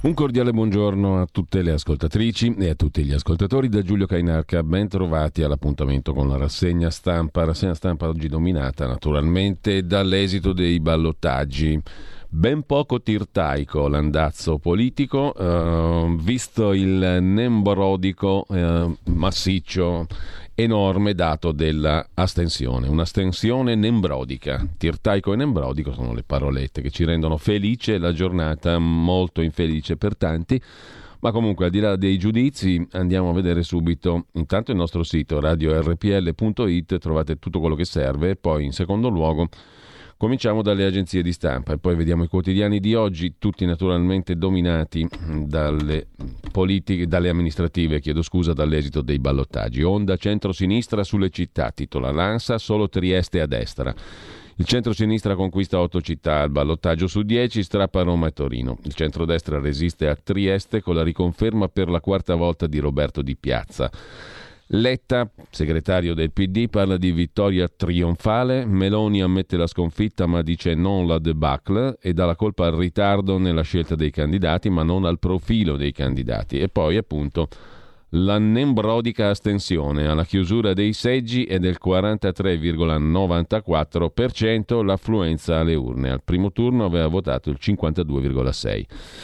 Un cordiale buongiorno a tutte le ascoltatrici e a tutti gli ascoltatori da Giulio Cainarca. Ben trovati all'appuntamento con la rassegna stampa oggi dominata naturalmente dall'esito dei ballottaggi. Ben poco tirtaico l'andazzo politico, visto il nembrodico massiccio enorme dato dell'astensione, un'astensione nembrodica. Tirtaico e nembrodico sono le parolette che ci rendono felice la giornata, molto infelice per tanti, ma comunque al di là dei giudizi andiamo a vedere subito intanto il nostro sito radiorpl.it, trovate tutto quello che serve, e poi in secondo luogo cominciamo dalle agenzie di stampa e poi vediamo i quotidiani di oggi, tutti naturalmente dominati dalle politiche, dalle amministrative, dall'esito dei ballottaggi. Onda centrosinistra sulle città, titola l'ANSA, solo Trieste a destra. Il centrosinistra conquista 8 città al ballottaggio su 10, strappa Roma e Torino. Il centrodestra resiste a Trieste con la riconferma per la quarta volta di Roberto Di Piazza. Letta, segretario del PD, parla di vittoria trionfale. Meloni ammette la sconfitta ma dice non la debacle e dà la colpa al ritardo nella scelta dei candidati ma non al profilo dei candidati. E poi appunto la nembrodica astensione alla chiusura dei seggi è del 43,94%, l'affluenza alle urne. Al primo turno aveva votato il 52,6%.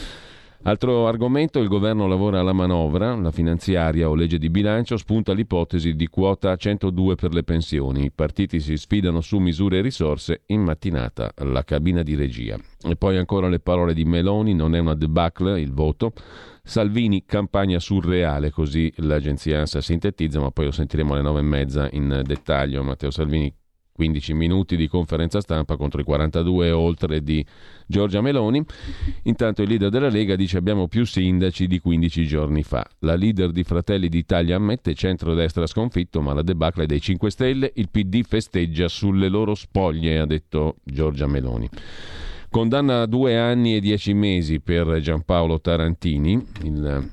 Altro argomento, il governo lavora alla manovra, la finanziaria o legge di bilancio, spunta l'ipotesi di quota 102 per le pensioni. I partiti si sfidano su misure e risorse, in mattinata la cabina di regia. E poi ancora le parole di Meloni, non è una debacle il voto. Salvini, campagna surreale, così l'agenzia ANSA sintetizza, ma poi lo sentiremo alle 9:30 in dettaglio. Matteo Salvini, 15 minuti di conferenza stampa contro i 42 oltre di Giorgia Meloni. Intanto il leader della Lega dice abbiamo più sindaci di 15 giorni fa. La leader di Fratelli d'Italia ammette centrodestra sconfitto, ma la debacle dei 5 Stelle, il PD festeggia sulle loro spoglie, ha detto Giorgia Meloni. Condanna a 2 anni e 10 mesi per Giampaolo Tarantini, il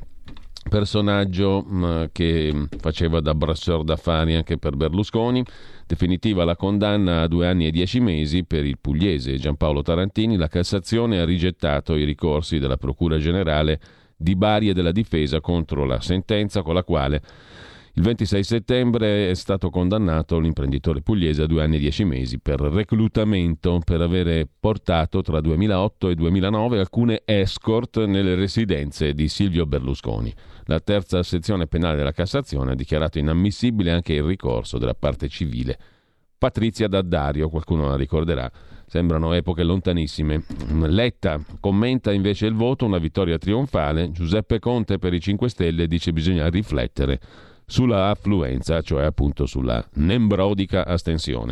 personaggio che faceva da brasseur d'affari anche per Berlusconi. Definitiva la condanna a 2 anni e 10 mesi per il pugliese Giampaolo Tarantini. La Cassazione ha rigettato i ricorsi della Procura Generale di Bari e della Difesa contro la sentenza con la quale il 26 settembre è stato condannato l'imprenditore pugliese a 2 anni e 10 mesi per reclutamento, per avere portato tra 2008 e 2009 alcune escort nelle residenze di Silvio Berlusconi. La terza sezione penale della Cassazione ha dichiarato inammissibile anche il ricorso della parte civile. Patrizia D'Addario, qualcuno la ricorderà, sembrano epoche lontanissime. Letta commenta invece il voto, una vittoria trionfale. Giuseppe Conte per i 5 Stelle dice bisogna riflettere sulla affluenza, cioè appunto sulla nembrodica astensione.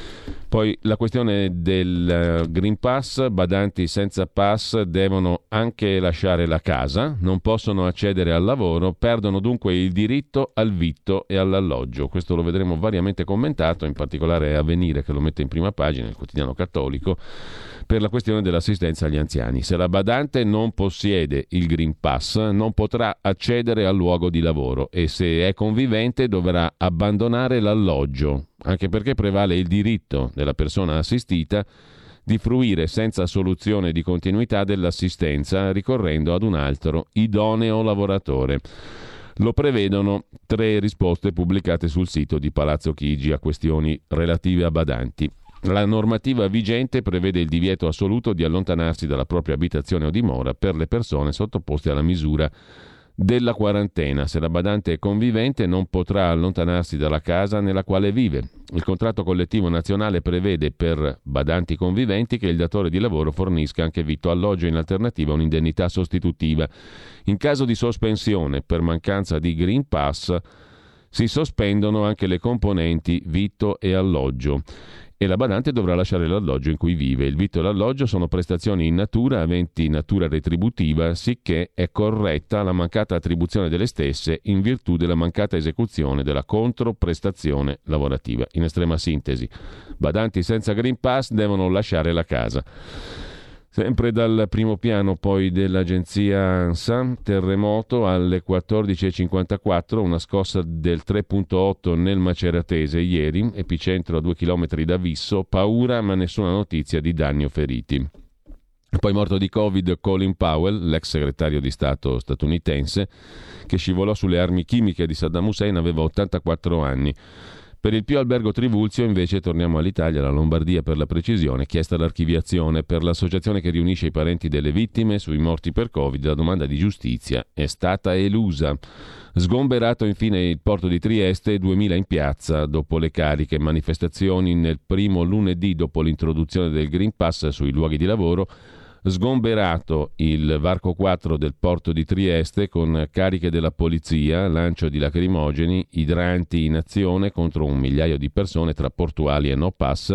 Poi la questione del Green Pass, badanti senza pass devono anche lasciare la casa, non possono accedere al lavoro, perdono dunque il diritto al vitto e all'alloggio. Questo lo vedremo variamente commentato, in particolare Avvenire che lo mette in prima pagina, il quotidiano cattolico, per la questione dell'assistenza agli anziani. Se la badante non possiede il Green Pass non potrà accedere al luogo di lavoro e se è convivente dovrà abbandonare l'alloggio, anche perché prevale il diritto della persona assistita di fruire senza soluzione di continuità dell'assistenza ricorrendo ad un altro idoneo lavoratore. Lo prevedono 3 risposte pubblicate sul sito di Palazzo Chigi a questioni relative a badanti. La normativa vigente prevede il divieto assoluto di allontanarsi dalla propria abitazione o dimora per le persone sottoposte alla misura della quarantena. Se la badante è convivente non potrà allontanarsi dalla casa nella quale vive. Il contratto collettivo nazionale prevede per badanti conviventi che il datore di lavoro fornisca anche vitto, alloggio e in alternativa un'indennità sostitutiva. In caso di sospensione per mancanza di Green Pass si sospendono anche le componenti vitto e alloggio e la badante dovrà lasciare l'alloggio in cui vive. Il vitto e l'alloggio sono prestazioni in natura aventi natura retributiva, sicché è corretta la mancata attribuzione delle stesse in virtù della mancata esecuzione della controprestazione lavorativa. In estrema sintesi, badanti senza Green Pass devono lasciare la casa. Sempre dal primo piano poi dell'agenzia ANSA, terremoto alle 14.54, una scossa del 3.8 nel Maceratese ieri, epicentro a 2 chilometri da Visso, paura ma nessuna notizia di danni o feriti. Poi morto di Covid Colin Powell, l'ex segretario di Stato statunitense, che scivolò sulle armi chimiche di Saddam Hussein, aveva 84 anni. Per il Pio Albergo Trivulzio invece torniamo all'Italia, alla Lombardia per la precisione, chiesta l'archiviazione per l'associazione che riunisce i parenti delle vittime sui morti per Covid. La domanda di giustizia è stata elusa. Sgomberato infine il porto di Trieste, 2000 in piazza dopo le cariche manifestazioni nel primo lunedì dopo l'introduzione del Green Pass sui luoghi di lavoro. Sgomberato il varco 4 del porto di Trieste con cariche della polizia, lancio di lacrimogeni, idranti in azione contro 1.000.000 di persone tra portuali e no pass,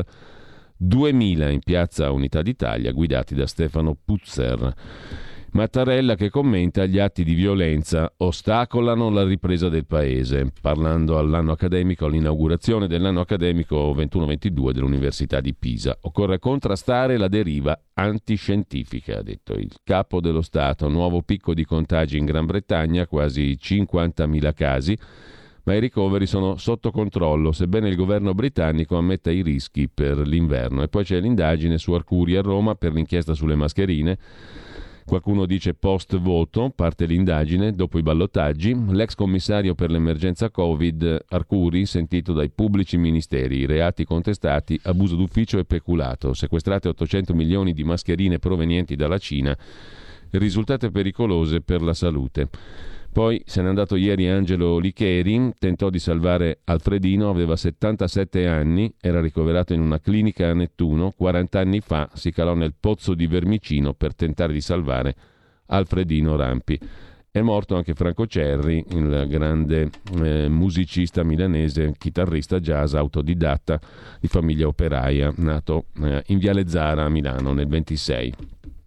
2000 in piazza Unità d'Italia guidati da Stefano Puzzer. Mattarella che commenta: gli atti di violenza ostacolano la ripresa del paese, parlando all'anno accademico, all'inaugurazione dell'anno accademico 21-22 dell'Università di Pisa. Occorre contrastare la deriva antiscientifica, ha detto il capo dello Stato. Nuovo picco di contagi in Gran Bretagna, quasi 50.000 casi, ma i ricoveri sono sotto controllo, sebbene il governo britannico ammetta i rischi per l'inverno. E poi c'è l'indagine su Arcuri a Roma per l'inchiesta sulle mascherine. Qualcuno dice post voto, parte l'indagine dopo i ballottaggi. L'ex commissario per l'emergenza Covid Arcuri, sentito dai pubblici ministeri, i reati contestati: abuso d'ufficio e peculato, sequestrate 800 milioni di mascherine provenienti dalla Cina, risultate pericolose per la salute. Poi se n'è andato ieri Angelo Licheri, tentò di salvare Alfredino, aveva 77 anni, era ricoverato in una clinica a Nettuno, 40 anni fa si calò nel pozzo di Vermicino per tentare di salvare Alfredino Rampi. È morto anche Franco Cerri, il grande musicista milanese, chitarrista jazz, autodidatta di famiglia operaia, nato in Viale Zara a Milano nel 26.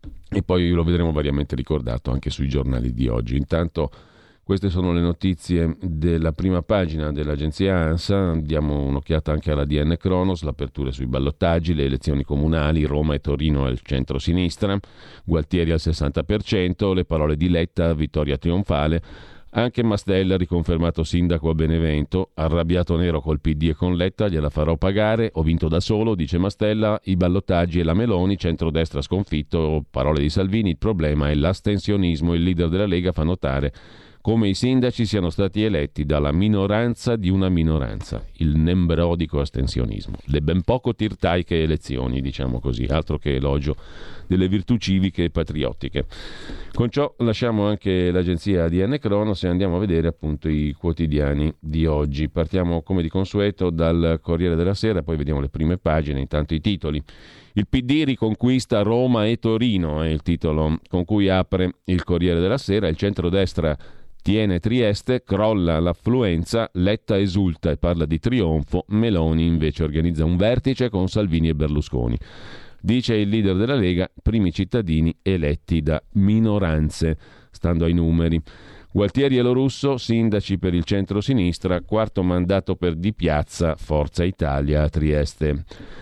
E poi lo vedremo variamente ricordato anche sui giornali di oggi. Intanto queste sono le notizie della prima pagina dell'agenzia ANSA. Diamo un'occhiata anche alla DN Cronos, l'apertura sui ballottaggi, le elezioni comunali, Roma e Torino al centro-sinistra, Gualtieri al 60%, le parole di Letta, vittoria trionfale. Anche Mastella riconfermato sindaco a Benevento, arrabbiato nero col PD e con Letta, gliela farò pagare, ho vinto da solo, dice Mastella, i ballottaggi e la Meloni, centrodestra sconfitto, parole di Salvini, il problema è l'astensionismo, il leader della Lega fa notare come i sindaci siano stati eletti dalla minoranza di una minoranza, il nembrodico astensionismo, le ben poco tirtaiche elezioni, diciamo così, altro che elogio delle virtù civiche e patriottiche. Con ciò lasciamo anche l'agenzia ADN Cronos e andiamo a vedere appunto i quotidiani di oggi. Partiamo come di consueto dal Corriere della Sera, poi vediamo le prime pagine, intanto i titoli. Il PD riconquista Roma e Torino è il titolo con cui apre il Corriere della Sera. Il centrodestra tiene Trieste, crolla l'affluenza, Letta esulta e parla di trionfo, Meloni invece organizza un vertice con Salvini e Berlusconi. Dice il leader della Lega, primi cittadini eletti da minoranze, stando ai numeri. Gualtieri e Lo Russo, sindaci per il centro-sinistra, quarto mandato per Di Piazza, Forza Italia a Trieste.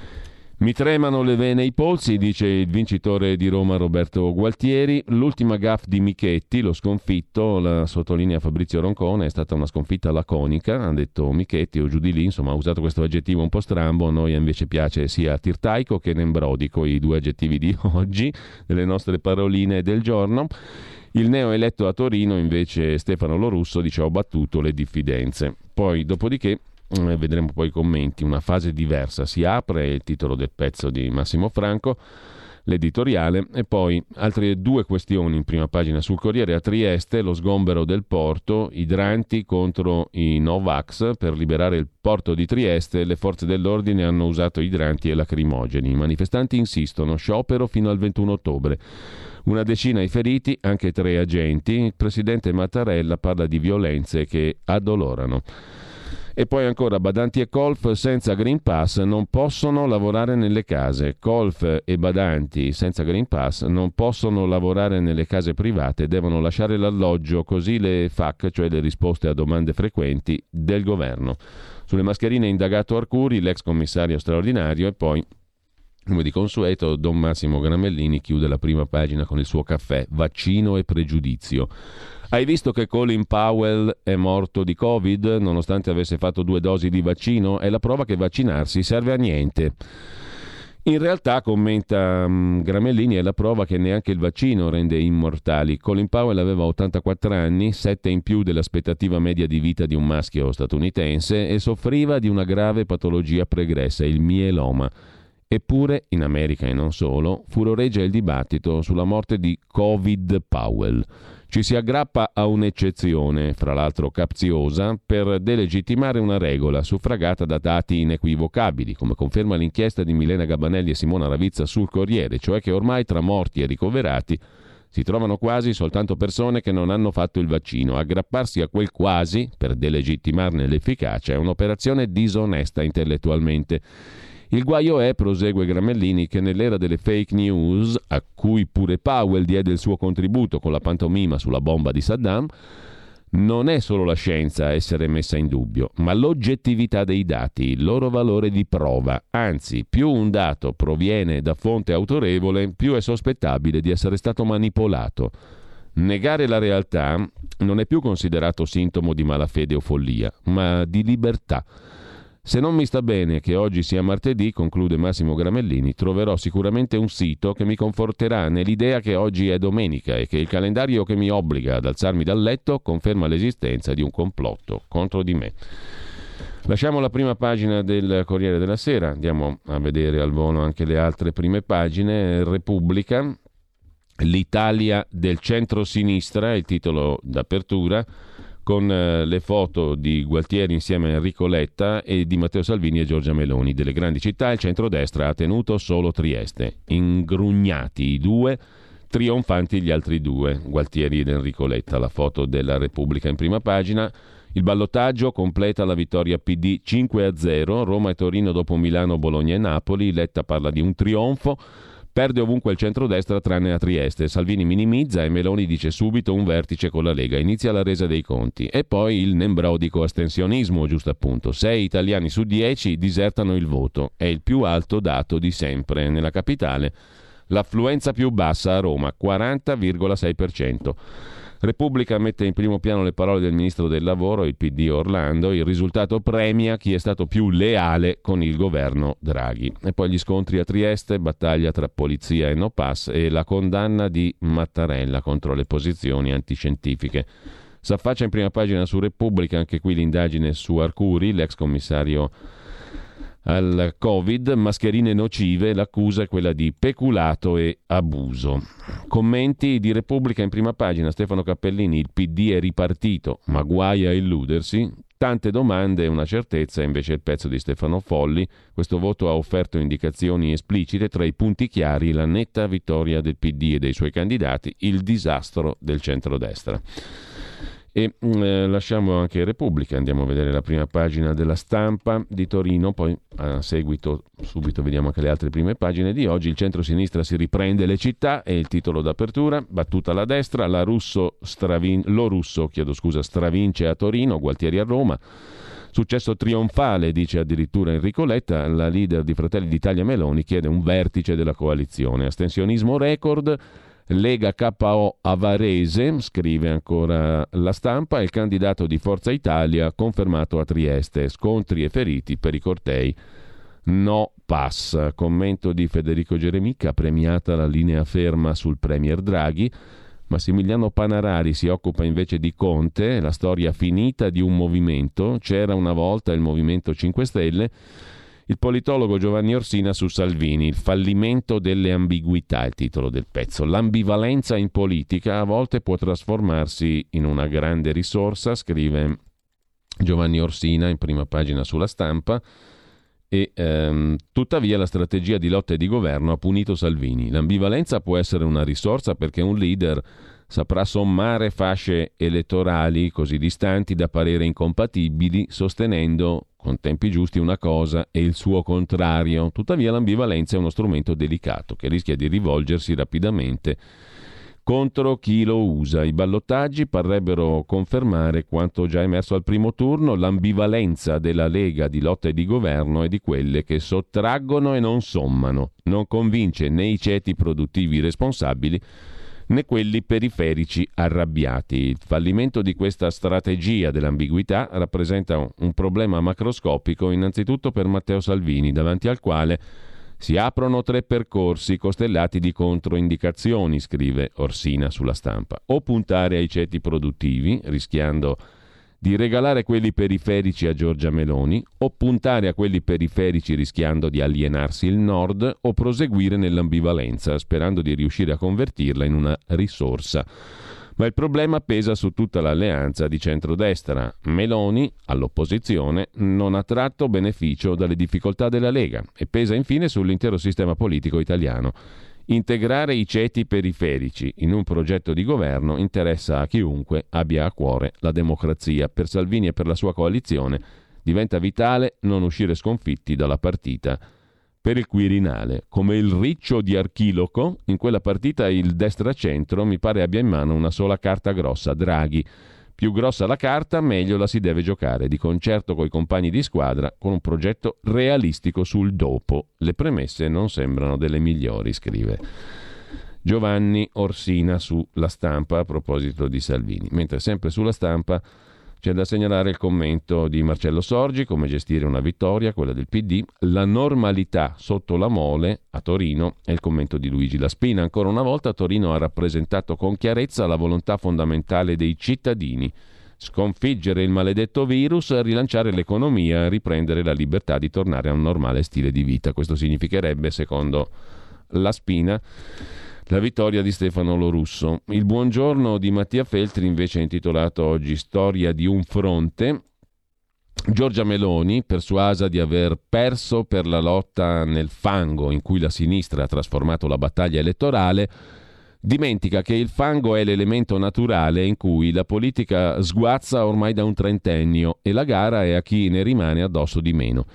Mi tremano le vene e i polsi, dice il vincitore di Roma Roberto Gualtieri. L'ultima gaffe di Michetti, lo sconfitto, la sottolinea Fabrizio Roncone, è stata una sconfitta laconica, ha detto Michetti o giù di lì, insomma ha usato questo aggettivo un po' strambo. A noi invece piace sia tirtaico che nembrodico, i due aggettivi di oggi, delle nostre paroline del giorno. Il neo eletto a Torino invece Stefano Lo Russo dice ho battuto le diffidenze. Poi dopodiché vedremo poi i commenti, una fase diversa si apre, il titolo del pezzo di Massimo Franco, l'editoriale, e poi altre due questioni in prima pagina sul Corriere. A Trieste lo sgombero del porto, idranti contro i Novax per liberare il porto di Trieste, le forze dell'ordine hanno usato idranti e lacrimogeni, i manifestanti insistono, sciopero fino al 21 ottobre. Una decina i feriti, anche 3 agenti, il presidente Mattarella parla di violenze che addolorano. E poi ancora badanti e colf senza Green Pass non possono lavorare nelle case. Colf e badanti senza Green Pass non possono lavorare nelle case private, devono lasciare l'alloggio, così le FAQ, cioè le risposte a domande frequenti del governo. Sulle mascherine indagato Arcuri, l'ex commissario straordinario, e poi, come di consueto, Don Massimo Gramellini chiude la prima pagina con il suo caffè, vaccino e pregiudizio. Hai visto che Colin Powell è morto di Covid nonostante avesse fatto 2 dosi di vaccino? È la prova che vaccinarsi serve a niente. In realtà, commenta Gramellini, è la prova che neanche il vaccino rende immortali. Colin Powell aveva 84 anni, 7 in più dell'aspettativa media di vita di un maschio statunitense, e soffriva di una grave patologia pregressa, il mieloma. Eppure, in America e non solo, furoreggia il dibattito sulla morte di Covid Powell. Ci si aggrappa a un'eccezione, fra l'altro capziosa, per delegittimare una regola suffragata da dati inequivocabili, come conferma l'inchiesta di Milena Gabanelli e Simona Ravizza sul Corriere, cioè che ormai tra morti e ricoverati si trovano quasi soltanto persone che non hanno fatto il vaccino. Aggrapparsi a quel quasi, per delegittimarne l'efficacia, è un'operazione disonesta intellettualmente. Il guaio è, prosegue Gramellini, che nell'era delle fake news, a cui pure Powell diede il suo contributo con la pantomima sulla bomba di Saddam, non è solo la scienza a essere messa in dubbio, ma l'oggettività dei dati, il loro valore di prova. Anzi, più un dato proviene da fonte autorevole, più è sospettabile di essere stato manipolato. Negare la realtà non è più considerato sintomo di malafede o follia, ma di libertà. Se non mi sta bene che oggi sia martedì, conclude Massimo Gramellini, troverò sicuramente un sito che mi conforterà nell'idea che oggi è domenica e che il calendario che mi obbliga ad alzarmi dal letto conferma l'esistenza di un complotto contro di me. Lasciamo la prima pagina del Corriere della Sera, andiamo a vedere al volo anche le altre prime pagine. Repubblica, l'Italia del centro-sinistra, il titolo d'apertura, con le foto di Gualtieri insieme a Enrico Letta e di Matteo Salvini e Giorgia Meloni. Delle grandi città il centrodestra ha tenuto solo Trieste. Ingrugnati i due, trionfanti gli altri due, Gualtieri ed Enrico Letta. La foto della Repubblica in prima pagina. Il ballottaggio completa la vittoria PD 5-0, Roma e Torino dopo Milano, Bologna e Napoli. Letta parla di un trionfo. Perde ovunque il centrodestra tranne a Trieste. Salvini minimizza e Meloni dice subito un vertice con la Lega. Inizia la resa dei conti. E poi il nembrodico astensionismo, giusto appunto. 6 italiani su 10 disertano il voto. È il più alto dato di sempre. Nella capitale l'affluenza più bassa a Roma, 40,6%. Repubblica mette in primo piano le parole del ministro del lavoro, il PD Orlando. Il risultato premia chi è stato più leale con il governo Draghi. E poi gli scontri a Trieste, battaglia tra polizia e no pass, e la condanna di Mattarella contro le posizioni antiscientifiche. S'affaccia in prima pagina su Repubblica anche qui l'indagine su Arcuri, l'ex commissario al Covid, mascherine nocive, l'accusa è quella di peculato e abuso. Commenti di Repubblica in prima pagina, Stefano Cappellini, il PD è ripartito, ma guai a illudersi. Tante domande e una certezza, invece il pezzo di Stefano Folli. Questo voto ha offerto indicazioni esplicite, tra i punti chiari la netta vittoria del PD e dei suoi candidati, il disastro del centrodestra. E lasciamo anche Repubblica, andiamo a vedere la prima pagina della Stampa di Torino, poi a seguito subito vediamo anche le altre prime pagine di oggi. Il centro-sinistra si riprende le città, è il titolo d'apertura. Battuta alla destra, lo Russo stravince a Torino, Gualtieri a Roma. Successo trionfale, dice addirittura Enrico Letta. La leader di Fratelli d'Italia Meloni chiede un vertice della coalizione. Astensionismo record. Lega KO a Varese, scrive ancora la Stampa, il candidato di Forza Italia confermato a Trieste, scontri e feriti per i cortei, no pass. Commento di Federico Geremica, premiata la linea ferma sul premier Draghi. Massimiliano Panarari si occupa invece di Conte, la storia finita di un movimento, c'era una volta il Movimento 5 Stelle. Il politologo Giovanni Orsina su Salvini, il fallimento delle ambiguità, il titolo del pezzo. L'ambivalenza in politica a volte può trasformarsi in una grande risorsa, scrive Giovanni Orsina in prima pagina sulla Stampa, e tuttavia la strategia di lotta e di governo ha punito Salvini. L'ambivalenza può essere una risorsa perché un leader saprà sommare fasce elettorali così distanti da parere incompatibili, sostenendo con tempi giusti una cosa e il suo contrario. Tuttavia l'ambivalenza è uno strumento delicato che rischia di rivolgersi rapidamente contro chi lo usa. I ballottaggi parrebbero confermare quanto già emerso al primo turno: l'ambivalenza della Lega di lotta e di governo è di quelle che sottraggono e non sommano, non convince né i ceti produttivi responsabili né quelli periferici arrabbiati. Il fallimento di questa strategia dell'ambiguità rappresenta un problema macroscopico innanzitutto per Matteo Salvini, davanti al quale Si aprono 3 percorsi costellati di controindicazioni, scrive Orsina sulla Stampa. O puntare ai ceti produttivi, rischiando di regalare quelli periferici a Giorgia Meloni, o puntare a quelli periferici rischiando di alienarsi il Nord, o proseguire nell'ambivalenza, sperando di riuscire a convertirla in una risorsa. Ma il problema pesa su tutta l'alleanza di centrodestra. Meloni, all'opposizione, non ha tratto beneficio dalle difficoltà della Lega e pesa infine sull'intero sistema politico italiano. Integrare i ceti periferici in un progetto di governo interessa a chiunque abbia a cuore la democrazia. Per Salvini e per la sua coalizione diventa vitale non uscire sconfitti dalla partita per il Quirinale. Come il riccio di Archiloco, in quella partita il destra-centro mi pare abbia in mano una sola carta grossa, Draghi. Più grossa la carta, meglio la si deve giocare, di concerto coi compagni di squadra, con un progetto realistico sul dopo. Le premesse non sembrano delle migliori, scrive Giovanni Orsina su La Stampa a proposito di Salvini. Mentre sempre sulla Stampa c'è da segnalare il commento di Marcello Sorgi, come gestire una vittoria, quella del PD, la normalità sotto la mole a Torino, e il commento di Luigi Laspina. Ancora una volta Torino ha rappresentato con chiarezza la volontà fondamentale dei cittadini: sconfiggere il maledetto virus, rilanciare l'economia, riprendere la libertà di tornare a un normale stile di vita. Questo significherebbe, secondo Laspina, la vittoria di Stefano Lorusso. Il buongiorno di Mattia Feltri invece è intitolato oggi Storia di un fronte. Giorgia Meloni, persuasa di aver perso per la lotta nel fango in cui la sinistra ha trasformato la battaglia elettorale, dimentica che il fango è l'elemento naturale in cui la politica sguazza ormai da un trentennio e la gara è a chi ne rimane addosso di meno.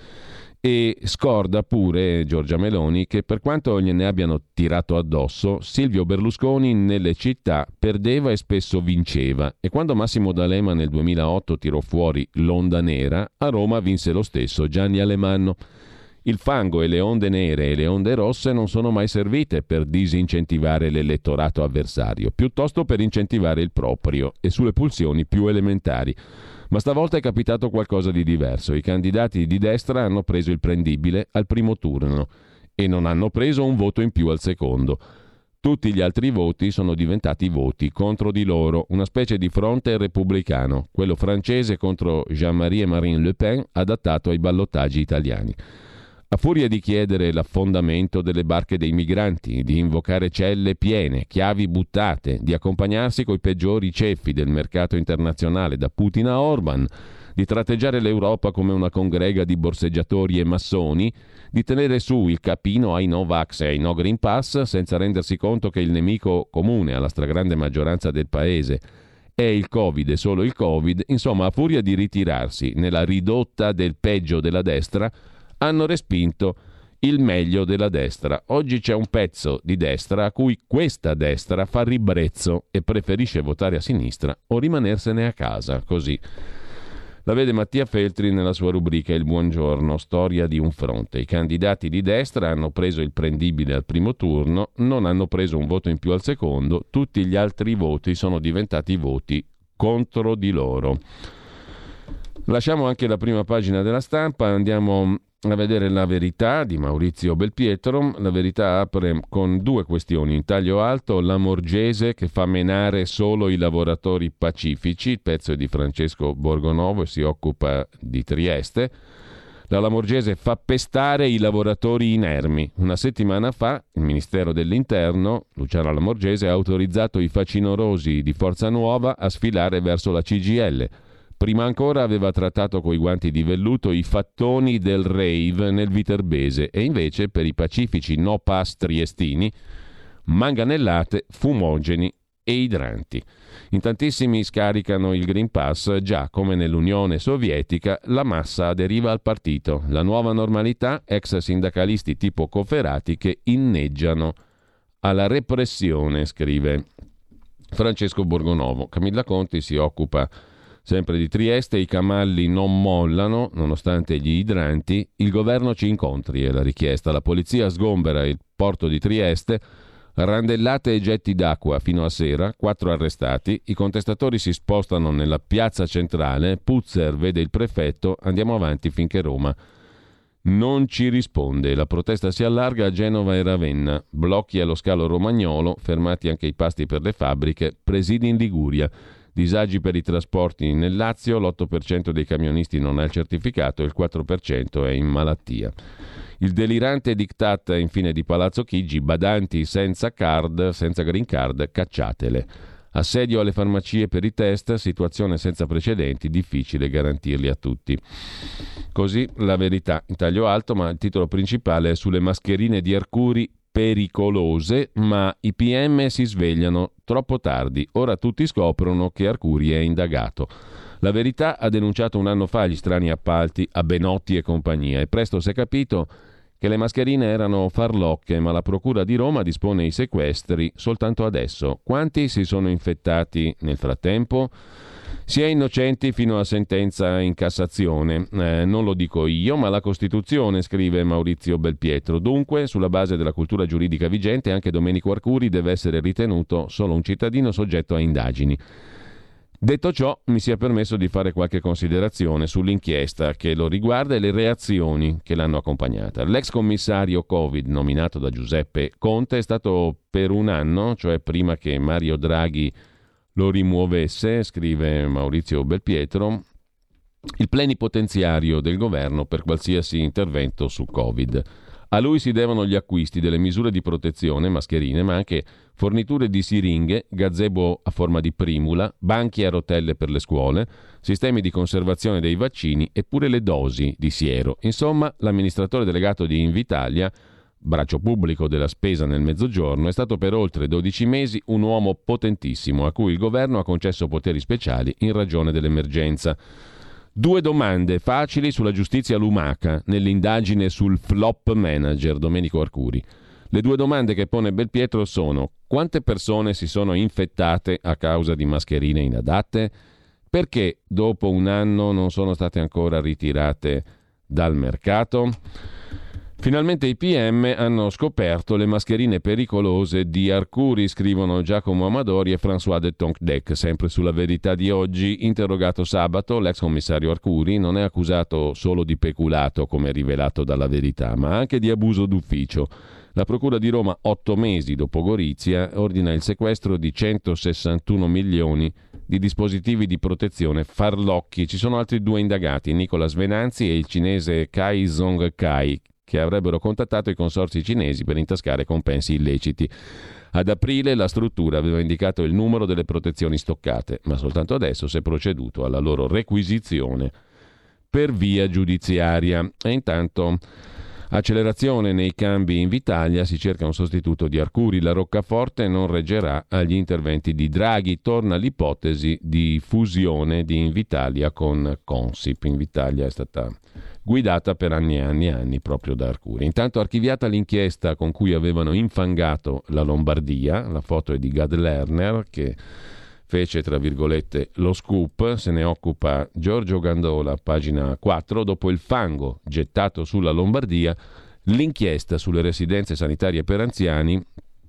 E scorda pure Giorgia Meloni che, per quanto gliene abbiano tirato addosso, Silvio Berlusconi nelle città perdeva e spesso vinceva, e quando Massimo D'Alema nel 2008 tirò fuori l'onda nera, a Roma vinse lo stesso Gianni Alemanno. Il fango e le onde nere e le onde rosse non sono mai servite per disincentivare l'elettorato avversario, piuttosto per incentivare il proprio e sulle pulsioni più elementari. Ma stavolta è capitato qualcosa di diverso. I candidati di destra hanno preso il prendibile al primo turno e non hanno preso un voto in più al secondo. Tutti gli altri voti sono diventati voti contro di loro, una specie di fronte repubblicano, quello francese contro Jean-Marie e Marine Le Pen adattato ai ballottaggi italiani. A furia di chiedere l'affondamento delle barche dei migranti, di invocare celle piene, chiavi buttate, di accompagnarsi coi peggiori ceffi del mercato internazionale da Putin a Orban, di tratteggiare l'Europa come una congrega di borseggiatori e massoni, di tenere su il capino ai Novax e ai No Green Pass senza rendersi conto che il nemico comune alla stragrande maggioranza del paese è il Covid e solo il Covid, insomma, a furia di ritirarsi nella ridotta del peggio della destra, hanno respinto il meglio della destra. Oggi c'è un pezzo di destra a cui questa destra fa ribrezzo e preferisce votare a sinistra o rimanersene a casa, così. La vede Mattia Feltri nella sua rubrica Il Buongiorno, storia di un fronte. I candidati di destra hanno preso il prendibile al primo turno, non hanno preso un voto in più al secondo, tutti gli altri voti sono diventati voti contro di loro. Lasciamo anche la prima pagina della Stampa, andiamo a vedere La Verità di Maurizio Belpietro. La Verità apre con due questioni. In taglio alto, la Lamorgese che fa menare solo i lavoratori pacifici. Il pezzo è di Francesco Borgonovo e si occupa di Trieste. La Lamorgese fa pestare i lavoratori inermi. Una settimana fa il Ministero dell'Interno, Luciana Lamorgese, ha autorizzato i facinorosi di Forza Nuova a sfilare verso la CGIL. Prima ancora aveva trattato coi guanti di velluto i fattoni del rave nel Viterbese e invece per i pacifici no pass triestini manganellate, fumogeni e idranti. In tantissimi scaricano il Green Pass, già come nell'Unione Sovietica la massa aderiva al partito. La nuova normalità, ex sindacalisti tipo Cofferati che inneggiano alla repressione, scrive Francesco Borgonovo. Camilla Conti si occupa sempre di Trieste. I camalli non mollano nonostante gli idranti. Il governo ci incontri è la richiesta. La polizia sgombera il porto di Trieste, randellate e getti d'acqua fino a sera, 4 arrestati. I contestatori si spostano nella piazza centrale. Puzzer vede il prefetto, andiamo avanti finché Roma non ci risponde. La protesta si allarga a Genova e Ravenna. Blocchi allo scalo romagnolo, fermati anche i pasti per le fabbriche, presidi in Liguria. Disagi per i trasporti nel Lazio, l'8% dei camionisti non ha il certificato e il 4% è in malattia. Il delirante diktat infine di Palazzo Chigi, badanti senza green card, cacciatele. Assedio alle farmacie per i test, situazione senza precedenti, difficile garantirli a tutti. Così La Verità in taglio alto, ma il titolo principale è sulle mascherine di Arcuri pericolose, ma i PM si svegliano troppo tardi. Ora tutti scoprono che Arcuri è indagato. La Verità ha denunciato un anno fa gli strani appalti a Benotti e compagnia e presto si è capito che le mascherine erano farlocche, ma la Procura di Roma dispone i sequestri soltanto adesso. Quanti si sono infettati nel frattempo? Si è innocenti fino a sentenza in Cassazione. Non lo dico io, ma la Costituzione, scrive Maurizio Belpietro. Dunque, sulla base della cultura giuridica vigente, anche Domenico Arcuri deve essere ritenuto solo un cittadino soggetto a indagini. Detto ciò, mi sia permesso di fare qualche considerazione sull'inchiesta che lo riguarda e le reazioni che l'hanno accompagnata. L'ex commissario Covid, nominato da Giuseppe Conte, è stato per un anno, cioè prima che Mario Draghi lo rimuovesse, scrive Maurizio Belpietro, il plenipotenziario del governo per qualsiasi intervento su Covid. A lui si devono gli acquisti delle misure di protezione, mascherine, ma anche forniture di siringhe, gazebo a forma di primula, banchi a rotelle per le scuole, sistemi di conservazione dei vaccini e pure le dosi di siero. Insomma, l'amministratore delegato di Invitalia, braccio pubblico della spesa nel Mezzogiorno, è stato per oltre 12 mesi un uomo potentissimo a cui il governo ha concesso poteri speciali in ragione dell'emergenza. 2 domande facili sulla giustizia lumaca nell'indagine sul flop manager Domenico Arcuri. Le 2 domande che pone Belpietro sono: quante persone si sono infettate a causa di mascherine inadatte? Perché dopo un anno non sono state ancora ritirate dal mercato? Finalmente i PM hanno scoperto le mascherine pericolose di Arcuri, scrivono Giacomo Amadori e François de Tonquedec, sempre sulla Verità di oggi. Interrogato sabato, l'ex commissario Arcuri non è accusato solo di peculato, come rivelato dalla Verità, ma anche di abuso d'ufficio. La Procura di Roma, 8 mesi dopo Gorizia, ordina il sequestro di 161 milioni di dispositivi di protezione farlocchi. Ci sono altri 2 indagati, Nicola Venanzi e il cinese Kai Zong Kai, che avrebbero contattato i consorzi cinesi per intascare compensi illeciti. Ad aprile la struttura aveva indicato il numero delle protezioni stoccate, ma soltanto adesso si è proceduto alla loro requisizione per via giudiziaria. E intanto accelerazione nei cambi in Invitalia, si cerca un sostituto di Arcuri. La roccaforte non reggerà agli interventi di Draghi, torna l'ipotesi di fusione di Invitalia con Consip. Invitalia è stata guidata per anni e anni proprio da Arcuri. Intanto archiviata l'inchiesta con cui avevano infangato la Lombardia, la foto è di Gad Lerner che fece, tra virgolette, lo scoop, se ne occupa Giorgio Gandola, pagina 4, dopo il fango gettato sulla Lombardia, l'inchiesta sulle residenze sanitarie per anziani,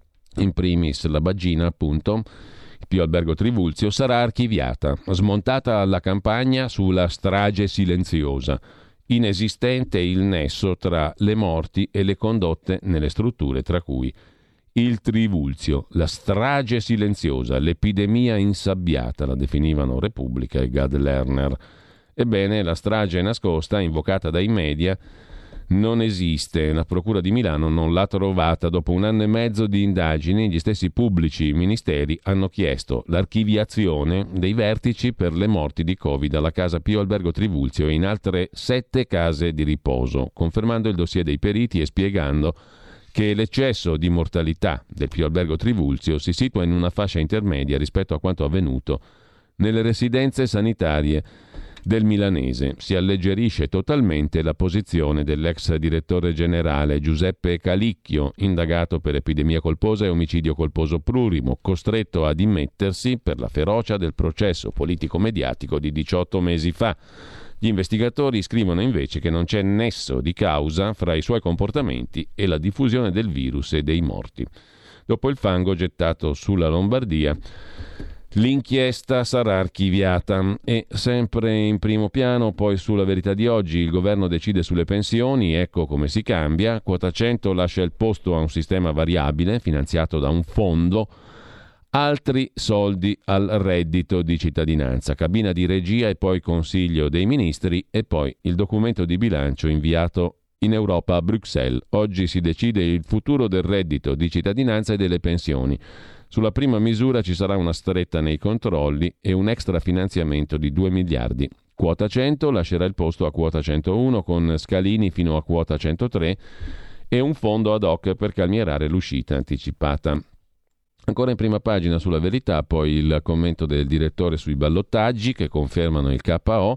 in primis la Baggina appunto, il Pio Albergo Trivulzio, sarà archiviata, smontata la campagna sulla strage silenziosa. Inesistente il nesso tra le morti e le condotte nelle strutture, tra cui il Trivulzio, la strage silenziosa, l'epidemia insabbiata, la definivano Repubblica e Gad Lerner. Ebbene, la strage nascosta, invocata dai media, non esiste. La Procura di Milano non l'ha trovata. Dopo un anno e mezzo di indagini, gli stessi pubblici ministeri hanno chiesto l'archiviazione dei vertici per le morti di Covid alla casa Pio Albergo Trivulzio e in altre 7 case di riposo, confermando il dossier dei periti e spiegando che l'eccesso di mortalità del Pio Albergo Trivulzio si situa in una fascia intermedia rispetto a quanto avvenuto nelle residenze sanitarie del milanese. Si alleggerisce totalmente la posizione dell'ex direttore generale Giuseppe Calicchio, indagato per epidemia colposa e omicidio colposo plurimo, costretto a dimettersi per la ferocia del processo politico-mediatico di 18 mesi fa. Gli investigatori scrivono invece che non c'è nesso di causa fra i suoi comportamenti e la diffusione del virus e dei morti. Dopo il fango gettato sulla Lombardia, L'inchiesta sarà archiviata. E sempre in primo piano, poi sulla Verità di oggi, il governo decide sulle pensioni, ecco come si cambia. Quota 100 lascia il posto a un sistema variabile finanziato da un fondo, altri soldi al reddito di cittadinanza, cabina di regia e poi Consiglio dei Ministri e poi il documento di bilancio inviato in Europa a Bruxelles. Oggi si decide il futuro del reddito di cittadinanza e delle pensioni. Sulla prima misura ci sarà una stretta nei controlli e un extra finanziamento di 2 miliardi. Quota 100 lascerà il posto a quota 101 con scalini fino a quota 103 e un fondo ad hoc per calmierare l'uscita anticipata. Ancora in prima pagina sulla Verità, poi il commento del direttore sui ballottaggi che confermano il KO.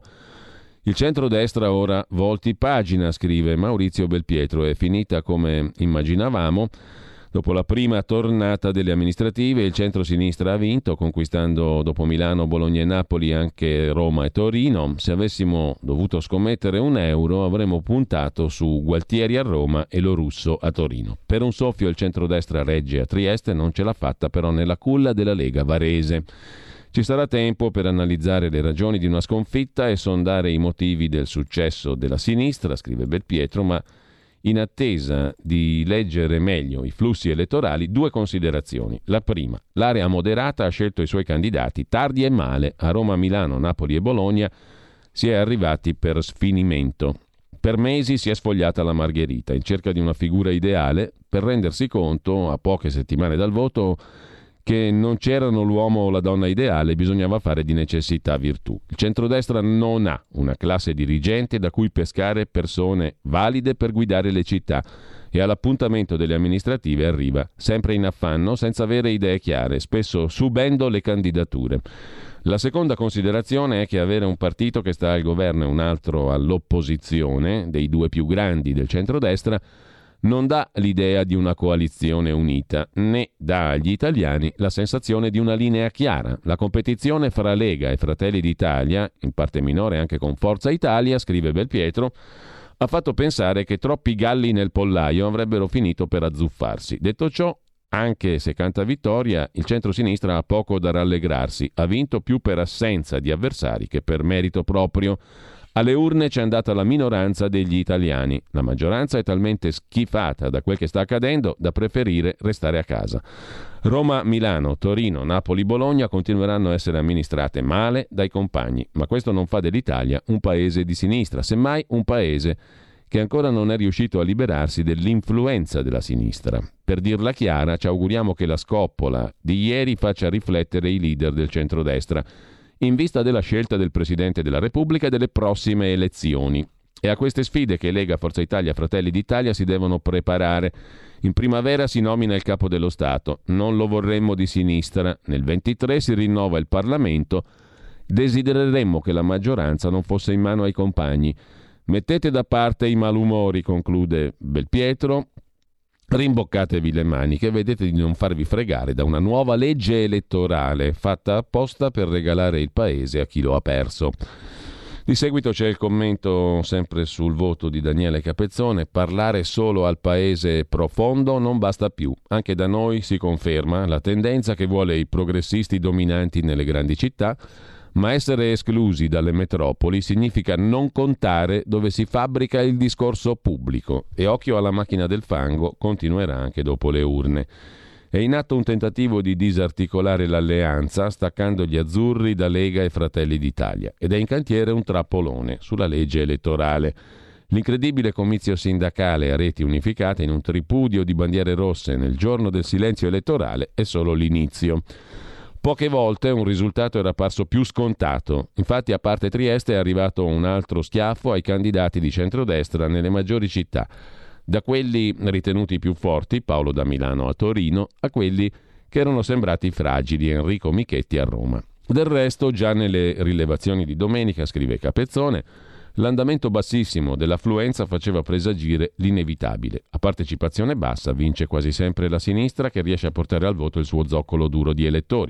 Il centrodestra ora volti pagina, scrive Maurizio Belpietro, è finita come immaginavamo. Dopo la prima tornata delle amministrative, il centro-sinistra ha vinto, conquistando dopo Milano, Bologna e Napoli anche Roma e Torino. Se avessimo dovuto scommettere €1, avremmo puntato su Gualtieri a Roma e Lo Russo a Torino. Per un soffio il centrodestra regge a Trieste, non ce l'ha fatta però nella culla della Lega Varese. Ci sarà tempo per analizzare le ragioni di una sconfitta e sondare i motivi del successo della sinistra, scrive Belpietro, ma in attesa di leggere meglio i flussi elettorali, 2 considerazioni. La prima, l'area moderata ha scelto i suoi candidati tardi e male. A Roma, Milano, Napoli e Bologna si è arrivati per sfinimento. Per mesi si è sfogliata la Margherita in cerca di una figura ideale per rendersi conto, a poche settimane dal voto, che non c'erano l'uomo o la donna ideale, bisognava fare di necessità virtù. Il centrodestra non ha una classe dirigente da cui pescare persone valide per guidare le città e all'appuntamento delle amministrative arriva sempre in affanno, senza avere idee chiare, spesso subendo le candidature. La seconda considerazione è che avere un partito che sta al governo e un altro all'opposizione, dei 2 più grandi del centrodestra, non dà l'idea di una coalizione unita, né dà agli italiani la sensazione di una linea chiara. La competizione fra Lega e Fratelli d'Italia, in parte minore anche con Forza Italia, scrive Belpietro, ha fatto pensare che troppi galli nel pollaio avrebbero finito per azzuffarsi. Detto ciò, anche se canta vittoria, il centro-sinistra ha poco da rallegrarsi. Ha vinto più per assenza di avversari che per merito proprio. Alle urne c'è andata la minoranza degli italiani. La maggioranza è talmente schifata da quel che sta accadendo da preferire restare a casa. Roma, Milano, Torino, Napoli, Bologna continueranno a essere amministrate male dai compagni, ma questo non fa dell'Italia un paese di sinistra, semmai un paese che ancora non è riuscito a liberarsi dell'influenza della sinistra. Per dirla chiara, ci auguriamo che la scoppola di ieri faccia riflettere i leader del centrodestra in vista della scelta del Presidente della Repubblica e delle prossime elezioni. È a queste sfide che Lega, Forza Italia, Fratelli d'Italia si devono preparare. In primavera si nomina il Capo dello Stato. Non lo vorremmo di sinistra. Nel 23 si rinnova il Parlamento. Desidereremmo che la maggioranza non fosse in mano ai compagni. Mettete da parte i malumori, conclude Belpietro. Rimboccatevi le maniche e vedete di non farvi fregare da una nuova legge elettorale fatta apposta per regalare il paese a chi lo ha perso. Di seguito c'è il commento sempre sul voto di Daniele Capezzone. Parlare solo al paese profondo non basta più. Anche da noi si conferma la tendenza che vuole i progressisti dominanti nelle grandi città, ma essere esclusi dalle metropoli significa non contare dove si fabbrica il discorso pubblico. E occhio alla macchina del fango, continuerà anche dopo le urne. È in atto un tentativo di disarticolare l'alleanza, staccando gli azzurri da Lega e Fratelli d'Italia. Ed è in cantiere un trappolone sulla legge elettorale. L'incredibile comizio sindacale a reti unificate in un tripudio di bandiere rosse nel giorno del silenzio elettorale è solo l'inizio. Poche volte un risultato era parso più scontato. Infatti, a parte Trieste, è arrivato un altro schiaffo ai candidati di centrodestra nelle maggiori città, da quelli ritenuti più forti, Paolo da Milano a Torino, a quelli che erano sembrati fragili, Enrico Michetti a Roma. Del resto, già nelle rilevazioni di domenica, scrive Capezzone, l'andamento bassissimo dell'affluenza faceva presagire l'inevitabile. A partecipazione bassa vince quasi sempre la sinistra, che riesce a portare al voto il suo zoccolo duro di elettori.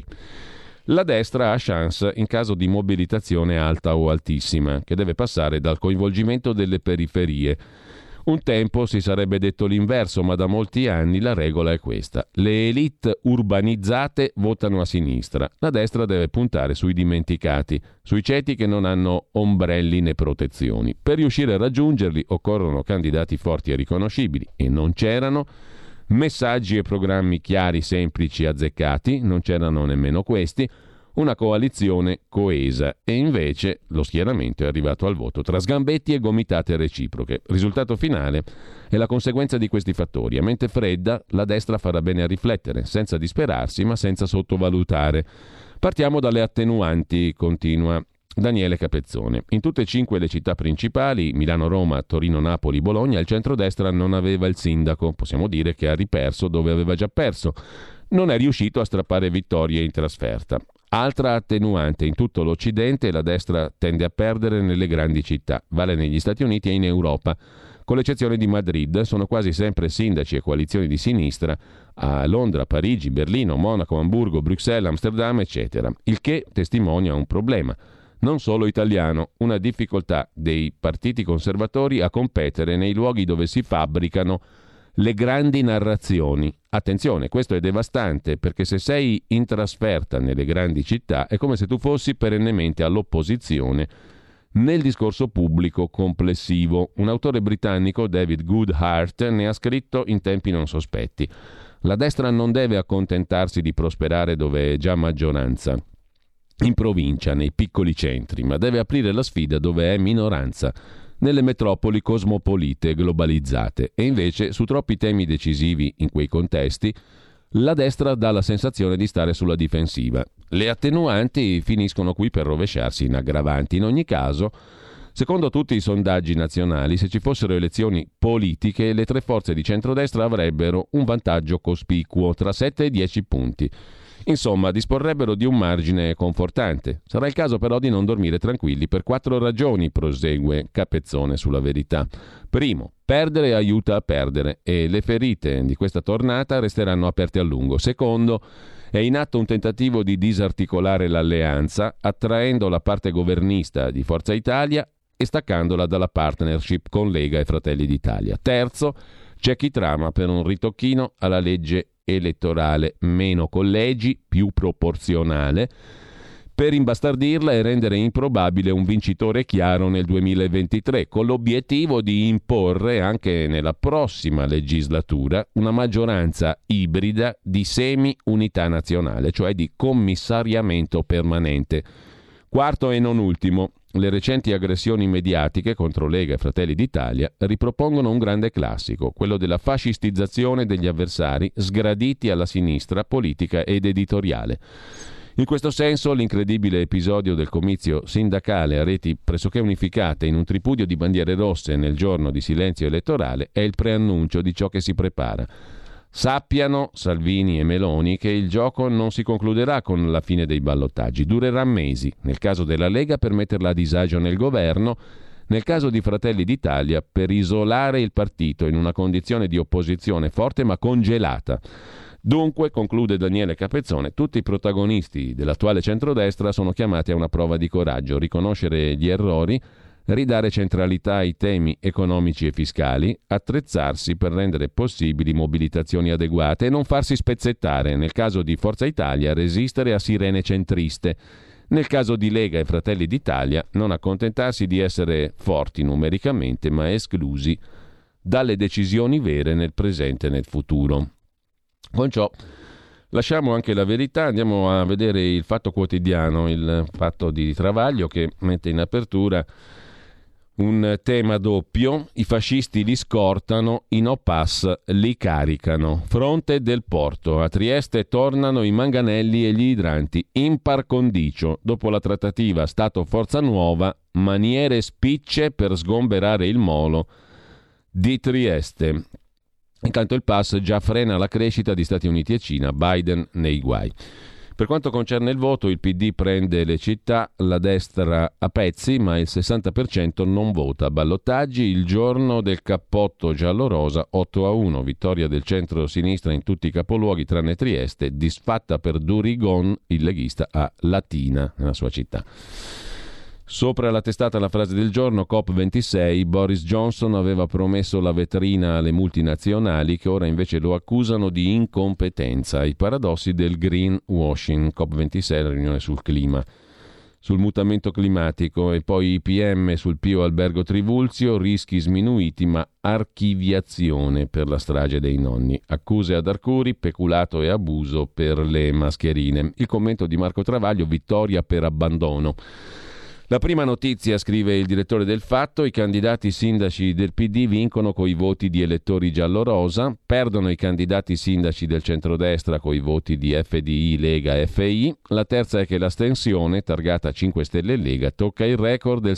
La destra ha chance in caso di mobilitazione alta o altissima, che deve passare dal coinvolgimento delle periferie. Un tempo si sarebbe detto l'inverso, ma da molti anni la regola è questa. Le elite urbanizzate votano a sinistra. La destra deve puntare sui dimenticati, sui ceti che non hanno ombrelli né protezioni. Per riuscire a raggiungerli occorrono candidati forti e riconoscibili, e non c'erano. Messaggi e programmi chiari, semplici, azzeccati, non c'erano nemmeno questi. Una coalizione coesa, e invece lo schieramento è arrivato al voto tra sgambetti e gomitate reciproche. Risultato finale è la conseguenza di questi fattori. A mente fredda la destra farà bene a riflettere, senza disperarsi ma senza sottovalutare. Partiamo dalle attenuanti, continua Daniele Capezzone. In tutte e 5 le città principali, Milano, Roma, Torino, Napoli, Bologna, il centrodestra non aveva il sindaco. Possiamo dire che ha riperso dove aveva già perso. Non è riuscito a strappare vittorie in trasferta. Altra attenuante: in tutto l'Occidente la destra tende a perdere nelle grandi città, vale negli Stati Uniti e in Europa, con l'eccezione di Madrid. Sono quasi sempre sindaci e coalizioni di sinistra a Londra, Parigi, Berlino, Monaco, Amburgo, Bruxelles, Amsterdam, eccetera, il che testimonia un problema, non solo italiano, una difficoltà dei partiti conservatori a competere nei luoghi dove si fabbricano le grandi narrazioni. Attenzione, questo è devastante, perché se sei in trasferta nelle grandi città è come se tu fossi perennemente all'opposizione nel discorso pubblico complessivo. Un autore britannico, David Goodhart, ne ha scritto in tempi non sospetti. La destra non deve accontentarsi di prosperare dove è già maggioranza, in provincia, nei piccoli centri, ma deve aprire la sfida dove è minoranza, nelle metropoli cosmopolite e globalizzate. E invece, su troppi temi decisivi in quei contesti, la destra dà la sensazione di stare sulla difensiva. Le attenuanti finiscono qui per rovesciarsi in aggravanti. In ogni caso, secondo tutti i sondaggi nazionali, se ci fossero elezioni politiche, le 3 forze di centrodestra avrebbero un vantaggio cospicuo tra 7 e 10 punti. Insomma, disporrebbero di un margine confortante. Sarà il caso però di non dormire tranquilli per 4 ragioni, prosegue Capezzone sulla Verità. Primo, perdere aiuta a perdere e le ferite di questa tornata resteranno aperte a lungo. Secondo, è in atto un tentativo di disarticolare l'alleanza, attraendo la parte governista di Forza Italia e staccandola dalla partnership con Lega e Fratelli d'Italia. Terzo, c'è chi trama per un ritocchino alla legge elettorale, meno collegi, più proporzionale, per imbastardirla e rendere improbabile un vincitore chiaro nel 2023, con l'obiettivo di imporre anche nella prossima legislatura una maggioranza ibrida di semi-unità nazionale, cioè di commissariamento permanente. Quarto e non ultimo, le recenti aggressioni mediatiche contro Lega e Fratelli d'Italia ripropongono un grande classico, quello della fascistizzazione degli avversari sgraditi alla sinistra politica ed editoriale. In questo senso, l'incredibile episodio del comizio sindacale a reti pressoché unificate in un tripudio di bandiere rosse nel giorno di silenzio elettorale è il preannuncio di ciò che si prepara. Sappiano Salvini e Meloni che il gioco non si concluderà con la fine dei ballottaggi, durerà mesi, nel caso della Lega per metterla a disagio nel governo, nel caso di Fratelli d'Italia per isolare il partito in una condizione di opposizione forte ma congelata. Dunque, conclude Daniele Capezzone, tutti i protagonisti dell'attuale centrodestra sono chiamati a una prova di coraggio, riconoscere gli errori, ridare centralità ai temi economici e fiscali, attrezzarsi per rendere possibili mobilitazioni adeguate e non farsi spezzettare, nel caso di Forza Italia resistere a sirene centriste, nel caso di Lega e Fratelli d'Italia non accontentarsi di essere forti numericamente ma esclusi dalle decisioni vere nel presente e nel futuro. Con ciò lasciamo anche la Verità, andiamo a vedere il Fatto Quotidiano, il Fatto di Travaglio, che mette in apertura un tema doppio: i fascisti li scortano, i no pass li caricano. Fronte del porto, a Trieste tornano i manganelli e gli idranti in par condicio. Dopo la trattativa Stato-Forza Nuova, maniere spicce per sgomberare il molo di Trieste. Intanto il pass già frena la crescita di Stati Uniti e Cina, Biden nei guai. Per quanto concerne il voto, il PD prende le città, la destra a pezzi, ma il 60% non vota. Ballottaggi il giorno del cappotto giallo-rosa, 8-1, vittoria del centro-sinistra in tutti i capoluoghi tranne Trieste, disfatta per Durigon, il leghista a Latina, nella sua città. Sopra la testata la frase del giorno, COP26, Boris Johnson aveva promesso la vetrina alle multinazionali che ora invece lo accusano di incompetenza. I paradossi del greenwashing, COP26, la riunione sul clima, sul mutamento climatico, e poi i PM sul Pio Albergo Trivulzio, rischi sminuiti ma archiviazione per la strage dei nonni. Accuse ad Arcuri, peculato e abuso per le mascherine. Il commento di Marco Travaglio, vittoria per abbandono. La prima notizia, scrive il direttore del Fatto, i candidati sindaci del PD vincono coi voti di elettori giallorosa, perdono i candidati sindaci del centrodestra coi voti di FDI, Lega e FI. La terza è che l'astensione, targata 5 Stelle e Lega, tocca il record del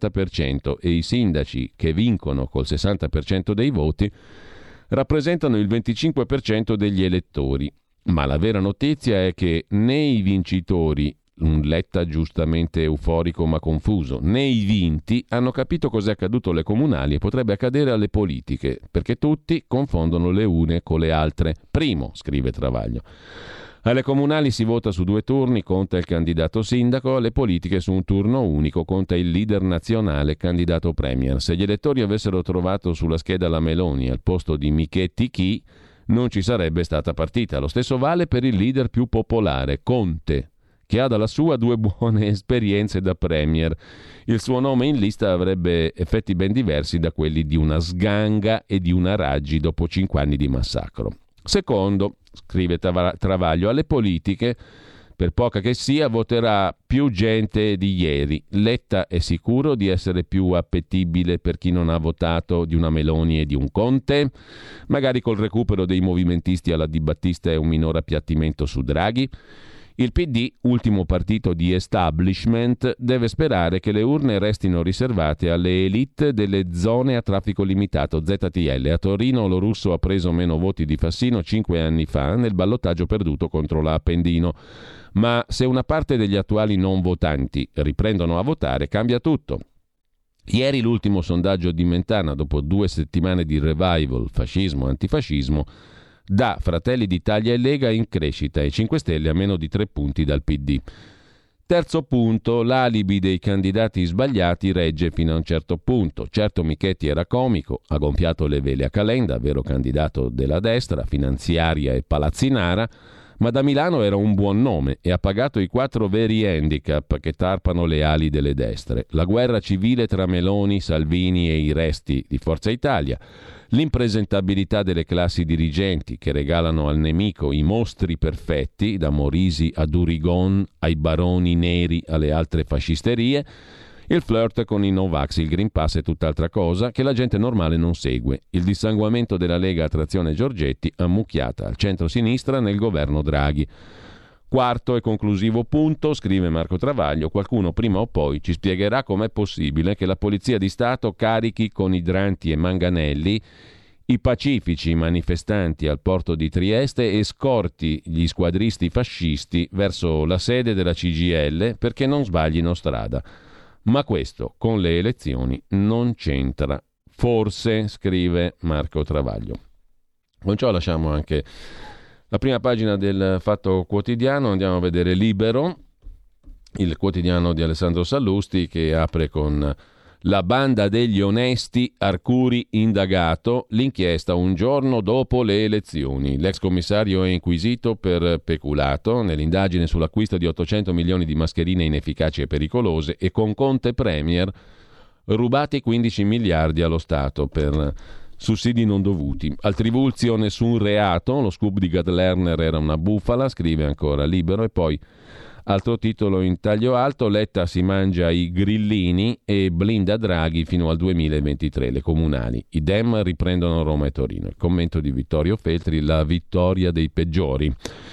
60% e i sindaci che vincono col 60% dei voti rappresentano il 25% degli elettori. Ma la vera notizia è che né i vincitori, un Letta giustamente euforico ma confuso, né i vinti hanno capito cos'è accaduto alle comunali e potrebbe accadere alle politiche, perché tutti confondono le une con le altre. Primo, scrive Travaglio, alle comunali si vota su 2 turni, conta il candidato sindaco, alle politiche su un turno unico, conta il leader nazionale, candidato premier. Se gli elettori avessero trovato sulla scheda la Meloni al posto di Michetti chi, non ci sarebbe stata partita. Lo stesso vale per il leader più popolare, Conte, che ha dalla sua 2 buone esperienze da premier. Il suo nome in lista avrebbe effetti ben diversi da quelli di una Sganga e di una Raggi dopo 5 anni di massacro. Secondo, scrive Travaglio, alle politiche, per poca che sia, voterà più gente di ieri. Letta è sicuro di essere più appetibile per chi non ha votato di una Meloni e di un Conte? Magari col recupero dei movimentisti alla Di Battista e un minor appiattimento su Draghi? Il PD, ultimo partito di establishment, deve sperare che le urne restino riservate alle elite delle zone a traffico limitato, ZTL. A Torino lo russo ha preso meno voti di Fassino 5 anni fa nel ballottaggio perduto contro l'Appendino. Ma se una parte degli attuali non votanti riprendono a votare, cambia tutto. Ieri l'ultimo sondaggio di Mentana, dopo 2 settimane di revival, fascismo, antifascismo, da Fratelli d'Italia e Lega in crescita e 5 Stelle a meno di 3 punti dal PD. Terzo punto, l'alibi dei candidati sbagliati regge fino a un certo punto. Certo Michetti era comico, ha gonfiato le vele a Calenda, vero candidato della destra, finanziaria e palazzinara, ma da Milano era un buon nome e ha pagato i 4 veri handicap che tarpano le ali delle destre. La guerra civile tra Meloni, Salvini e i resti di Forza Italia, l'impresentabilità delle classi dirigenti che regalano al nemico i mostri perfetti, da Morisi a Durigon, ai baroni neri alle altre fascisterie, il flirt con i Novax, il Green Pass è tutt'altra cosa che la gente normale non segue, il dissanguamento della Lega a trazione Giorgetti ammucchiata al centro-sinistra nel governo Draghi. Quarto e conclusivo punto, scrive Marco Travaglio, qualcuno prima o poi ci spiegherà com'è possibile che la Polizia di Stato carichi con idranti e manganelli i pacifici manifestanti al porto di Trieste e scorti gli squadristi fascisti verso la sede della CGIL perché non sbaglino strada. Ma questo con le elezioni non c'entra. Forse, scrive Marco Travaglio. Con ciò lasciamo anche la prima pagina del Fatto Quotidiano, andiamo a vedere Libero, il quotidiano di Alessandro Sallusti, che apre con la banda degli onesti, Arcuri indagato, l'inchiesta un giorno dopo le elezioni. L'ex commissario è inquisito per peculato nell'indagine sull'acquisto di 800 milioni di mascherine inefficaci e pericolose e con Conte Premier rubati 15 miliardi allo Stato per sussidi non dovuti. Al Trivulzio nessun reato, lo scoop di Gad Lerner era una bufala, scrive ancora Libero, e poi altro titolo in taglio alto, Letta si mangia i grillini e blinda Draghi fino al 2023, le comunali. I Dem riprendono Roma e Torino. Il commento di Vittorio Feltri, la vittoria dei peggiori.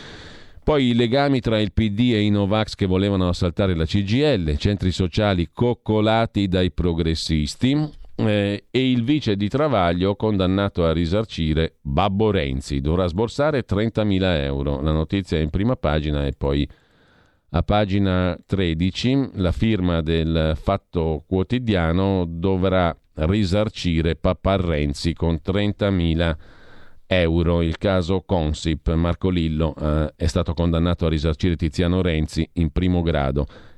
Poi i legami tra il PD e i Novax che volevano assaltare la CGIL, centri sociali coccolati dai progressisti, e il vice di Travaglio condannato a risarcire Babbo Renzi, dovrà sborsare 30.000 euro. La notizia è in prima pagina e poi a pagina 13 la firma del Fatto Quotidiano, dovrà risarcire papà Renzi con 30.000 euro. Il caso Consip, Marco Lillo è stato condannato a risarcire Tiziano Renzi in primo grado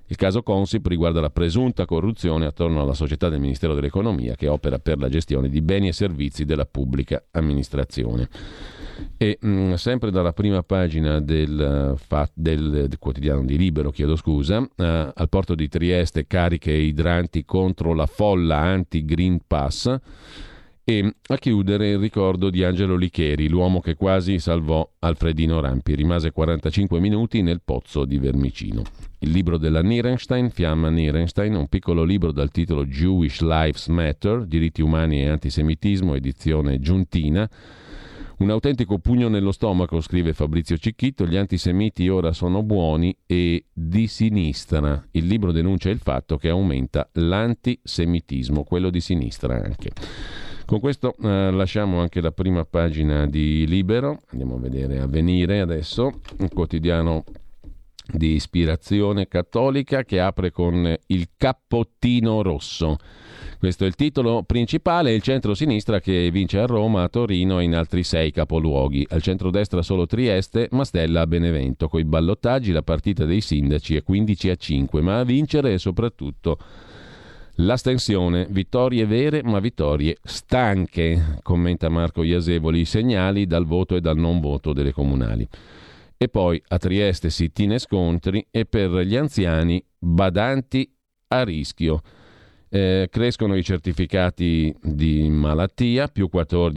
Il caso Consip riguarda la presunta corruzione attorno alla società del Ministero dell'Economia che opera per la gestione di beni e servizi della pubblica amministrazione. E sempre dalla prima pagina del quotidiano di Libero, al porto di Trieste cariche idranti contro la folla anti-Green Pass. E a chiudere il ricordo di Angelo Licheri, l'uomo che quasi salvò Alfredino Rampi. Rimase 45 minuti nel pozzo di Vermicino. Il libro della Nierenstein, Fiamma Nierenstein, un piccolo libro dal titolo Jewish Lives Matter, diritti umani e antisemitismo, edizione giuntina. Un autentico pugno nello stomaco, scrive Fabrizio Cicchitto, gli antisemiti ora sono buoni e di sinistra. Il libro denuncia il fatto che aumenta l'antisemitismo, quello di sinistra anche. Con questo lasciamo anche la prima pagina di Libero, andiamo a vedere Avvenire adesso, un quotidiano di ispirazione cattolica che apre con il cappottino rosso. Questo è il titolo principale, il centro-sinistra che vince a Roma, a Torino e in altri 6 capoluoghi. Al centro-destra solo Trieste, Mastella a Benevento. Coi ballottaggi la partita dei sindaci è 15-5, ma a vincere è soprattutto l'astensione. Vittorie vere, ma vittorie stanche, commenta Marco Iasevoli, i segnali dal voto e dal non voto delle comunali. E poi a Trieste sit-in e scontri e per gli anziani badanti a rischio. Crescono i certificati di malattia, più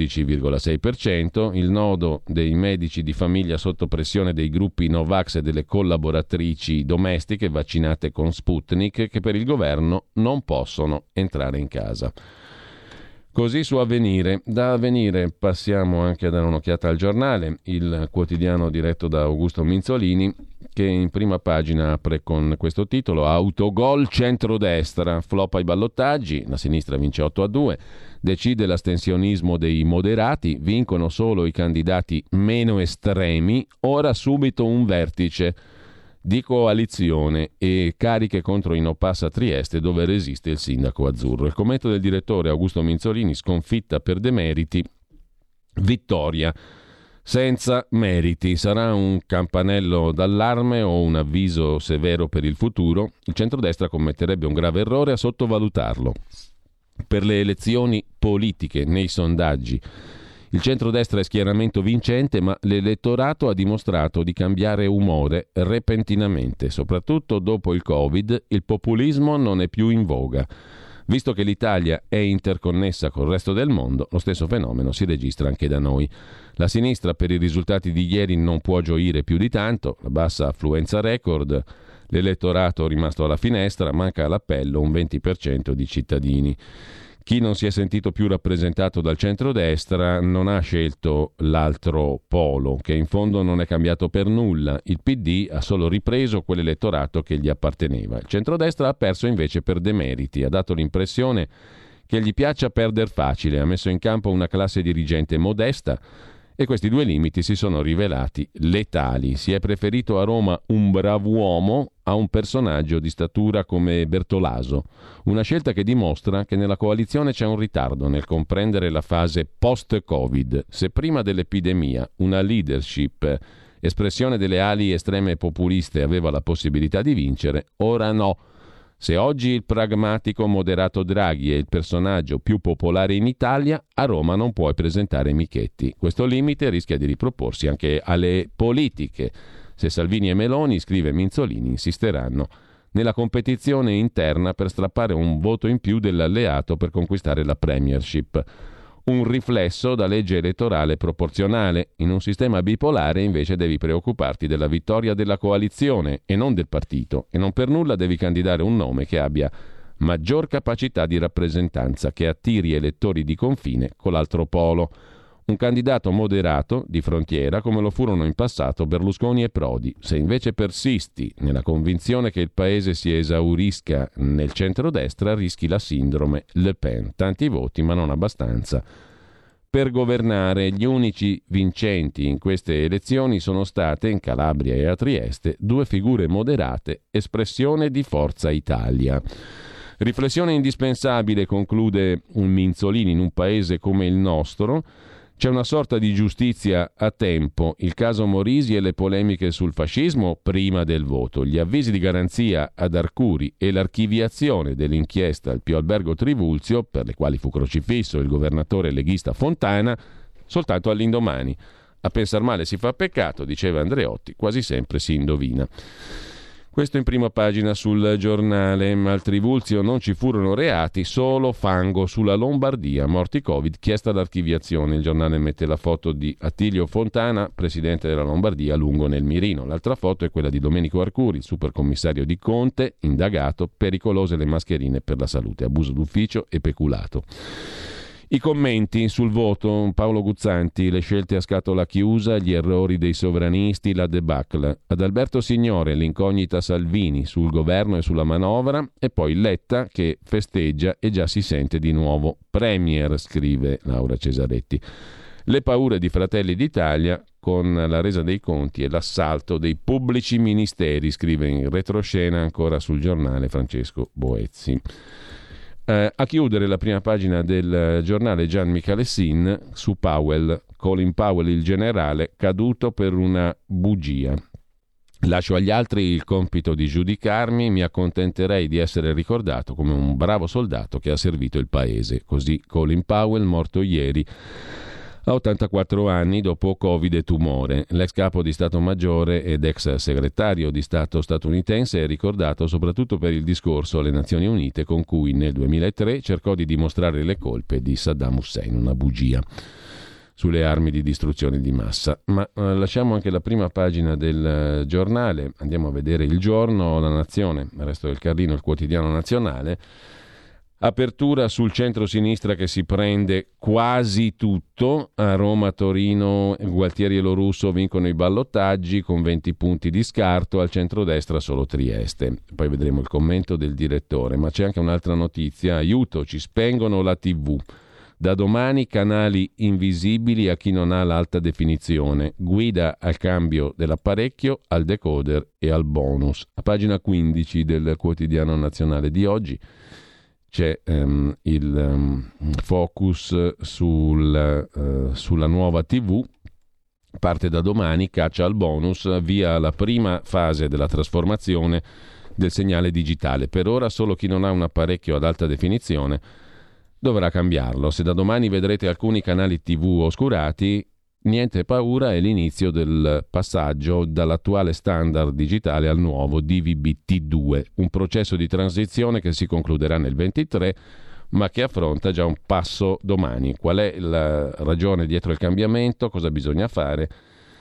14,6%, il nodo dei medici di famiglia sotto pressione dei gruppi Novax e delle collaboratrici domestiche vaccinate con Sputnik che per il governo non possono entrare in casa. Così su Avvenire. Da Avvenire passiamo anche a dare un'occhiata al Giornale, il quotidiano diretto da Augusto Minzolini, che in prima pagina apre con questo titolo: autogol centrodestra, flop ai ballottaggi, la sinistra vince 8-2, decide l'astensionismo dei moderati, vincono solo i candidati meno estremi, ora subito un vertice di coalizione e cariche contro i no pass a Trieste dove resiste il sindaco azzurro. Il commento del direttore Augusto Minzolini: sconfitta per demeriti, vittoria senza meriti. Sarà un campanello d'allarme o un avviso severo per il futuro? Il centrodestra commetterebbe un grave errore a sottovalutarlo. Per le elezioni politiche, nei sondaggi, il centrodestra è schieramento vincente, ma l'elettorato ha dimostrato di cambiare umore repentinamente. Soprattutto dopo il Covid, il populismo non è più in voga. Visto che l'Italia è interconnessa col resto del mondo, lo stesso fenomeno si registra anche da noi. La sinistra per i risultati di ieri non può gioire più di tanto, la bassa affluenza record, l'elettorato rimasto alla finestra, manca all'appello un 20% di cittadini. Chi non si è sentito più rappresentato dal centrodestra non ha scelto l'altro polo, che in fondo non è cambiato per nulla. Il PD ha solo ripreso quell'elettorato che gli apparteneva. Il centrodestra ha perso invece per demeriti, ha dato l'impressione che gli piaccia perder facile, ha messo in campo una classe dirigente modesta e questi due limiti si sono rivelati letali. Si è preferito a Roma un brav'uomo a un personaggio di statura come Bertolaso, una scelta che dimostra che nella coalizione c'è un ritardo nel comprendere la fase post-Covid. Se prima dell'epidemia una leadership, espressione delle ali estreme populiste, aveva la possibilità di vincere, ora no. Se oggi il pragmatico moderato Draghi è il personaggio più popolare in Italia, a Roma non puoi presentare Michetti. Questo limite rischia di riproporsi anche alle politiche. Se Salvini e Meloni, scrive Minzolini, insisteranno nella competizione interna per strappare un voto in più dell'alleato per conquistare la premiership. Un riflesso da legge elettorale proporzionale. In un sistema bipolare invece devi preoccuparti della vittoria della coalizione e non del partito, e non per nulla devi candidare un nome che abbia maggior capacità di rappresentanza, che attiri elettori di confine con l'altro polo. Un candidato moderato, di frontiera, come lo furono in passato Berlusconi e Prodi. Se invece persisti nella convinzione che il paese si esaurisca nel centrodestra, rischi la sindrome Le Pen. Tanti voti, ma non abbastanza per governare. Gli unici vincenti in queste elezioni sono state, in Calabria e a Trieste, due figure moderate, espressione di Forza Italia. Riflessione indispensabile, conclude un Minzolini, in un paese come il nostro, C'è una sorta di giustizia a tempo, il caso Morisi e le polemiche sul fascismo prima del voto, gli avvisi di garanzia ad Arcuri e l'archiviazione dell'inchiesta al Pio Albergo Trivulzio, per le quali fu crocifisso il governatore leghista Fontana, soltanto all'indomani. A pensar male si fa peccato, diceva Andreotti, quasi sempre si indovina. Questo in prima pagina sul Giornale. Ma al Trivulzio non ci furono reati, solo fango sulla Lombardia. Morti Covid, chiesta l'archiviazione. Il Giornale mette la foto di Attilio Fontana, presidente della Lombardia, lungo nel mirino. L'altra foto è quella di Domenico Arcuri, supercommissario di Conte, indagato, pericolose le mascherine per la salute, abuso d'ufficio e peculato. I commenti sul voto, Paolo Guzzanti, le scelte a scatola chiusa, gli errori dei sovranisti, la debacle. Ad Alberto Signore, l'incognita Salvini sul governo e sulla manovra, e poi Letta che festeggia e già si sente di nuovo premier, scrive Laura Cesaretti. Le paure di Fratelli d'Italia con la resa dei conti e l'assalto dei pubblici ministeri, scrive in retroscena ancora sul Giornale Francesco Boezzi. A chiudere la prima pagina del Giornale Gian Michalessin su Powell, Colin Powell il generale caduto per una bugia. Lascio agli altri il compito di giudicarmi, mi accontenterei di essere ricordato come un bravo soldato che ha servito il paese. Così Colin Powell, morto ieri a 84 anni dopo Covid e tumore. L'ex capo di Stato Maggiore ed ex segretario di Stato statunitense è ricordato soprattutto per il discorso alle Nazioni Unite con cui nel 2003 cercò di dimostrare le colpe di Saddam Hussein, una bugia sulle armi di distruzione di massa. Ma lasciamo anche la prima pagina del Giornale, andiamo a vedere Il Giorno, La Nazione, il resto del Carlino, il quotidiano nazionale. Apertura sul centro-sinistra che si prende quasi tutto. A Roma, Torino, Gualtieri e Lo Russo vincono i ballottaggi con 20 punti di scarto, al centrodestra solo Trieste. Poi vedremo il commento del direttore, ma c'è anche un'altra notizia. Aiuto, ci spengono la TV. Da domani canali invisibili a chi non ha l'alta definizione. Guida al cambio dell'apparecchio, al decoder e al bonus. A pagina 15 del quotidiano nazionale di oggi c'è il focus sulla nuova TV. Parte da domani, caccia al bonus, via la prima fase della trasformazione del segnale digitale. Per ora solo chi non ha un apparecchio ad alta definizione dovrà cambiarlo. Se da domani vedrete alcuni canali TV oscurati, niente paura, è l'inizio del passaggio dall'attuale standard digitale al nuovo DVB-T2, un processo di transizione che si concluderà nel 23, ma che affronta già un passo domani. Qual è la ragione dietro il cambiamento? Cosa bisogna fare?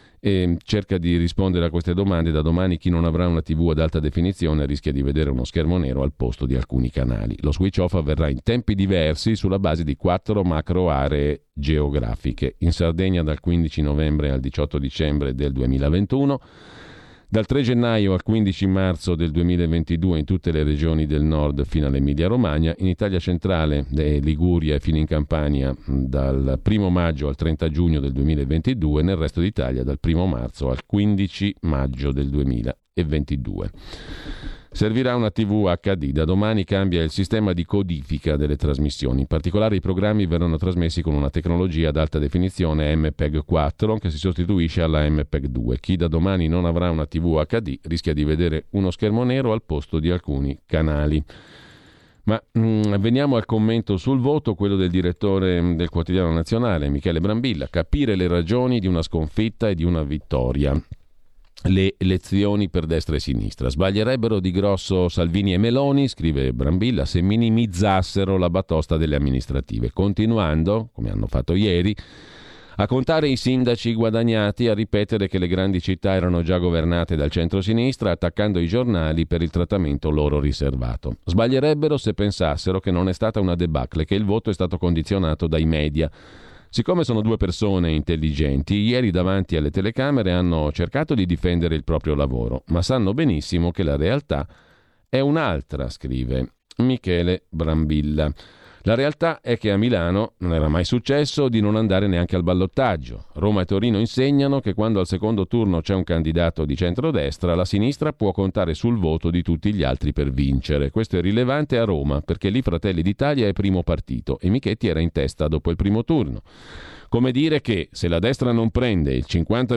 E cerca di rispondere a queste domande. Da domani chi non avrà una TV ad alta definizione rischia di vedere uno schermo nero al posto di alcuni canali. Lo switch off avverrà in tempi diversi sulla base di 4 macro aree geografiche. In Sardegna dal 15 novembre al 18 dicembre del 2021, dal 3 gennaio al 15 marzo del 2022 in tutte le regioni del nord fino all'Emilia Romagna, in Italia centrale, Liguria e fino in Campania dal 1 maggio al 30 giugno del 2022, nel resto d'Italia dal 1 marzo al 15 maggio del 2022. Servirà una TV HD. Da domani cambia il sistema di codifica delle trasmissioni. In particolare i programmi verranno trasmessi con una tecnologia ad alta definizione MPEG 4 che si sostituisce alla MPEG 2. Chi da domani non avrà una TV HD rischia di vedere uno schermo nero al posto di alcuni canali. Ma veniamo al commento sul voto, quello del direttore del Quotidiano Nazionale, Michele Brambilla. Capire le ragioni di una sconfitta e di una vittoria. Le elezioni per destra e sinistra. Sbaglierebbero di grosso Salvini e Meloni, scrive Brambilla, se minimizzassero la batosta delle amministrative, continuando, come hanno fatto ieri, a contare i sindaci guadagnati, a ripetere che le grandi città erano già governate dal centro-sinistra, attaccando i giornali per il trattamento loro riservato. Sbaglierebbero se pensassero che non è stata una debacle, che il voto è stato condizionato dai media. Siccome sono due persone intelligenti, ieri davanti alle telecamere hanno cercato di difendere il proprio lavoro, ma sanno benissimo che la realtà è un'altra, scrive Michele Brambilla. La realtà è che a Milano non era mai successo di non andare neanche al ballottaggio. Roma e Torino insegnano che quando al secondo turno c'è un candidato di centrodestra, la sinistra può contare sul voto di tutti gli altri per vincere. Questo è rilevante a Roma, perché lì Fratelli d'Italia è primo partito e Michetti era in testa dopo il primo turno. Come dire che se la destra non prende il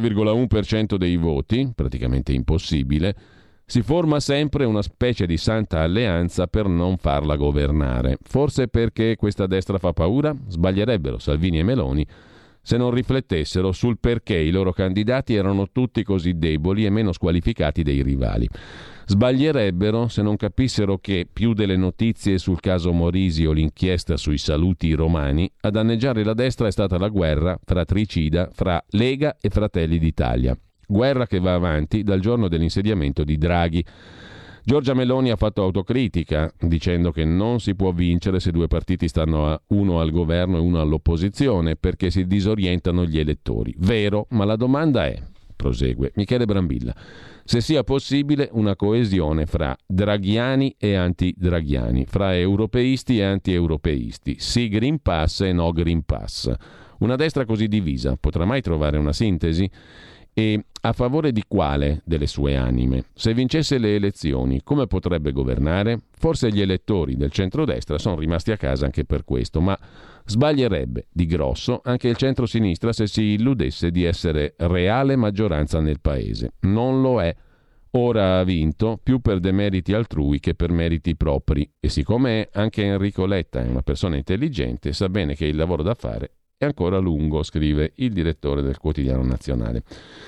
50,1% dei voti, praticamente impossibile, si forma sempre una specie di santa alleanza per non farla governare. Forse perché questa destra fa paura? Sbaglierebbero Salvini e Meloni se non riflettessero sul perché i loro candidati erano tutti così deboli e meno squalificati dei rivali. Sbaglierebbero se non capissero che, più delle notizie sul caso Morisi o l'inchiesta sui saluti romani, a danneggiare la destra è stata la guerra fratricida fra Lega e Fratelli d'Italia. Guerra che va avanti dal giorno dell'insediamento di Draghi. Giorgia Meloni ha fatto autocritica dicendo che non si può vincere se due partiti stanno uno al governo e uno all'opposizione perché si disorientano gli elettori. Vero, ma la domanda è, prosegue Michele Brambilla, se sia possibile una coesione fra draghiani e anti-draghiani, fra europeisti e anti-europeisti, sì Green Pass e no Green Pass. Una destra così divisa potrà mai trovare una sintesi? E a favore di quale delle sue anime? Se vincesse le elezioni, come potrebbe governare? Forse gli elettori del centrodestra sono rimasti a casa anche per questo, ma sbaglierebbe di grosso anche il centro-sinistra se si illudesse di essere reale maggioranza nel paese. Non lo è. Ora ha vinto più per demeriti altrui che per meriti propri e siccome anche Enrico Letta è una persona intelligente, sa bene che il lavoro da fare è ancora lungo, scrive il direttore del Quotidiano Nazionale.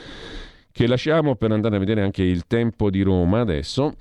Che lasciamo per andare a vedere anche il Tempo di Roma adesso,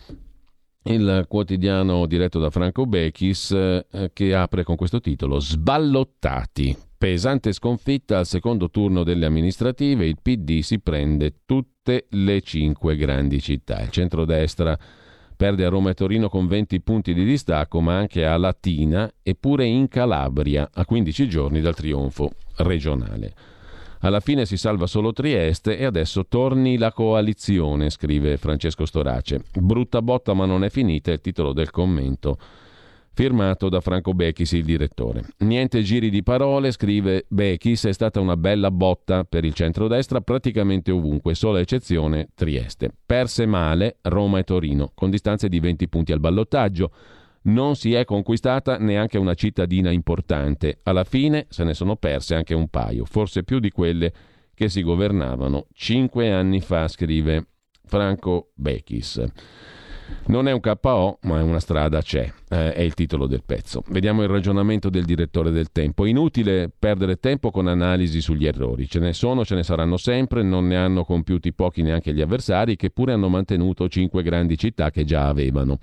il quotidiano diretto da Franco Bechis che apre con questo titolo: Sballottati. Pesante sconfitta al secondo turno delle amministrative, il PD si prende tutte le 5 grandi città. Il centrodestra perde a Roma e Torino con 20 punti di distacco, ma anche a Latina e pure in Calabria, a 15 giorni dal trionfo regionale. Alla fine si salva solo Trieste e adesso torni la coalizione, scrive Francesco Storace. Brutta botta ma non è finita, è il titolo del commento firmato da Franco Bechis, il direttore. Niente giri di parole, scrive Bechis, è stata una bella botta per il centrodestra praticamente ovunque, sola eccezione Trieste. Perse male Roma e Torino, con distanze di 20 punti al ballottaggio. Non si è conquistata neanche una cittadina importante. Alla fine se ne sono perse anche un paio, forse più di quelle che si governavano 5 anni fa, scrive Franco Bechis. Non è un KO, ma è una strada c'è, è il titolo del pezzo. Vediamo il ragionamento del direttore del Tempo. Inutile perdere tempo con analisi sugli errori. Ce ne sono, ce ne saranno sempre, non ne hanno compiuti pochi neanche gli avversari, che pure hanno mantenuto 5 grandi città che già avevano.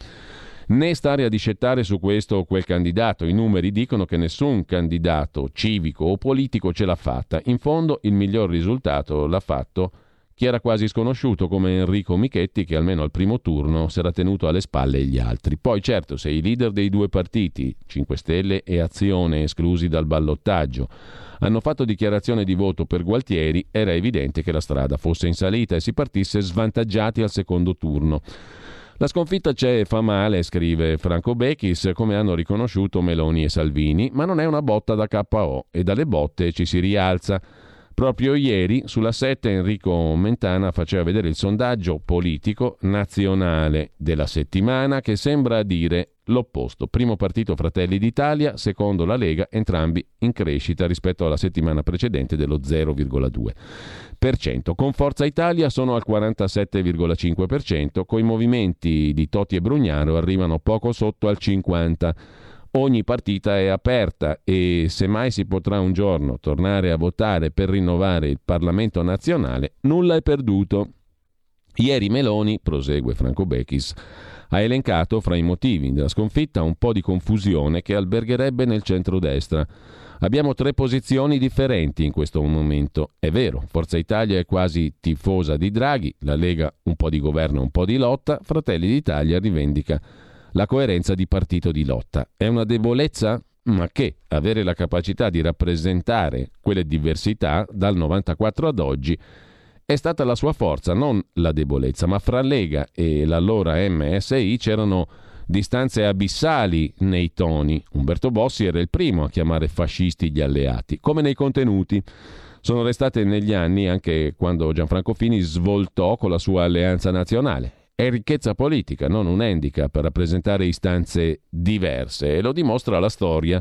Né stare a discettare su questo o quel candidato. I numeri dicono che nessun candidato civico o politico ce l'ha fatta. In fondo il miglior risultato l'ha fatto chi era quasi sconosciuto come Enrico Michetti, che almeno al primo turno si era tenuto alle spalle gli altri. Poi certo, se i leader dei due partiti, 5 Stelle e Azione esclusi dal ballottaggio, hanno fatto dichiarazione di voto per Gualtieri, era evidente che la strada fosse in salita e si partisse svantaggiati al secondo turno. La sconfitta c'è e fa male, scrive Franco Bechis, come hanno riconosciuto Meloni e Salvini, ma non è una botta da KO e dalle botte ci si rialza. Proprio ieri sulla 7 Enrico Mentana faceva vedere il sondaggio politico nazionale della settimana che sembra dire l'opposto. Primo partito Fratelli d'Italia, secondo la Lega, entrambi in crescita rispetto alla settimana precedente dello 0,2%. Con Forza Italia sono al 47,5%, coi movimenti di Toti e Brugnaro arrivano poco sotto al 50%. Ogni partita è aperta e semmai si potrà un giorno tornare a votare per rinnovare il Parlamento nazionale, nulla è perduto. Ieri Meloni, prosegue Franco Bechis, ha elencato fra i motivi della sconfitta un po' di confusione che albergherebbe nel centrodestra. Abbiamo 3 posizioni differenti in questo momento. È vero, Forza Italia è quasi tifosa di Draghi, la Lega un po' di governo, un po' di lotta, Fratelli d'Italia rivendica la coerenza di partito di lotta. È una debolezza? Ma che avere la capacità di rappresentare quelle diversità dal 94 ad oggi è stata la sua forza, non la debolezza. Ma fra Lega e l'allora MSI c'erano distanze abissali nei toni. Umberto Bossi era il primo a chiamare fascisti gli alleati, come nei contenuti. Sono restate negli anni anche quando Gianfranco Fini svoltò con la sua Alleanza Nazionale. È ricchezza politica, non un handicap, per rappresentare istanze diverse, e lo dimostra la storia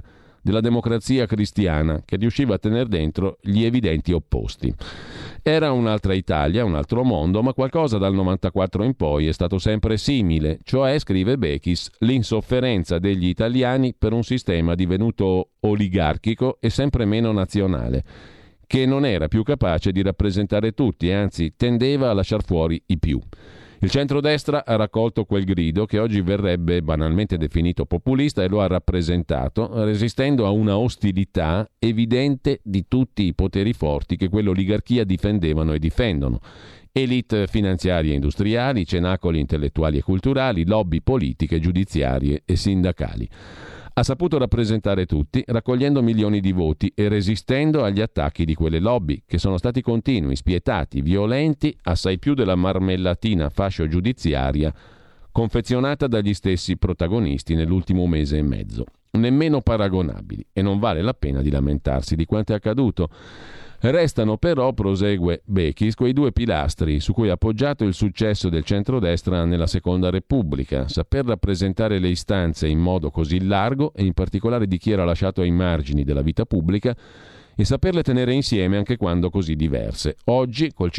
della democrazia cristiana che riusciva a tenere dentro gli evidenti opposti. Era un'altra Italia, un altro mondo, ma qualcosa dal 94 in poi è stato sempre simile, cioè, scrive Bechis, l'insofferenza degli italiani per un sistema divenuto oligarchico e sempre meno nazionale, che non era più capace di rappresentare tutti, anzi tendeva a lasciar fuori i più. Il centrodestra ha raccolto quel grido che oggi verrebbe banalmente definito populista e lo ha rappresentato, resistendo a una ostilità evidente di tutti i poteri forti che quell'oligarchia difendevano e difendono. Elite finanziarie e industriali, cenacoli intellettuali e culturali, lobby politiche, giudiziarie e sindacali. Ha saputo rappresentare tutti, raccogliendo milioni di voti e resistendo agli attacchi di quelle lobby, che sono stati continui, spietati, violenti, assai più della marmellatina fascio-giudiziaria confezionata dagli stessi protagonisti nell'ultimo mese e mezzo. Nemmeno paragonabili, e non vale la pena di lamentarsi di quanto è accaduto. Restano però, prosegue Bechis, quei due pilastri su cui ha appoggiato il successo del centrodestra nella Seconda Repubblica: saper rappresentare le istanze in modo così largo e in particolare di chi era lasciato ai margini della vita pubblica, e saperle tenere insieme anche quando così diverse. Oggi, col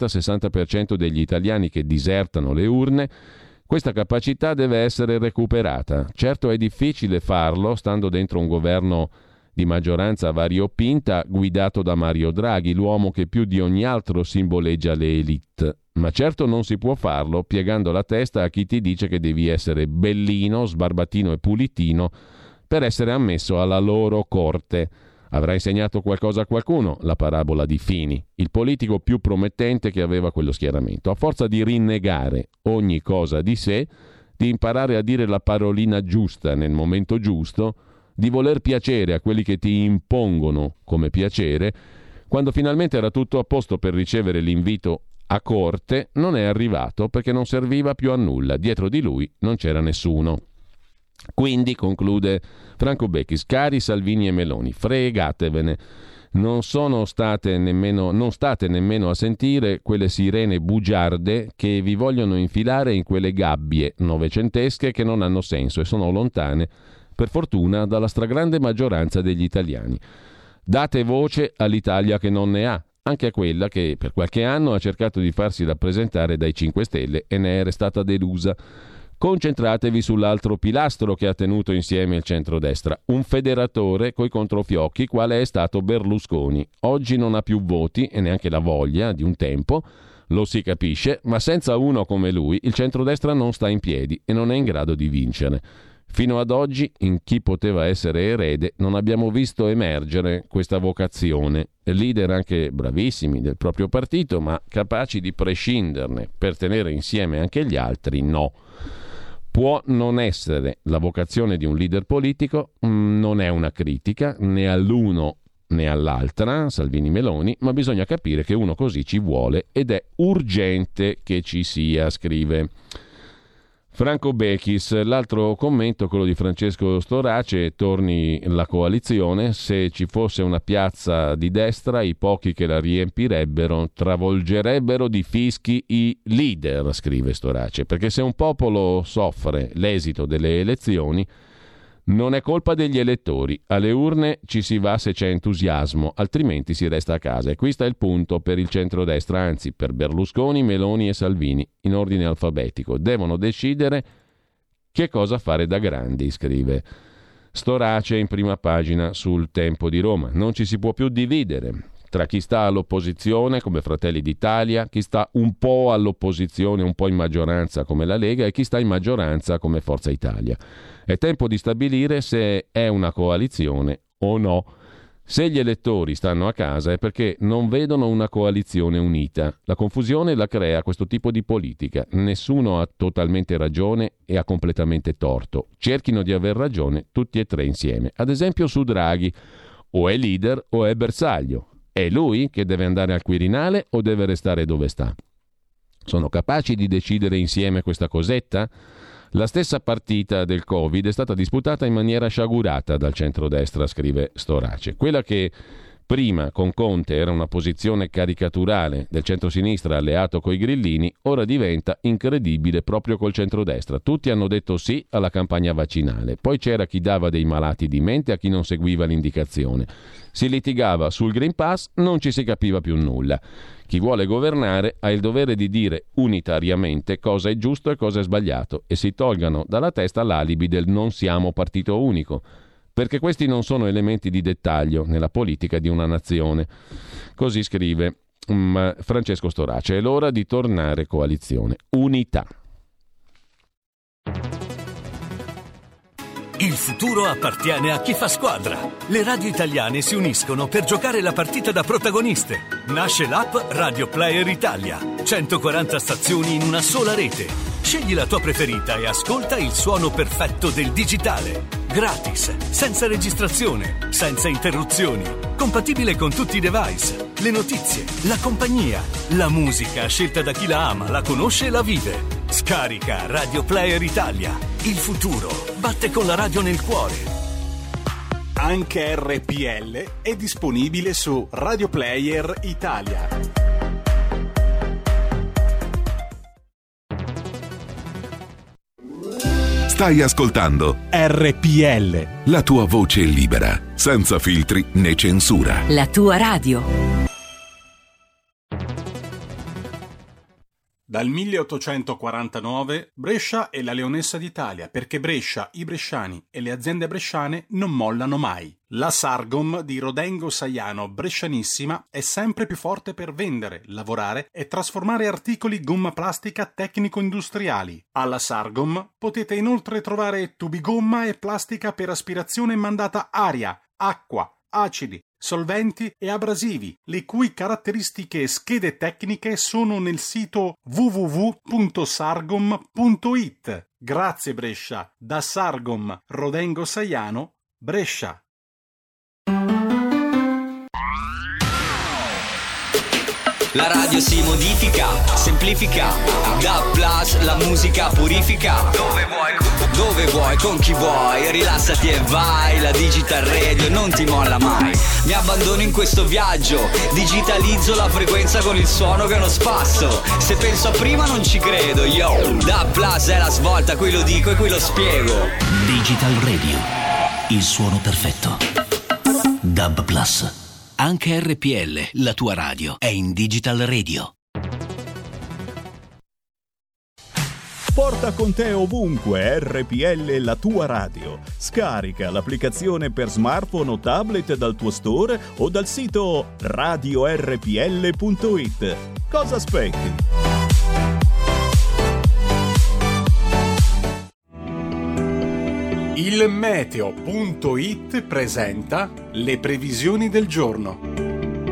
50-60% degli italiani che disertano le urne, questa capacità deve essere recuperata. Certo è difficile farlo stando dentro un governo di maggioranza variopinta guidato da Mario Draghi, l'uomo che più di ogni altro simboleggia le élite. Ma certo non si può farlo piegando la testa a chi ti dice che devi essere bellino, sbarbatino e pulitino per essere ammesso alla loro corte. Avrà insegnato qualcosa a qualcuno la parabola di Fini, il politico più promettente che aveva quello schieramento. A forza di rinnegare ogni cosa di sé, di imparare a dire la parolina giusta nel momento giusto, di voler piacere a quelli che ti impongono come piacere, quando finalmente era tutto a posto per ricevere l'invito a corte, non è arrivato perché non serviva più a nulla. Dietro di lui non c'era nessuno. Quindi, conclude Franco Bechis, cari Salvini e Meloni, fregatevene. Non state nemmeno a sentire quelle sirene bugiarde che vi vogliono infilare in quelle gabbie novecentesche che non hanno senso e sono lontane, per fortuna, dalla stragrande maggioranza degli italiani. Date voce all'Italia che non ne ha, anche a quella che per qualche anno ha cercato di farsi rappresentare dai 5 Stelle e ne è restata delusa. Concentratevi sull'altro pilastro che ha tenuto insieme il centrodestra, un federatore coi controfiocchi quale è stato Berlusconi. Oggi non ha più voti e neanche la voglia di un tempo, lo si capisce, ma senza uno come lui il centrodestra non sta in piedi e non è in grado di vincere. Fino ad oggi, in chi poteva essere erede, non abbiamo visto emergere questa vocazione. Leader anche bravissimi del proprio partito, ma capaci di prescinderne per tenere insieme anche gli altri, no. Può non essere la vocazione di un leader politico, non è una critica né all'uno né all'altra, Salvini Meloni, ma bisogna capire che uno così ci vuole ed è urgente che ci sia, scrive Franco Bechis. L'altro commento, quello di Francesco Storace: torni la coalizione, se ci fosse una piazza di destra i pochi che la riempirebbero travolgerebbero di fischi i leader, scrive Storace, perché se un popolo soffre l'esito delle elezioni non è colpa degli elettori, alle urne ci si va se c'è entusiasmo, altrimenti si resta a casa. E qui sta il punto per il centrodestra, anzi per Berlusconi, Meloni e Salvini, in ordine alfabetico. Devono decidere che cosa fare da grandi, scrive Storace in prima pagina sul Tempo di Roma. Non ci si può più dividere tra chi sta all'opposizione come Fratelli d'Italia, chi sta un po' all'opposizione, un po' in maggioranza come la Lega, e chi sta in maggioranza come Forza Italia. È tempo di stabilire se è una coalizione o no. Se gli elettori stanno a casa è perché non vedono una coalizione unita. La confusione la crea questo tipo di politica. Nessuno ha totalmente ragione e ha completamente torto. Cerchino di aver ragione tutti e tre insieme. Ad esempio su Draghi. O è leader o è bersaglio. È lui che deve andare al Quirinale o deve restare dove sta? Sono capaci di decidere insieme questa cosetta? La stessa partita del Covid è stata disputata in maniera sciagurata dal centrodestra, scrive Storace. Quella che Prima con Conte era una posizione caricaturale del centrosinistra alleato coi grillini, ora diventa incredibile proprio col centrodestra. Tutti hanno detto sì alla campagna vaccinale, poi c'era chi dava dei malati di mente a chi non seguiva l'indicazione. Si litigava sul Green Pass, non ci si capiva più nulla. Chi vuole governare ha il dovere di dire unitariamente cosa è giusto e cosa è sbagliato e si tolgano dalla testa l'alibi del non siamo partito unico, perché questi non sono elementi di dettaglio nella politica di una nazione. Così scrive Francesco Storace. È l'ora di tornare coalizione. Unità. Il futuro appartiene a chi fa squadra. Le radio italiane si uniscono per giocare la partita da protagoniste. Nasce l'app Radio Player Italia. 140 stazioni in una sola rete. Scegli la tua preferita e ascolta il suono perfetto del digitale. Gratis, senza registrazione, senza interruzioni. Compatibile con tutti i device. Le notizie, la compagnia, la musica scelta da chi la ama, la conosce e la vive. Scarica Radio Player Italia. Il futuro batte con la radio nel cuore. Anche RPL è disponibile su Radio Player Italia. Stai ascoltando RPL, la tua voce libera, senza filtri né censura. La tua radio. Dal 1849 Brescia è la leonessa d'Italia, perché Brescia, i bresciani e le aziende bresciane non mollano mai. La Sargom di Rodengo Saiano Brescianissima è sempre più forte per vendere, lavorare e trasformare articoli gomma plastica tecnico-industriali. Alla Sargom potete inoltre trovare tubi gomma e plastica per aspirazione mandata aria, acqua, acidi, solventi e abrasivi, le cui caratteristiche e schede tecniche sono nel sito www.sargom.it. Grazie Brescia, da Sargom Rodengo Saiano, Brescia. La radio si modifica, semplifica, da plus la musica purifica. Dove vuoi, con chi vuoi, rilassati e vai. La Digital Radio non ti molla mai. Mi abbandono in questo viaggio, digitalizzo la frequenza con il suono che non spasso. Se penso a prima non ci credo, yo. Da plus è la svolta, qui lo dico e qui lo spiego. Digital Radio, il suono perfetto. DAB Plus. Anche RPL, la tua radio, è in Digital Radio. Porta con te ovunque RPL, la tua radio. Scarica l'applicazione per smartphone o tablet dal tuo store o dal sito radiorpl.it. Cosa aspetti? Il meteo.it presenta le previsioni del giorno.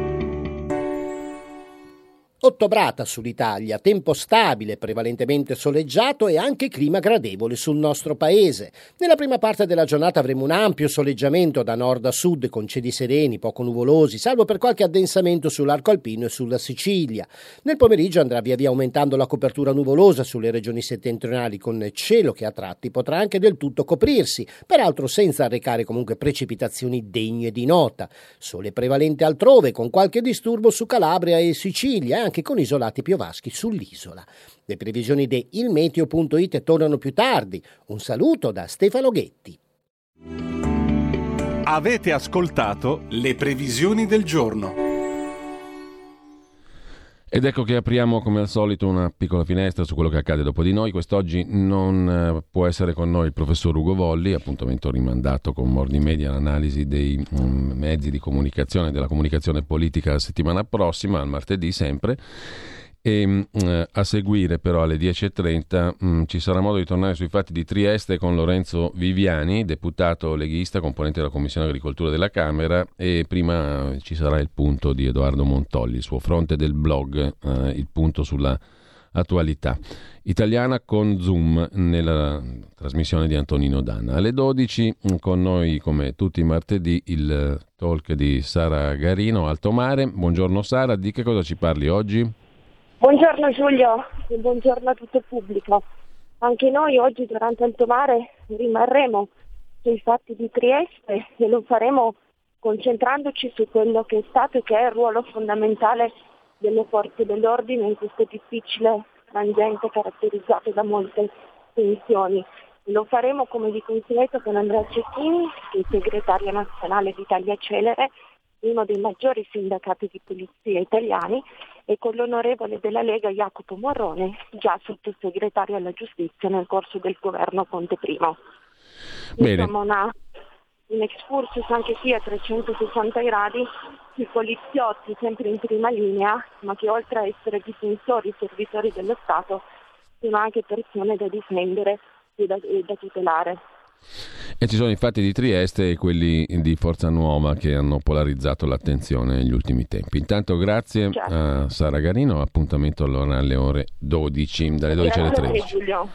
Ottobrata sull'Italia, tempo stabile, prevalentemente soleggiato e anche clima gradevole sul nostro paese. Nella prima parte della giornata avremo un ampio soleggiamento da nord a sud con cieli sereni, poco nuvolosi, salvo per qualche addensamento sull'arco alpino e sulla Sicilia. Nel pomeriggio andrà via via aumentando la copertura nuvolosa sulle regioni settentrionali con cielo che a tratti potrà anche del tutto coprirsi, peraltro senza arrecare comunque precipitazioni degne di nota. Sole prevalente altrove con qualche disturbo su Calabria e Sicilia, anche con isolati piovaschi sull'isola. Le previsioni di ilmeteo.it tornano più tardi. Un saluto da Stefano Ghetti. Avete ascoltato le previsioni del giorno. Ed ecco che apriamo come al solito una piccola finestra su quello che accade dopo di noi. Quest'oggi non può essere con noi il professor Ugo Volli, appuntamento rimandato con Morning Media all'analisi dei mezzi di comunicazione, della comunicazione politica la settimana prossima, al martedì sempre. E a seguire però alle 10.30 ci sarà modo di tornare sui fatti di Trieste con Lorenzo Viviani, deputato leghista, componente della Commissione Agricoltura della Camera, e prima ci sarà il punto di Edoardo Montolli, il suo fronte del blog, il punto sulla attualità italiana con Zoom nella trasmissione di Antonino Danna. Alle 12 con noi, come tutti i martedì, il talk di Sara Garino, Alto Mare. Buongiorno Sara, di che cosa ci parli oggi? Buongiorno Giulio e buongiorno a tutto il pubblico. Anche noi oggi durante Alto Mare rimarremo sui fatti di Trieste e lo faremo concentrandoci su quello che è stato e che è il ruolo fondamentale delle forze dell'ordine in questo difficile frangente caratterizzato da molte tensioni. Lo faremo come di consueto con Andrea Cecchini, che è segretario nazionale di Italia Celere, uno dei maggiori sindacati di polizia italiani, e con l'onorevole della Lega Jacopo Morrone, già sottosegretario alla giustizia nel corso del governo Conte I. Bene. Insomma, un excursus anche qui a 360 gradi sui poliziotti sempre in prima linea, ma che oltre a essere difensori, servitori dello Stato, sono anche persone da difendere e da tutelare. E ci sono i fatti di Trieste e quelli di Forza Nuova che hanno polarizzato l'attenzione negli ultimi tempi. Intanto grazie a Sara Garino, appuntamento allora alle ore 12, dalle 12 alle 13.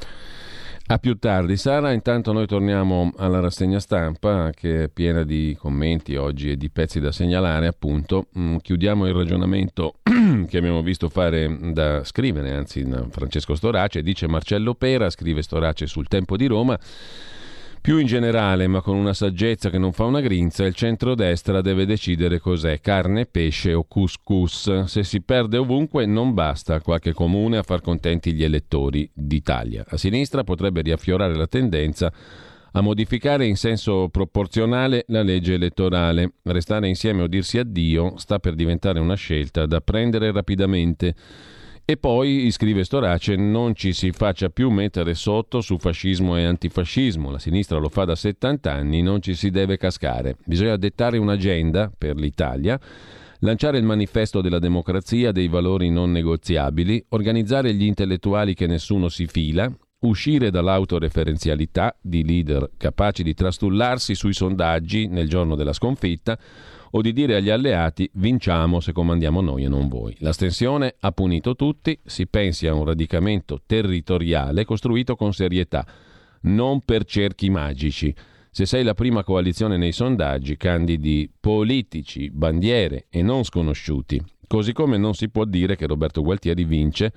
A più tardi Sara, intanto noi torniamo alla rassegna stampa che è piena di commenti oggi e di pezzi da segnalare, appunto. Chiudiamo il ragionamento che abbiamo visto scrivere Francesco Storace. Dice Marcello Pera, scrive Storace sul Tempo di Roma: più in generale, ma con una saggezza che non fa una grinza, il centrodestra deve decidere cos'è, carne, pesce o couscous. Se si perde ovunque non basta qualche comune a far contenti gli elettori d'Italia. A sinistra potrebbe riaffiorare la tendenza a modificare in senso proporzionale la legge elettorale. Restare insieme o dirsi addio sta per diventare una scelta da prendere rapidamente. E poi, scrive Storace, non ci si faccia più mettere sotto su fascismo e antifascismo. La sinistra lo fa da 70 anni, non ci si deve cascare. Bisogna dettare un'agenda per l'Italia, lanciare il manifesto della democrazia, dei valori non negoziabili, organizzare gli intellettuali che nessuno si fila, uscire dall'autoreferenzialità di leader capaci di trastullarsi sui sondaggi nel giorno della sconfitta, o di dire agli alleati vinciamo se comandiamo noi e non voi. L'astensione ha punito tutti, si pensi a un radicamento territoriale costruito con serietà, non per cerchi magici. Se sei la prima coalizione nei sondaggi, candidi politici, bandiere e non sconosciuti. Così come non si può dire che Roberto Gualtieri vince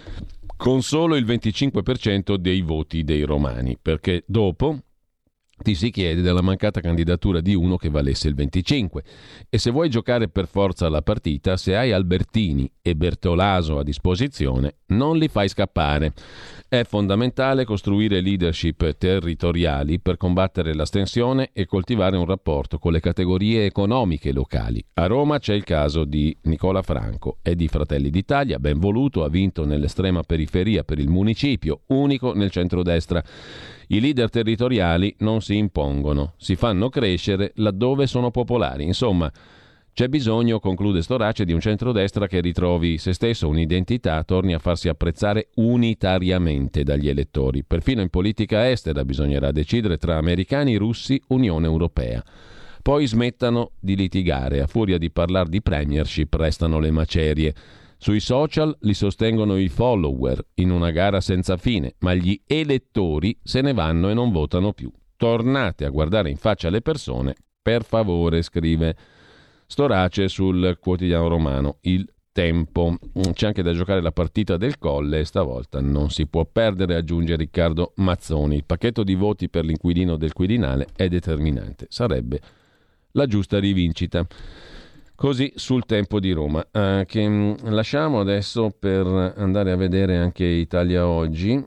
con solo il 25% dei voti dei romani, perché dopo ti si chiede della mancata candidatura di uno che valesse il 25. E se vuoi giocare per forza la partita, se hai Albertini e Bertolaso a disposizione, non li fai scappare. È fondamentale costruire leadership territoriali per combattere l'astensione e coltivare un rapporto con le categorie economiche locali. A Roma c'è il caso di Nicola Franco, è di Fratelli d'Italia, ben voluto, ha vinto nell'estrema periferia per il municipio, unico nel centrodestra. I leader territoriali non si impongono, si fanno crescere laddove sono popolari. Insomma, c'è bisogno, conclude Storace, di un centrodestra che ritrovi se stesso, un'identità, torni a farsi apprezzare unitariamente dagli elettori. Perfino in politica estera bisognerà decidere tra americani, russi, Unione Europea. Poi smettano di litigare, a furia di parlare di premiership restano le macerie. Sui social li sostengono i follower in una gara senza fine, ma gli elettori se ne vanno e non votano più. Tornate a guardare in faccia le persone, per favore, scrive Storace sul quotidiano romano Il Tempo. C'è anche da giocare la partita del Colle e stavolta non si può perdere, aggiunge Riccardo Mazzoni. Il pacchetto di voti per l'inquilino del Quirinale è determinante, sarebbe la giusta rivincita. Così sul Tempo di Roma, che lasciamo adesso per andare a vedere anche Italia Oggi.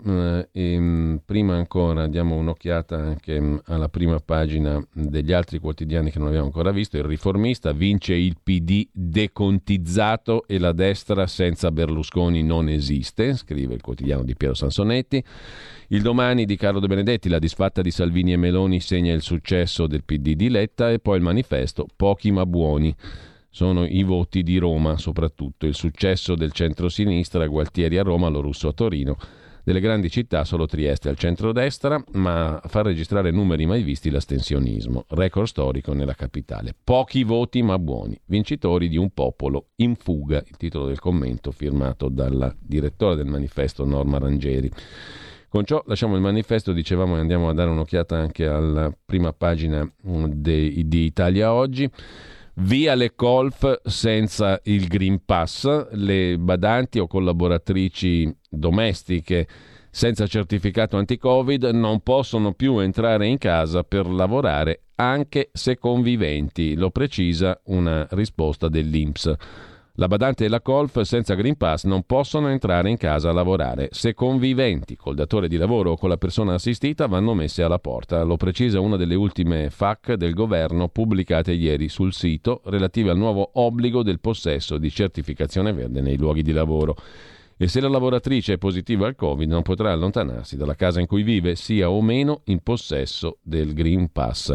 E prima ancora diamo un'occhiata anche alla prima pagina degli altri quotidiani che non abbiamo ancora visto. Il Riformista: vince il PD decontizzato e la destra senza Berlusconi non esiste, scrive il quotidiano di Piero Sansonetti. Il Domani di Carlo De Benedetti: la disfatta di Salvini e Meloni segna il successo del PD di Letta. E poi il Manifesto: pochi ma buoni. Sono i voti di Roma, soprattutto il successo del centro-sinistra, Gualtieri a Roma, Lo Russo a Torino. Delle grandi città solo Trieste al centrodestra, ma a far registrare numeri mai visti l'astensionismo. Record storico nella capitale. Pochi voti ma buoni. Vincitori di un popolo in fuga. Il titolo del commento firmato dalla direttore del Manifesto, Norma Rangieri. Con ciò lasciamo il Manifesto, dicevamo, e andiamo a dare un'occhiata anche alla prima pagina di Italia Oggi. Via le colf senza il Green Pass, le badanti o collaboratrici domestiche senza certificato anti-Covid non possono più entrare in casa per lavorare anche se conviventi, lo precisa una risposta dell'INPS. La badante e la colf senza Green Pass non possono entrare in casa a lavorare. Se conviventi col datore di lavoro o con la persona assistita vanno messe alla porta. Lo precisa una delle ultime FAQ del governo pubblicate ieri sul sito relative al nuovo obbligo del possesso di certificazione verde nei luoghi di lavoro. E se la lavoratrice è positiva al Covid non potrà allontanarsi dalla casa in cui vive, sia o meno in possesso del Green Pass.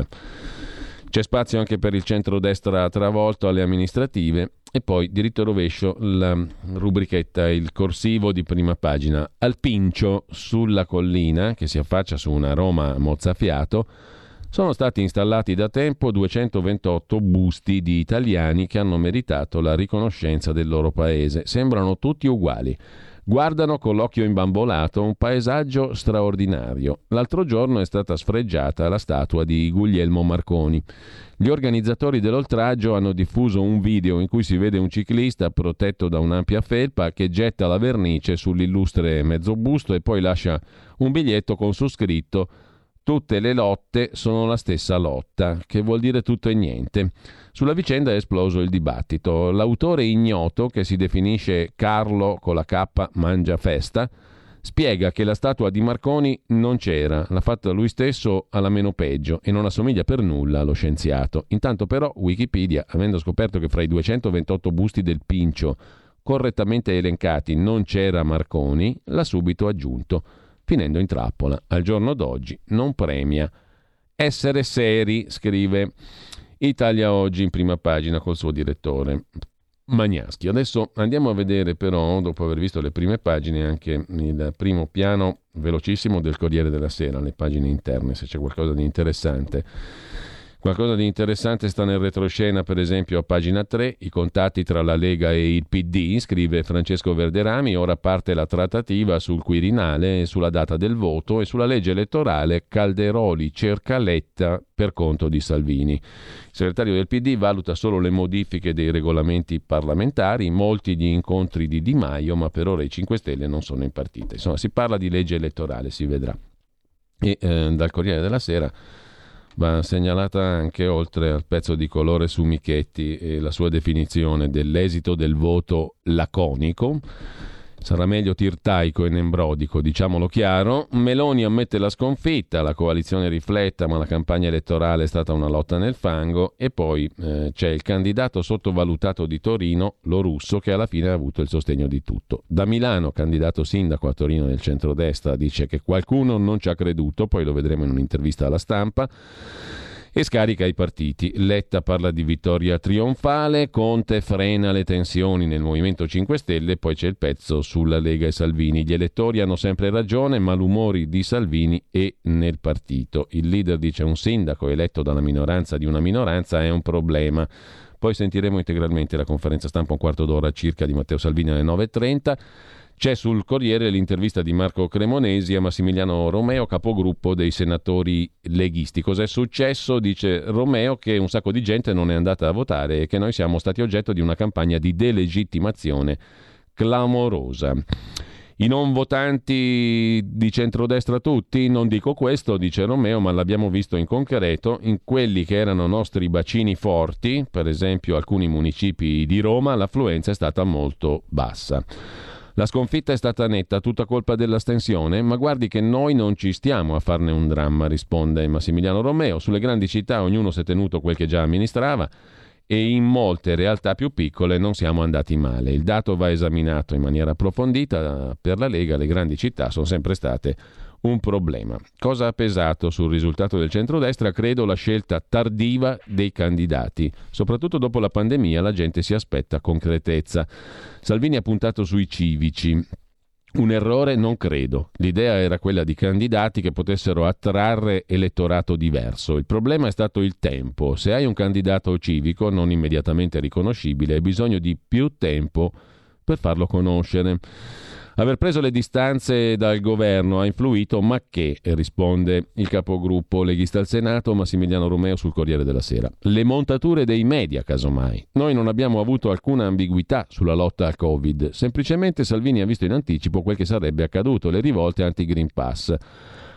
C'è spazio anche per il centrodestra travolto alle amministrative. E poi diritto e rovescio, la rubrichetta, il corsivo di prima pagina. Al Pincio, sulla collina che si affaccia su una Roma mozzafiato, sono stati installati da tempo 228 busti di italiani che hanno meritato la riconoscenza del loro paese. Sembrano tutti uguali. Guardano con l'occhio imbambolato un paesaggio straordinario. L'altro giorno è stata sfregiata la statua di Guglielmo Marconi. Gli organizzatori dell'oltraggio hanno diffuso un video in cui si vede un ciclista protetto da un'ampia felpa che getta la vernice sull'illustre mezzobusto e poi lascia un biglietto con su scritto: tutte le lotte sono la stessa lotta, che vuol dire tutto e niente. Sulla vicenda è esploso il dibattito. L'autore ignoto, che si definisce Carlo con la K Mangia Festa, spiega che la statua di Marconi non c'era, l'ha fatta lui stesso alla meno peggio e non assomiglia per nulla allo scienziato. Intanto però Wikipedia, avendo scoperto che fra i 228 busti del Pincio correttamente elencati non c'era Marconi, l'ha subito aggiunto, finendo in trappola. Al giorno d'oggi non premia essere seri, scrive Italia Oggi in prima pagina col suo direttore Magnaschi. Adesso andiamo a vedere però, dopo aver visto le prime pagine, anche il primo piano velocissimo del Corriere della Sera, le pagine interne, se c'è qualcosa di interessante. Qualcosa di interessante sta nel retroscena, per esempio a pagina 3, i contatti tra la Lega e il PD, scrive Francesco Verderami. Ora parte la trattativa sul Quirinale, sulla data del voto e sulla legge elettorale. Calderoli cerca Letta per conto di Salvini. Il segretario del PD valuta solo le modifiche dei regolamenti parlamentari, molti gli incontri di Di Maio, ma per ora i 5 Stelle non sono in partita. Insomma, si parla di legge elettorale, si vedrà. E dal Corriere della Sera va segnalata anche, oltre al pezzo di colore su Michetti e la sua definizione dell'esito del voto laconico, sarà meglio tirtaico e nembrodico, diciamolo chiaro. Meloni ammette la sconfitta, la coalizione rifletta, ma la campagna elettorale è stata una lotta nel fango. E poi c'è il candidato sottovalutato di Torino, Lo Russo, che alla fine ha avuto il sostegno di tutto. Da Milano, candidato sindaco a Torino del centrodestra, dice che qualcuno non ci ha creduto, poi lo vedremo in un'intervista alla Stampa, e scarica i partiti. Letta parla di vittoria trionfale, Conte frena le tensioni nel Movimento 5 Stelle, poi c'è il pezzo sulla Lega e Salvini. Gli elettori hanno sempre ragione, malumori di Salvini e nel partito. Il leader dice: un sindaco eletto dalla minoranza di una minoranza è un problema. Poi sentiremo integralmente la conferenza stampa un quarto d'ora circa di Matteo Salvini alle 9.30. C'è sul Corriere l'intervista di Marco Cremonesi a Massimiliano Romeo, capogruppo dei senatori leghisti. Cos'è successo? Dice Romeo che un sacco di gente non è andata a votare e che noi siamo stati oggetto di una campagna di delegittimazione clamorosa. I non votanti di centrodestra tutti? Non dico questo, dice Romeo, ma l'abbiamo visto in concreto in quelli che erano nostri bacini forti, per esempio alcuni municipi di Roma, l'affluenza è stata molto bassa. La sconfitta è stata netta, tutta colpa dell'astensione, ma guardi che noi non ci stiamo a farne un dramma, risponde Massimiliano Romeo. Sulle grandi città ognuno si è tenuto quel che già amministrava e in molte realtà più piccole non siamo andati male. Il dato va esaminato in maniera approfondita. Per la Lega le grandi città sono sempre state un problema. Cosa ha pesato sul risultato del centrodestra? Credo la scelta tardiva dei candidati. Soprattutto dopo la pandemia la gente si aspetta concretezza. Salvini ha puntato sui civici. Un errore? Non credo. L'idea era quella di candidati che potessero attrarre elettorato diverso. Il problema è stato il tempo. Se hai un candidato civico non immediatamente riconoscibile, hai bisogno di più tempo per farlo conoscere. Aver preso le distanze dal governo ha influito, ma che? Risponde il capogruppo leghista al Senato Massimiliano Romeo sul Corriere della Sera. Le montature dei media, casomai. Noi non abbiamo avuto alcuna ambiguità sulla lotta al Covid. Semplicemente Salvini ha visto in anticipo quel che sarebbe accaduto, le rivolte anti-Green Pass.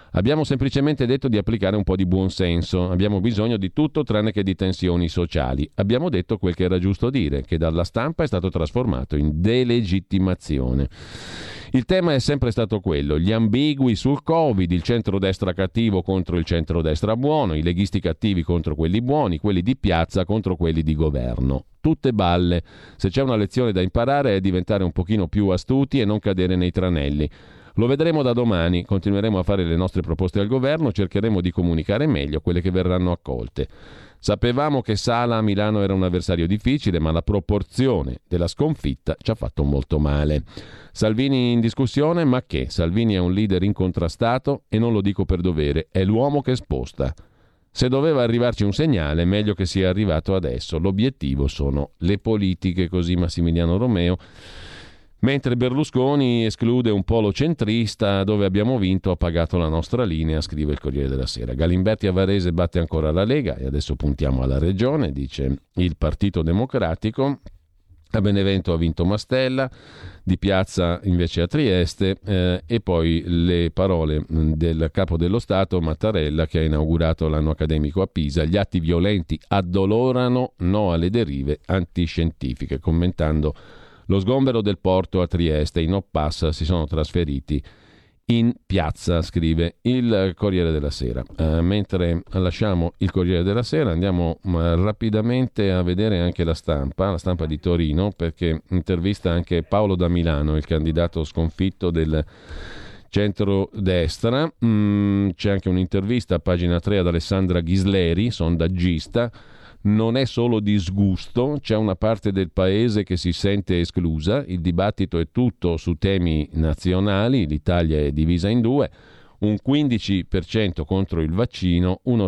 Abbiamo semplicemente detto di applicare un po' di buonsenso. Abbiamo bisogno di tutto tranne che di tensioni sociali. Abbiamo detto quel che era giusto dire, che dalla stampa è stato trasformato in delegittimazione. Il tema è sempre stato quello, gli ambigui sul Covid, il centrodestra cattivo contro il centrodestra buono, i leghisti cattivi contro quelli buoni, quelli di piazza contro quelli di governo. Tutte balle. Se c'è una lezione da imparare è diventare un pochino più astuti e non cadere nei tranelli. Lo vedremo da domani, continueremo a fare le nostre proposte al governo, cercheremo di comunicare meglio quelle che verranno accolte. Sapevamo che Sala a Milano era un avversario difficile, ma la proporzione della sconfitta ci ha fatto molto male. Salvini in discussione, ma che? Salvini è un leader incontrastato e non lo dico per dovere, è l'uomo che sposta. Se doveva arrivarci un segnale, meglio che sia arrivato adesso. L'obiettivo sono le politiche, così Massimiliano Romeo. Mentre Berlusconi esclude un polo centrista, dove abbiamo vinto ha pagato la nostra linea, scrive il Corriere della Sera. Galimberti a Varese batte ancora la Lega e adesso puntiamo alla regione, dice il Partito Democratico. A Benevento ha vinto Mastella, Di Piazza invece a Trieste e poi le parole del Capo dello Stato Mattarella, che ha inaugurato l'anno accademico a Pisa. Gli atti violenti addolorano, no alle derive antiscientifiche, commentando lo sgombero del porto a Trieste. I no pass si sono trasferiti in piazza, scrive il Corriere della Sera. Mentre lasciamo il Corriere della Sera andiamo rapidamente a vedere anche la stampa di Torino, perché intervista anche Paolo da Milano, il candidato sconfitto del centrodestra. C'è anche un'intervista a pagina 3 ad Alessandra Ghisleri, sondaggista. Non è solo disgusto, c'è una parte del paese che si sente esclusa, il dibattito è tutto su temi nazionali, l'Italia è divisa in due, un 15% contro il vaccino, un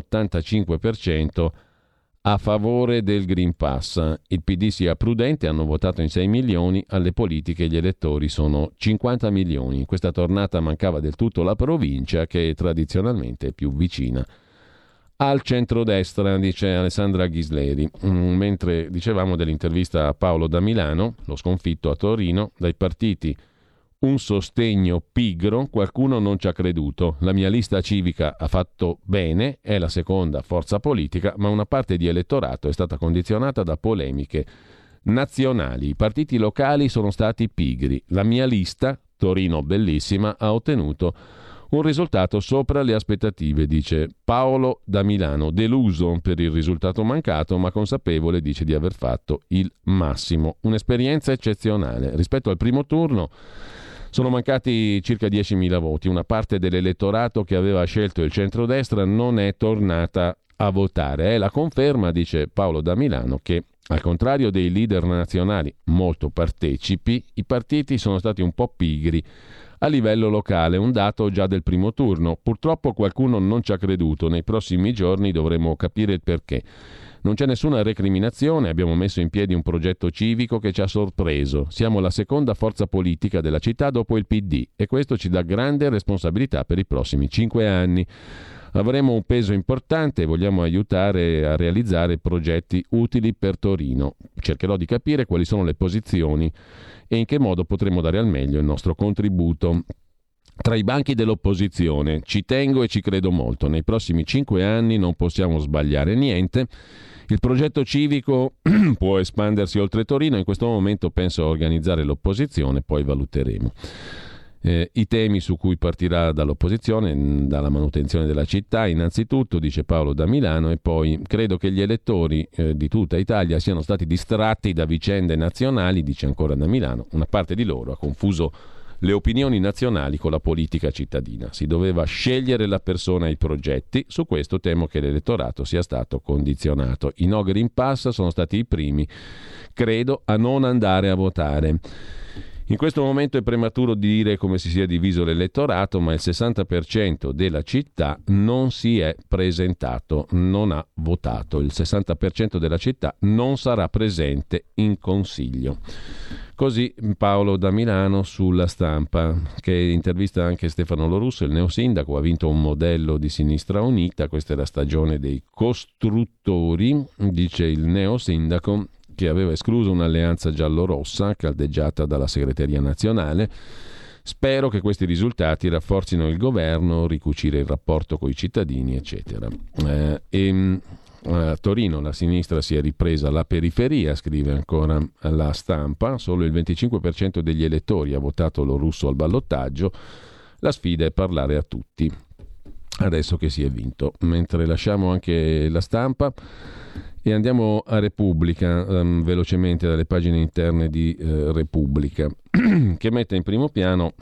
85% a favore del Green Pass. Il PD sia prudente, hanno votato in 6 milioni, alle politiche gli elettori sono 50 milioni. In questa tornata mancava del tutto la provincia, che tradizionalmente è più vicina al centrodestra, dice Alessandra Ghisleri. Mentre dicevamo dell'intervista a Paolo da Milano, lo sconfitto a Torino, dai partiti un sostegno pigro, qualcuno non ci ha creduto. La mia lista civica ha fatto bene, è la seconda forza politica, ma una parte di elettorato è stata condizionata da polemiche nazionali. I partiti locali sono stati pigri. La mia lista, Torino bellissima, ha ottenuto un risultato sopra le aspettative, dice Paolo da Milano, deluso per il risultato mancato, ma consapevole, dice, di aver fatto il massimo. Un'esperienza eccezionale. Rispetto al primo turno sono mancati circa 10.000 voti. Una parte dell'elettorato che aveva scelto il centrodestra non è tornata a votare. È la conferma, dice Paolo da Milano, che al contrario dei leader nazionali molto partecipi, i partiti sono stati un po' pigri a livello locale, un dato già del primo turno. Purtroppo qualcuno non ci ha creduto, nei prossimi giorni dovremo capire il perché. Non c'è nessuna recriminazione, abbiamo messo in piedi un progetto civico che ci ha sorpreso. Siamo la seconda forza politica della città dopo il PD e questo ci dà grande responsabilità per i prossimi 5 anni. Avremo un peso importante e vogliamo aiutare a realizzare progetti utili per Torino. Cercherò di capire quali sono le posizioni e in che modo potremo dare al meglio il nostro contributo. Tra i banchi dell'opposizione ci tengo e ci credo molto. Nei prossimi 5 anni non possiamo sbagliare niente. Il progetto civico può espandersi oltre Torino. In questo momento penso a organizzare l'opposizione, poi valuteremo. I temi su cui partirà dall'opposizione, dalla manutenzione della città innanzitutto, dice Paolo da Milano, e poi credo che gli elettori di tutta Italia siano stati distratti da vicende nazionali, dice ancora da Milano. Una parte di loro ha confuso le opinioni nazionali con la politica cittadina. Si doveva scegliere la persona e i progetti. Su questo temo che l'elettorato sia stato condizionato. I no Green Pass sono stati i primi, credo, a non andare a votare. In questo momento è prematuro dire come si sia diviso l'elettorato, ma il 60% della città non si è presentato, non ha votato. Il 60% della città non sarà presente in Consiglio. Così Paolo da Milano sulla Stampa, che intervista anche Stefano Lorusso, il neosindaco, ha vinto un modello di Sinistra Unita. Questa è la stagione dei costruttori, dice il neosindaco, che aveva escluso un'alleanza giallorossa caldeggiata dalla segreteria nazionale. Spero che questi risultati rafforzino il governo, ricucire il rapporto con i cittadini, eccetera. A Torino la sinistra si è ripresa la periferia, scrive ancora La Stampa, solo il 25% degli elettori ha votato lo Russo al ballottaggio, la sfida è parlare a tutti, adesso che si è vinto. Mentre lasciamo anche La Stampa e andiamo a Repubblica, velocemente dalle pagine interne di Repubblica, che mette in primo piano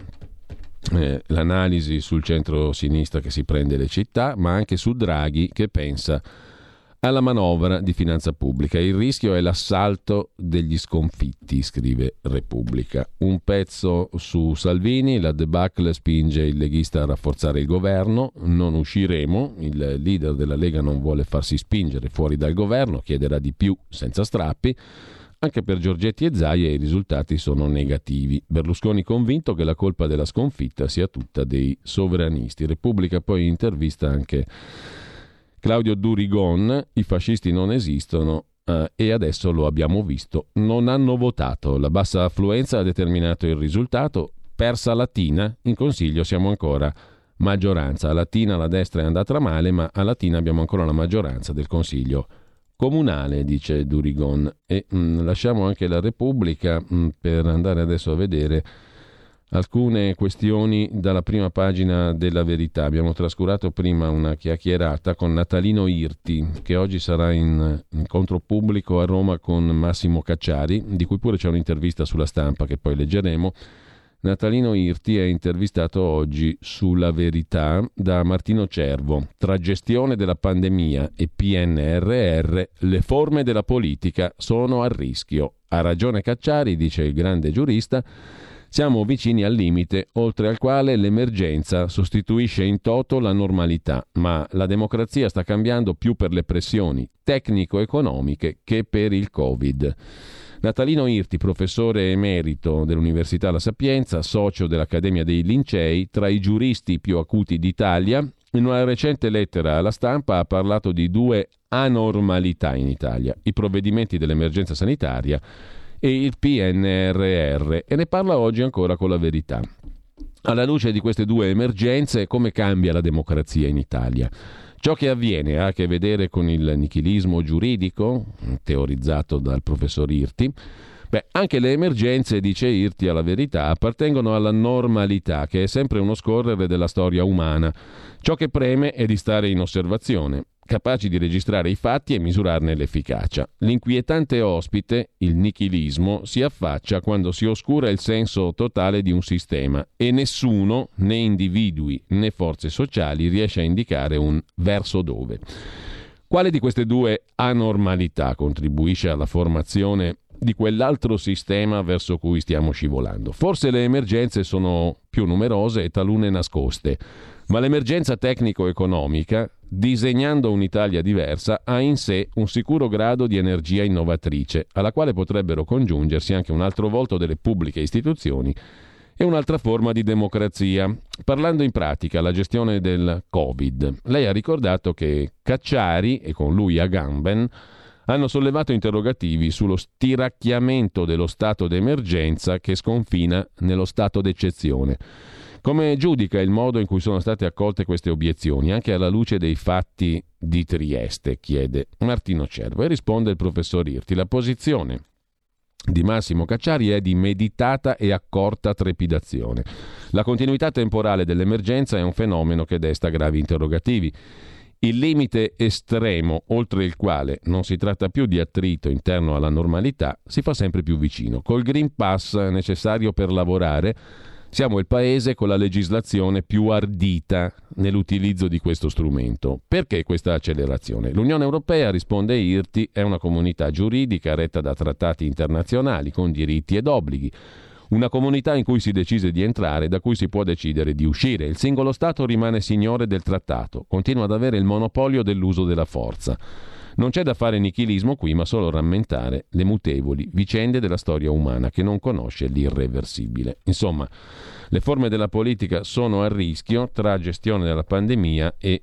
l'analisi sul centro-sinistra che si prende le città, ma anche su Draghi che pensa alla manovra di finanza pubblica. Il rischio è l'assalto degli sconfitti, scrive Repubblica. Un pezzo su Salvini, la debacle spinge il leghista a rafforzare il governo, non usciremo, il leader della Lega non vuole farsi spingere fuori dal governo, chiederà di più senza strappi. Anche per Giorgetti e Zaia i risultati sono negativi. Berlusconi convinto che la colpa della sconfitta sia tutta dei sovranisti. Repubblica poi intervista anche Claudio Durigon, i fascisti non esistono e adesso lo abbiamo visto, non hanno votato, la bassa affluenza ha determinato il risultato, persa Latina, in Consiglio siamo ancora maggioranza, a Latina la destra è andata male ma a Latina abbiamo ancora la maggioranza del Consiglio comunale, dice Durigon. E lasciamo anche la Repubblica per andare adesso a vedere alcune questioni dalla prima pagina della Verità. Abbiamo trascurato prima una chiacchierata con Natalino Irti, che oggi sarà in incontro pubblico a Roma con Massimo Cacciari, di cui pure c'è un'intervista sulla Stampa che poi leggeremo. Natalino Irti è intervistato oggi sulla Verità da Martino Cervo. Tra gestione della pandemia e PNRR, le forme della politica sono a rischio. Ha ragione Cacciari, dice il grande giurista. Siamo vicini al limite oltre al quale l'emergenza sostituisce in toto la normalità, ma la democrazia sta cambiando più per le pressioni tecnico-economiche che per il Covid. Natalino Irti, professore emerito dell'Università La Sapienza, socio dell'Accademia dei Lincei, tra i giuristi più acuti d'Italia, in una recente lettera alla Stampa ha parlato di due anormalità in Italia: i provvedimenti dell'emergenza sanitaria e il PNRR, e ne parla oggi ancora con la Verità. Alla luce di queste due emergenze, come cambia la democrazia in Italia? Ciò che avviene ha a che vedere con il nichilismo giuridico, teorizzato dal professor Irti. Anche le emergenze, dice Irti alla Verità, appartengono alla normalità, che è sempre uno scorrere della storia umana. Ciò che preme è di stare in osservazione, capaci di registrare i fatti e misurarne l'efficacia. L'inquietante ospite, il nichilismo, si affaccia quando si oscura il senso totale di un sistema e nessuno, né individui né forze sociali, riesce a indicare un verso dove. Quale di queste due anormalità contribuisce alla formazione di quell'altro sistema verso cui stiamo scivolando? Forse le emergenze sono più numerose e talune nascoste, ma l'emergenza tecnico-economica, disegnando un'Italia diversa, ha in sé un sicuro grado di energia innovatrice, alla quale potrebbero congiungersi anche un altro volto delle pubbliche istituzioni e un'altra forma di democrazia. Parlando in pratica, la gestione del Covid. Lei ha ricordato che Cacciari, e con lui Agamben, hanno sollevato interrogativi sullo stiracchiamento dello stato d'emergenza che sconfina nello stato d'eccezione. Come giudica il modo in cui sono state accolte queste obiezioni, anche alla luce dei fatti di Trieste, chiede Martino Cervo, e risponde il professor Irti. La posizione di Massimo Cacciari è di meditata e accorta trepidazione. La continuità temporale dell'emergenza è un fenomeno che desta gravi interrogativi. Il limite estremo, oltre il quale non si tratta più di attrito interno alla normalità, si fa sempre più vicino. Col Green Pass necessario per lavorare, siamo il paese con la legislazione più ardita nell'utilizzo di questo strumento. Perché questa accelerazione? L'Unione Europea, risponde Irti, è una comunità giuridica retta da trattati internazionali con diritti ed obblighi. Una comunità in cui si decise di entrare, da cui si può decidere di uscire. Il singolo Stato rimane signore del trattato, continua ad avere il monopolio dell'uso della forza. Non c'è da fare nichilismo qui, ma solo rammentare le mutevoli vicende della storia umana che non conosce l'irreversibile. Insomma, le forme della politica sono a rischio tra gestione della pandemia e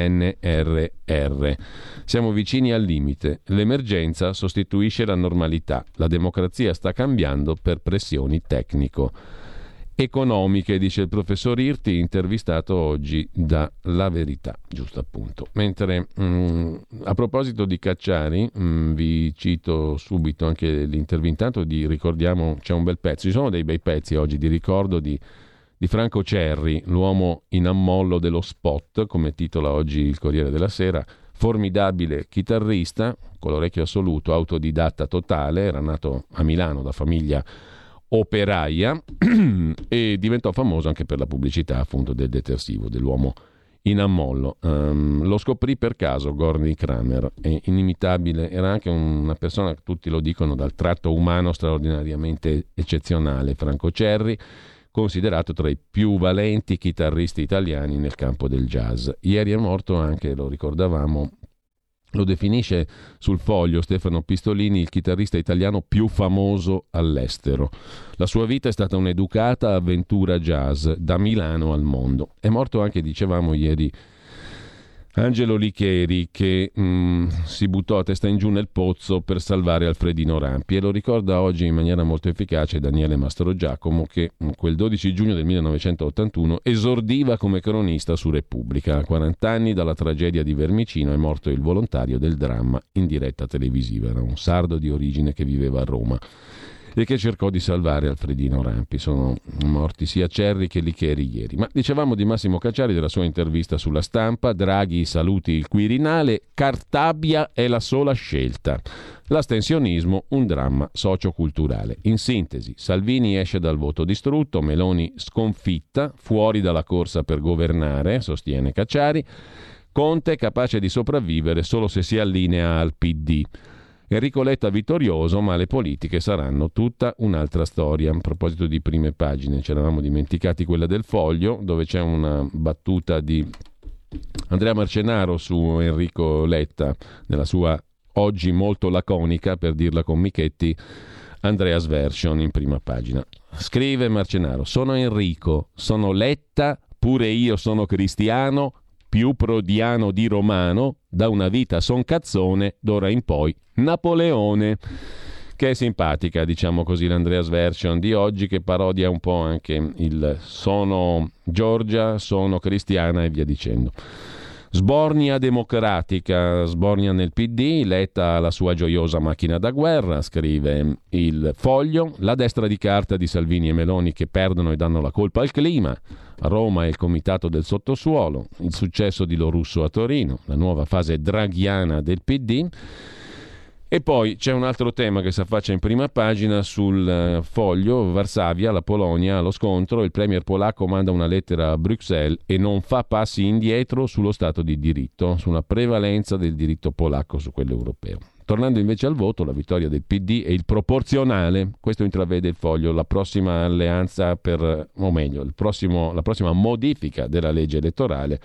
PNRR. Siamo vicini al limite. L'emergenza sostituisce la normalità. La democrazia sta cambiando per pressioni tecnico economiche, dice il professor Irti, intervistato oggi da La Verità, giusto appunto. Mentre a proposito di Cacciari, vi cito subito anche l'intervistato ricordiamo, c'è un bel pezzo, ci sono dei bei pezzi oggi di ricordo di Franco Cerri, l'uomo in ammollo dello spot, come titola oggi il Corriere della Sera. Formidabile chitarrista, con l'orecchio assoluto, autodidatta totale, era nato a Milano da famiglia operaia e diventò famoso anche per la pubblicità appunto del detersivo, dell'uomo in ammollo. Lo scoprì per caso Gordy Kramer, è inimitabile, era anche una persona, tutti lo dicono, dal tratto umano straordinariamente eccezionale, Franco Cerri, considerato tra i più valenti chitarristi italiani nel campo del jazz. Ieri è morto anche, lo ricordavamo, lo definisce sul Foglio Stefano Pistolini il chitarrista italiano più famoso all'estero. La sua vita è stata un'educata avventura jazz da Milano al mondo. È morto anche, dicevamo ieri, Angelo Licheri, che si buttò a testa in giù nel pozzo per salvare Alfredino Rampi, e lo ricorda oggi in maniera molto efficace Daniele Mastrogiacomo, che quel 12 giugno del 1981 esordiva come cronista su Repubblica. A 40 anni dalla tragedia di Vermicino è morto il volontario del dramma in diretta televisiva. Era un sardo di origine che viveva a Roma e che cercò di salvare Alfredino Rampi. Sono morti sia Cerri che Licheri ieri. Ma dicevamo di Massimo Cacciari, della sua intervista sulla Stampa: Draghi saluti il Quirinale, Cartabia è la sola scelta. L'astensionismo, un dramma socioculturale. In sintesi, Salvini esce dal voto distrutto, Meloni sconfitta, fuori dalla corsa per governare, sostiene Cacciari, Conte capace di sopravvivere solo se si allinea al PD. Enrico Letta vittorioso, ma le politiche saranno tutta un'altra storia. A proposito di prime pagine, ci eravamo dimenticati quella del Foglio, dove c'è una battuta di Andrea Marcenaro su Enrico Letta, nella sua oggi molto laconica, per dirla con Michetti, Andreas Version in prima pagina. Scrive Marcenaro: sono Enrico, sono Letta, pure io sono cristiano, più prodiano di romano, da una vita son cazzone, d'ora in poi Napoleone. Che è simpatica, diciamo così, l'Andreas Version di oggi, che parodia un po' anche il sono Giorgia, sono cristiana e via dicendo. Sbornia democratica, sbornia nel PD, Letta la sua gioiosa macchina da guerra, scrive il Foglio, la destra di carta di Salvini e Meloni che perdono e danno la colpa al clima, Roma è il comitato del sottosuolo, il successo di Lo Russo a Torino, la nuova fase draghiana del PD. E poi c'è un altro tema che si affaccia in prima pagina sul Foglio: Varsavia, la Polonia, allo scontro, il premier polacco manda una lettera a Bruxelles e non fa passi indietro sullo Stato di diritto, sulla prevalenza del diritto polacco su quello europeo. Tornando invece al voto, la vittoria del PD e il proporzionale, questo intravede il Foglio, la prossima alleanza la prossima modifica della legge elettorale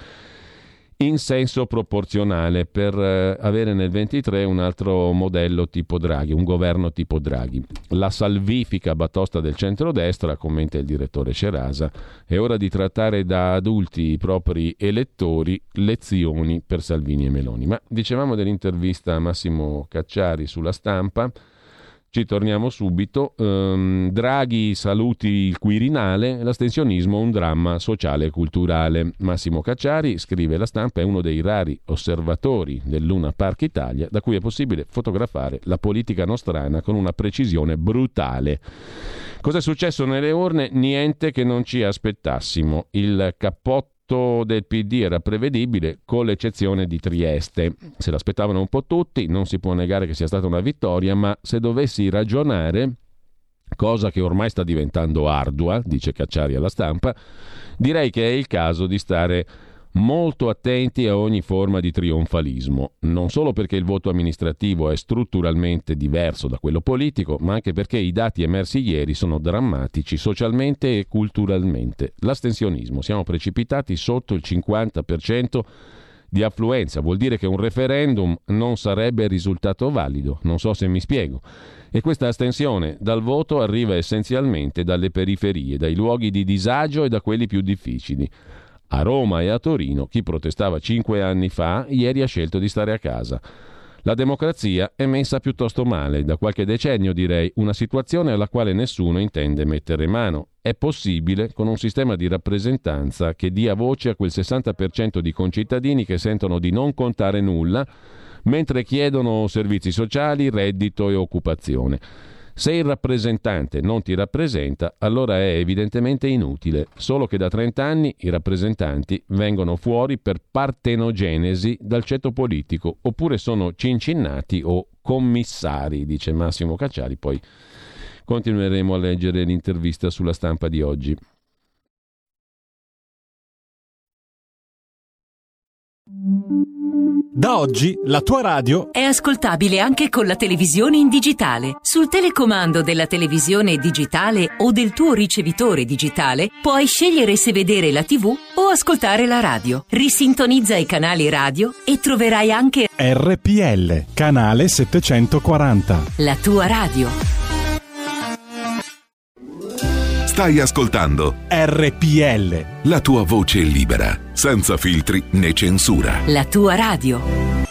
in senso proporzionale, per avere nel 23 un altro modello tipo Draghi, un governo tipo Draghi. La salvifica batosta del centrodestra, commenta il direttore Cerasa, è ora di trattare da adulti i propri elettori, lezioni per Salvini e Meloni. Ma dicevamo dell'intervista a Massimo Cacciari sulla Stampa, ci torniamo subito. Draghi saluti il Quirinale, l'astensionismo un dramma sociale e culturale. Massimo Cacciari, scrive la Stampa, è uno dei rari osservatori del Luna Park Italia da cui è possibile fotografare la politica nostrana con una precisione brutale. Cos'è successo nelle urne? Niente che non ci aspettassimo. Il cappotto del PD era prevedibile, con l'eccezione di Trieste. Se l'aspettavano un po' tutti, non si può negare che sia stata una vittoria, ma se dovessi ragionare, cosa che ormai sta diventando ardua, dice Cacciari alla Stampa, direi che è il caso di stare molto attenti a ogni forma di trionfalismo, non solo perché il voto amministrativo è strutturalmente diverso da quello politico, ma anche perché i dati emersi ieri sono drammatici socialmente e culturalmente. L'astensionismo, siamo precipitati sotto il 50% di affluenza, vuol dire che un referendum non sarebbe risultato valido, non so se mi spiego. E questa astensione dal voto arriva essenzialmente dalle periferie, dai luoghi di disagio e da quelli più difficili. A Roma e a Torino chi protestava 5 anni fa ieri ha scelto di stare a casa. La democrazia è messa piuttosto male, da qualche decennio direi, una situazione alla quale nessuno intende mettere mano. È possibile con un sistema di rappresentanza che dia voce a quel 60% di concittadini che sentono di non contare nulla mentre chiedono servizi sociali, reddito e occupazione. Se il rappresentante non ti rappresenta, allora è evidentemente inutile, solo che da 30 anni i rappresentanti vengono fuori per partenogenesi dal ceto politico, oppure sono cincinnati o commissari, dice Massimo Cacciari. Poi continueremo a leggere l'intervista sulla Stampa di oggi. Da oggi la tua radio è ascoltabile anche con la televisione in digitale. Sul telecomando della televisione digitale o del tuo ricevitore digitale puoi scegliere se vedere la TV o ascoltare la radio. Risintonizza i canali radio e troverai anche RPL, canale 740. La tua radio. Stai ascoltando RPL, la tua voce libera, senza filtri né censura. La tua radio.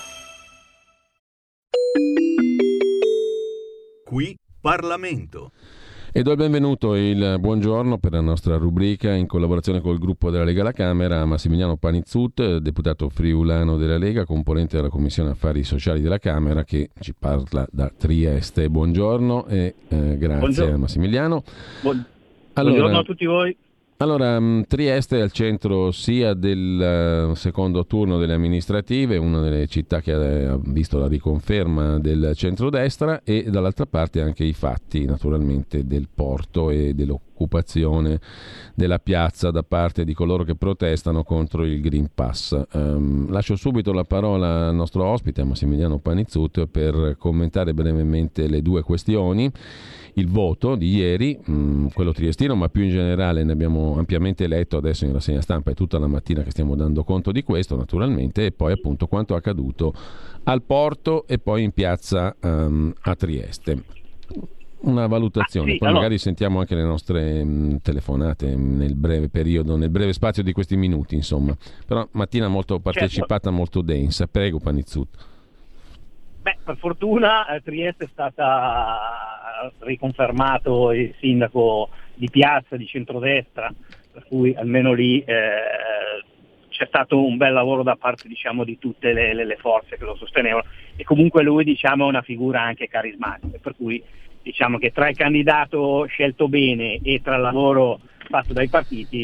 Qui Parlamento. E do il benvenuto e il buongiorno per la nostra rubrica in collaborazione col gruppo della Lega alla Camera a Massimiliano Panizzut, deputato friulano della Lega, componente della Commissione Affari Sociali della Camera, che ci parla da Trieste. Buongiorno e grazie. Buongiorno. Massimiliano. Buongiorno a tutti voi. Allora, Trieste è al centro sia del secondo turno delle amministrative, una delle città che ha visto la riconferma del centrodestra, e dall'altra parte anche i fatti naturalmente del porto e dell'occupazione della piazza da parte di coloro che protestano contro il Green Pass. Lascio subito la parola al nostro ospite, a Massimiliano Panizzut, per commentare brevemente le due questioni. Il voto di ieri, quello triestino, ma più in generale ne abbiamo ampiamente letto adesso in rassegna stampa, è tutta la mattina che stiamo dando conto di questo naturalmente, e poi appunto quanto accaduto al porto e poi in piazza a Trieste. Una valutazione, poi magari sentiamo anche le nostre telefonate nel breve periodo, nel breve spazio di questi minuti, insomma. Però mattina molto partecipata, certo. Molto densa. Prego, Panizzut. Per fortuna Trieste è stata riconfermato il sindaco di piazza di centrodestra, per cui almeno lì c'è stato un bel lavoro da parte, diciamo, di tutte le forze che lo sostenevano, e comunque lui, diciamo, è una figura anche carismatica, per cui diciamo che tra il candidato scelto bene e tra il lavoro fatto dai partiti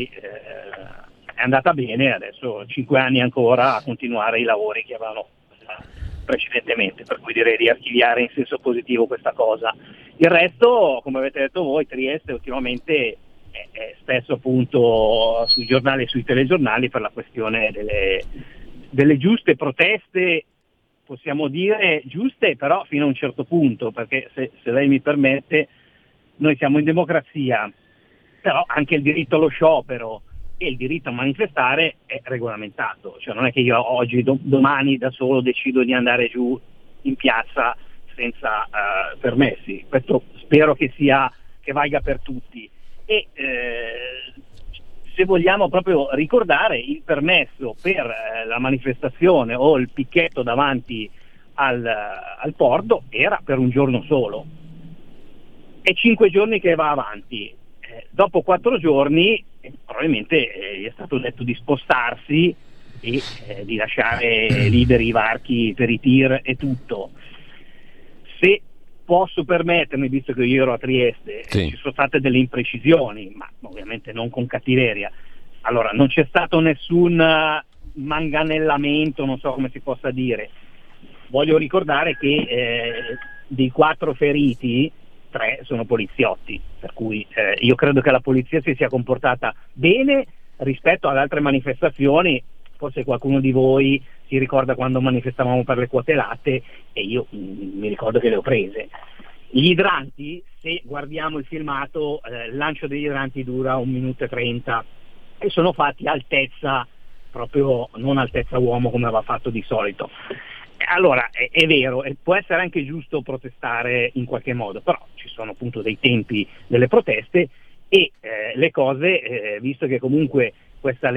è andata bene. Adesso 5 anni ancora a continuare i lavori che avevano precedentemente, per cui direi di archiviare in senso positivo questa cosa. Il resto, come avete detto voi, Trieste ultimamente è spesso appunto sui giornali e sui telegiornali per la questione delle giuste proteste, possiamo dire giuste però fino a un certo punto, perché se lei mi permette, noi siamo in democrazia, però anche il diritto allo sciopero e il diritto a manifestare è regolamentato, cioè non è che io oggi, domani da solo decido di andare giù in piazza senza permessi. Questo spero che valga per tutti, e se vogliamo proprio ricordare, il permesso per la manifestazione o il picchetto davanti al porto era per un giorno solo, è 5 giorni che va avanti. Dopo 4 giorni probabilmente gli è stato detto di spostarsi e di lasciare liberi i varchi per i tir e tutto. Se posso permettermi, visto che io ero a Trieste, sì, ci sono state delle imprecisioni, ma ovviamente non con cattiveria. Allora, non c'è stato nessun manganellamento, non so come si possa dire. Voglio ricordare che dei 4 feriti, 3 sono poliziotti, per cui io credo che la polizia si sia comportata bene rispetto ad altre manifestazioni. Forse qualcuno di voi si ricorda quando manifestavamo per le quote latte, e io mi ricordo che le ho prese. Gli idranti, se guardiamo il filmato, il lancio degli idranti dura 1 minuto e 30 e sono fatti altezza, proprio non altezza uomo come aveva fatto di solito. Allora è vero, può essere anche giusto protestare in qualche modo, però ci sono appunto dei tempi delle proteste, e le cose, visto che comunque questa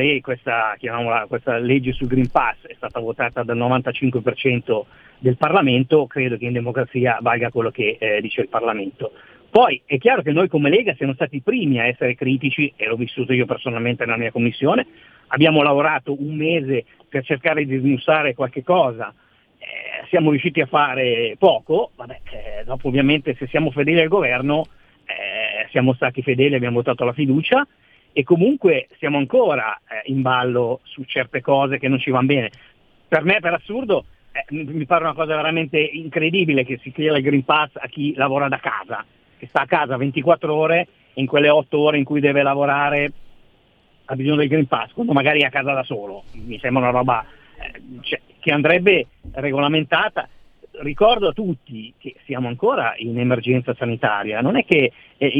legge sul Green Pass è stata votata dal 95% del Parlamento, credo che in democrazia valga quello che dice il Parlamento. Poi è chiaro che noi come Lega siamo stati i primi a essere critici, e l'ho vissuto io personalmente nella mia commissione, abbiamo lavorato un mese per cercare di smussare qualche cosa, siamo riusciti a fare poco, dopo ovviamente se siamo fedeli al governo siamo stati fedeli, abbiamo votato la fiducia e comunque siamo ancora in ballo su certe cose che non ci vanno bene. Per me, per assurdo, mi pare una cosa veramente incredibile che si crea il Green Pass a chi lavora da casa, che sta a casa 24 ore e in quelle 8 ore in cui deve lavorare ha bisogno del Green Pass, quando magari è a casa da solo. Mi sembra una roba che andrebbe regolamentata. Ricordo a tutti che siamo ancora in emergenza sanitaria, non è che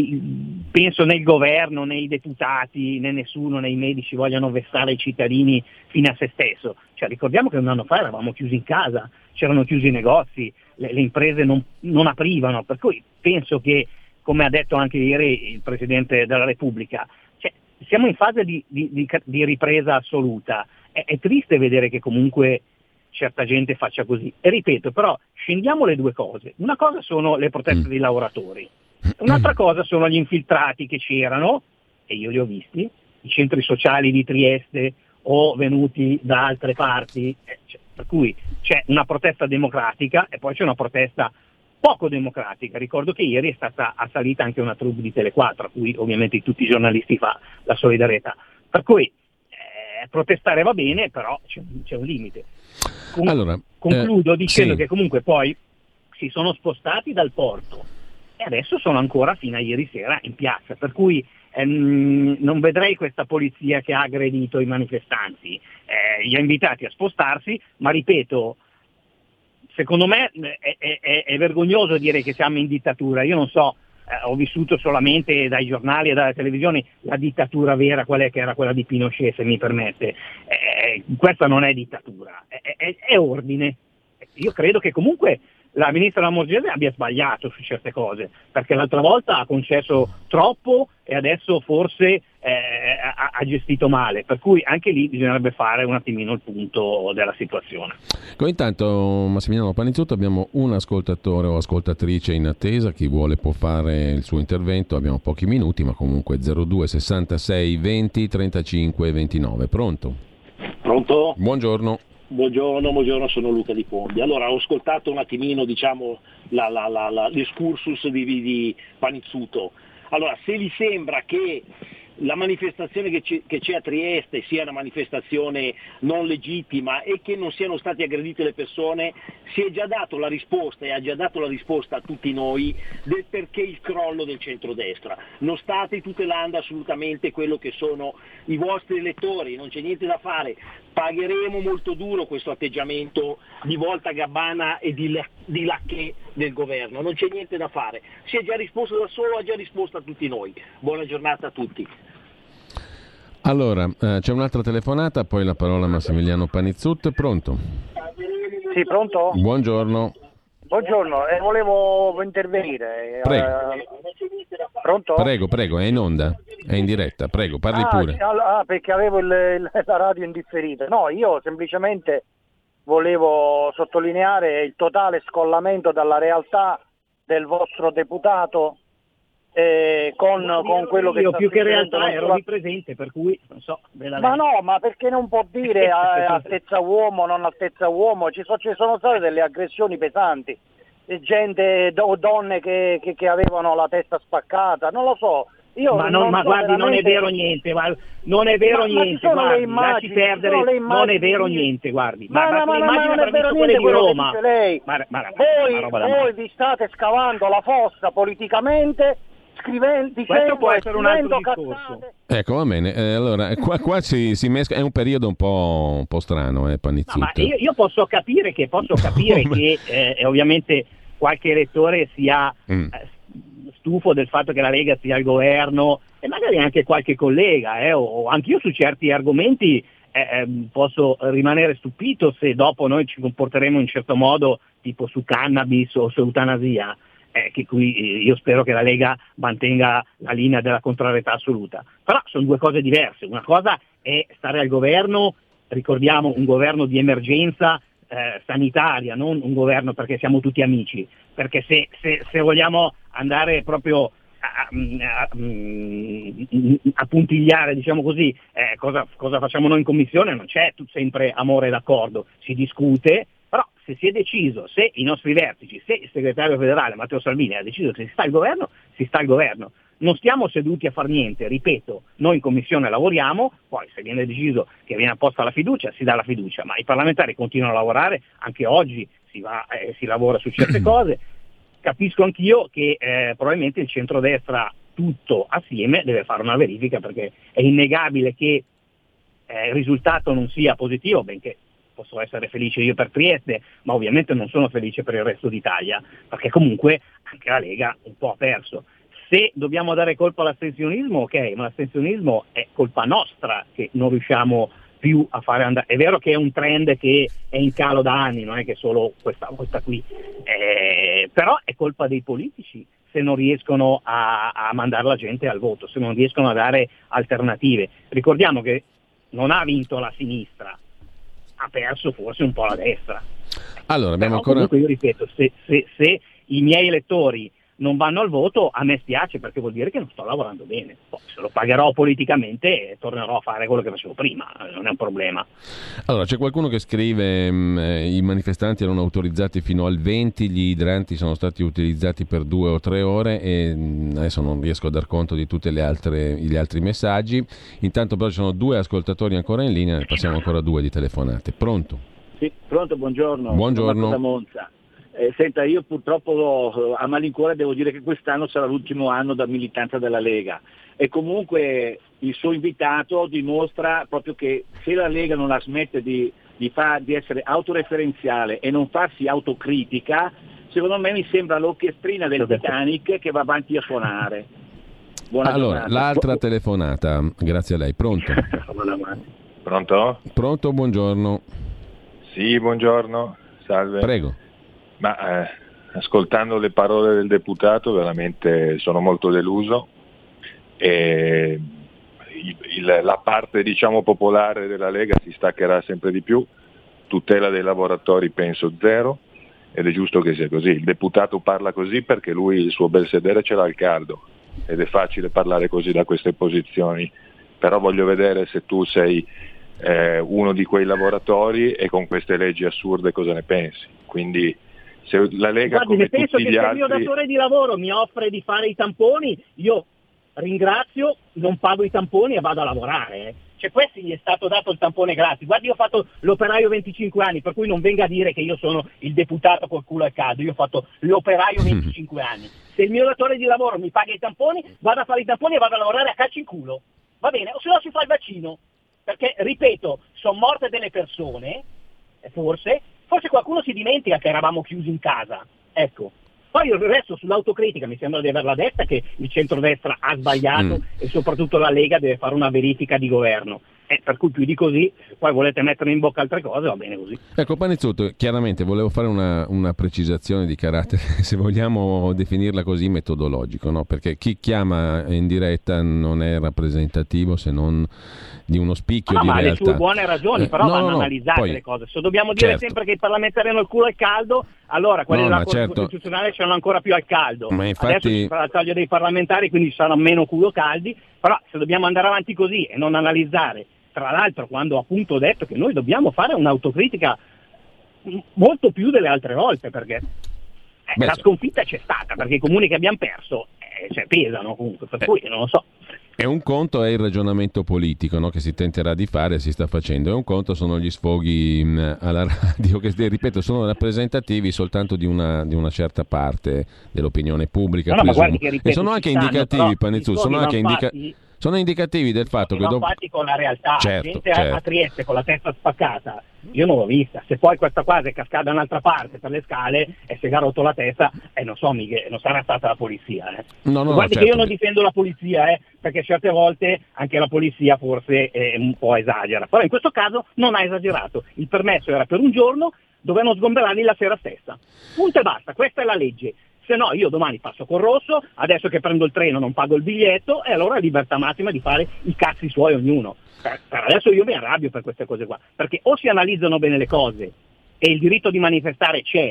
penso né il governo, né i deputati, né nessuno, né i medici vogliano vessare i cittadini fino a se stesso. Ricordiamo che un anno fa eravamo chiusi in casa, c'erano chiusi i negozi, le imprese non aprivano, per cui penso che, come ha detto anche ieri il Presidente della Repubblica, siamo in fase di ripresa assoluta. È triste vedere che comunque certa gente faccia così. E ripeto, però scendiamo le due cose. Una cosa sono le proteste dei lavoratori, un'altra cosa sono gli infiltrati che c'erano, e io li ho visti, i centri sociali di Trieste o venuti da altre parti, per cui c'è una protesta democratica e poi c'è una protesta poco democratica. Ricordo che ieri è stata assalita anche una troupe di Tele4, a cui ovviamente tutti i giornalisti fa la solidarietà. Per cui protestare va bene, però c'è un limite. Concludo dicendo che comunque poi si sono spostati dal porto e adesso sono ancora fino a ieri sera in piazza, per cui non vedrei questa polizia che ha aggredito i manifestanti, li ha invitati a spostarsi, ma ripeto, secondo me è vergognoso dire che siamo in dittatura. Io non so, ho vissuto solamente dai giornali e dalle televisioni la dittatura vera, qual è, che era quella di Pinochet, se mi permette. Questa non è dittatura, è ordine. Io credo che comunque la ministra Lamorgese abbia sbagliato su certe cose, perché l'altra volta ha concesso troppo e adesso forse ha gestito male, per cui anche lì bisognerebbe fare un attimino il punto della situazione. Intanto, Massimiliano Panizzotto, abbiamo un ascoltatore o ascoltatrice in attesa. Chi vuole può fare il suo intervento, abbiamo pochi minuti, ma comunque 02 66 20 35 29. Pronto? Buongiorno. Buongiorno, sono Luca Di Pondi. Allora, ho ascoltato un attimino, l'escursus di Panizzotto. Allora, se vi sembra che la manifestazione che c'è a Trieste sia una manifestazione non legittima e che non siano state aggredite le persone, si è già dato la risposta e ha già dato la risposta a tutti noi del perché il crollo del centrodestra. Non state tutelando assolutamente quello che sono i vostri elettori, non c'è niente da fare. Pagheremo molto duro questo atteggiamento di voltagabbana e di lacchè del governo, non c'è niente da fare. Si è già risposto da solo, ha già risposto a tutti noi. Buona giornata a tutti. Allora, c'è un'altra telefonata, poi la parola a Massimiliano Panizzotto. Pronto? Sì, pronto? Buongiorno, volevo intervenire. Prego. Pronto? Prego, è in onda, è in diretta, prego, parli pure. Perché avevo la radio indifferita. No, io semplicemente volevo sottolineare il totale scollamento dalla realtà del vostro deputato con quello che io sta più che succedendo. realtà ero lì presente, per cui non so. Ma no, ma perché non può dire altezza uomo, non altezza uomo? Ci sono state delle aggressioni pesanti, gente o donne che avevano la testa spaccata, non lo so. Ma guardi, non è vero niente, non è vero niente, guardi, lasci perdere, non è vero niente, guardi. Ma non è vero niente quello che dice lei. Voi vi state scavando la fossa politicamente, questo può essere un altro discorso. Ecco, va bene. Allora, qua si mescola, è un periodo un po' strano, Panizzotto. Ma io posso capire che ovviamente qualche elettore sia stufo del fatto che la Lega sia al governo e magari anche qualche collega, o anche io su certi argomenti posso rimanere stupito se dopo noi ci comporteremo in un certo modo, tipo su cannabis o su eutanasia. che qui io spero che la Lega mantenga la linea della contrarietà assoluta. Però sono due cose diverse. Una cosa è stare al governo, ricordiamo un governo di emergenza sanitaria, non un governo perché siamo tutti amici, perché se vogliamo andare proprio a puntigliare, diciamo così, cosa facciamo noi in commissione, non c'è sempre amore e d'accordo, si discute, però se si è deciso, se i nostri vertici, se il segretario federale Matteo Salvini ha deciso che si sta al governo, si sta al governo. Non stiamo seduti a far niente, ripeto, noi in commissione lavoriamo, poi se viene deciso che viene apposta la fiducia, si dà la fiducia, ma i parlamentari continuano a lavorare, anche oggi si lavora su certe cose. Capisco anch'io che probabilmente il centrodestra tutto assieme deve fare una verifica, perché è innegabile che il risultato non sia positivo, benché posso essere felice io per Trieste, ma ovviamente non sono felice per il resto d'Italia, perché comunque anche la Lega un po' ha perso. Se dobbiamo dare colpa all'astensionismo, ok, ma l'astensionismo è colpa nostra che non riusciamo più a fare andare. È vero che è un trend che è in calo da anni, non è che solo questa volta qui, però è colpa dei politici se non riescono a mandare la gente al voto, se non riescono a dare alternative. Ricordiamo che non ha vinto la sinistra, ha perso forse un po' la destra. Allora, abbiamo però, ancora... comunque io ripeto, se i miei elettori non vanno al voto, a me spiace, perché vuol dire che non sto lavorando bene. Poi, se lo pagherò politicamente tornerò a fare quello che facevo prima, non è un problema. Allora, c'è qualcuno che scrive i manifestanti erano autorizzati fino al 20, gli idranti sono stati utilizzati per 2 o 3 ore e adesso non riesco a dar conto di tutti gli altri messaggi. Intanto però ci sono 2 ascoltatori ancora in linea, ne passiamo ancora 2 di telefonate. Pronto? Sì, pronto, buongiorno. Buongiorno. Da Monza. Senta, io purtroppo a malincuore devo dire che quest'anno sarà l'ultimo anno da militanza della Lega e comunque il suo invitato dimostra proprio che se la Lega non la smette di essere autoreferenziale e non farsi autocritica, secondo me mi sembra l'orchestrina del Titanic che va avanti a suonare. Buona allora, giornata. l'altra telefonata, grazie a lei. Pronto? Pronto? Pronto, buongiorno. Sì, buongiorno, salve. Prego. Ma ascoltando le parole del deputato veramente sono molto deluso e la parte diciamo popolare della Lega si staccherà sempre di più, tutela dei lavoratori penso zero ed è giusto che sia così. Il deputato parla così perché lui il suo bel sedere ce l'ha al caldo ed è facile parlare così da queste posizioni, però voglio vedere se tu sei uno di quei lavoratori e con queste leggi assurde cosa ne pensi. Quindi se la Lega, guardi, come penso tutti che gli se altri... il mio datore di lavoro mi offre di fare i tamponi, io ringrazio, non pago i tamponi e vado a lavorare. Cioè questi gli è stato dato il tampone gratis. Guardi, io ho fatto l'operaio 25 anni, per cui non venga a dire che io sono il deputato col culo al caldo, io ho fatto l'operaio 25 anni. Se il mio datore di lavoro mi paga i tamponi, vado a fare i tamponi e vado a lavorare a calci in culo. Va bene? O se no si fa il vaccino. Perché, ripeto, sono morte delle persone, forse qualcuno si dimentica che eravamo chiusi in casa, ecco. Poi il resto sull'autocritica mi sembra di averla detta che il centrodestra ha sbagliato e soprattutto la Lega deve fare una verifica di governo. Per cui più di così, se poi volete mettere in bocca altre cose, va bene così. Ecco, Panizzotto, chiaramente volevo fare una precisazione di carattere, se vogliamo definirla così, metodologico, no? Perché chi chiama in diretta non è rappresentativo se non di uno spicchio di ma realtà. Ha le sue buone ragioni, però vanno analizzate poi, le cose. Se dobbiamo dire sempre che i parlamentari hanno il culo al caldo, allora quelli della Corte Costituzionale ce l'hanno ancora più al caldo. Ma infatti... Adesso ci sarà il taglio dei parlamentari, quindi ci saranno meno culo caldi, però se dobbiamo andare avanti così e non analizzare, tra l'altro quando appunto ho detto che noi dobbiamo fare un'autocritica molto più delle altre volte, perché la sconfitta c'è stata, perché i comuni che abbiamo perso pesano comunque, per cui non lo so. E un conto è il ragionamento politico, no, che si tenterà di fare e si sta facendo, e un conto sono gli sfoghi alla radio che, ripeto, sono rappresentativi soltanto di una certa parte dell'opinione pubblica, ma guardi che, ripeto, e sono anche indicativi, Panizzotto, sono anche sono indicativi del fatto che dopo... fatti con la realtà, certo. A Trieste con la testa spaccata, io non l'ho vista. Se poi questa qua è cascata da un'altra parte per le scale e si è rotto la testa, non so, non sarà stata la polizia. Guardi che io non difendo la polizia, perché certe volte anche la polizia forse un po' esagera, però in questo caso non ha esagerato. Il permesso era per un giorno, dovevano sgomberarli la sera stessa. Punto e basta, questa è la legge. se no io domani passo col rosso, adesso che prendo il treno non pago il biglietto, e allora è libertà massima di fare i cazzi suoi ognuno. Per adesso io mi arrabbio per queste cose qua, perché o si analizzano bene le cose e il diritto di manifestare c'è,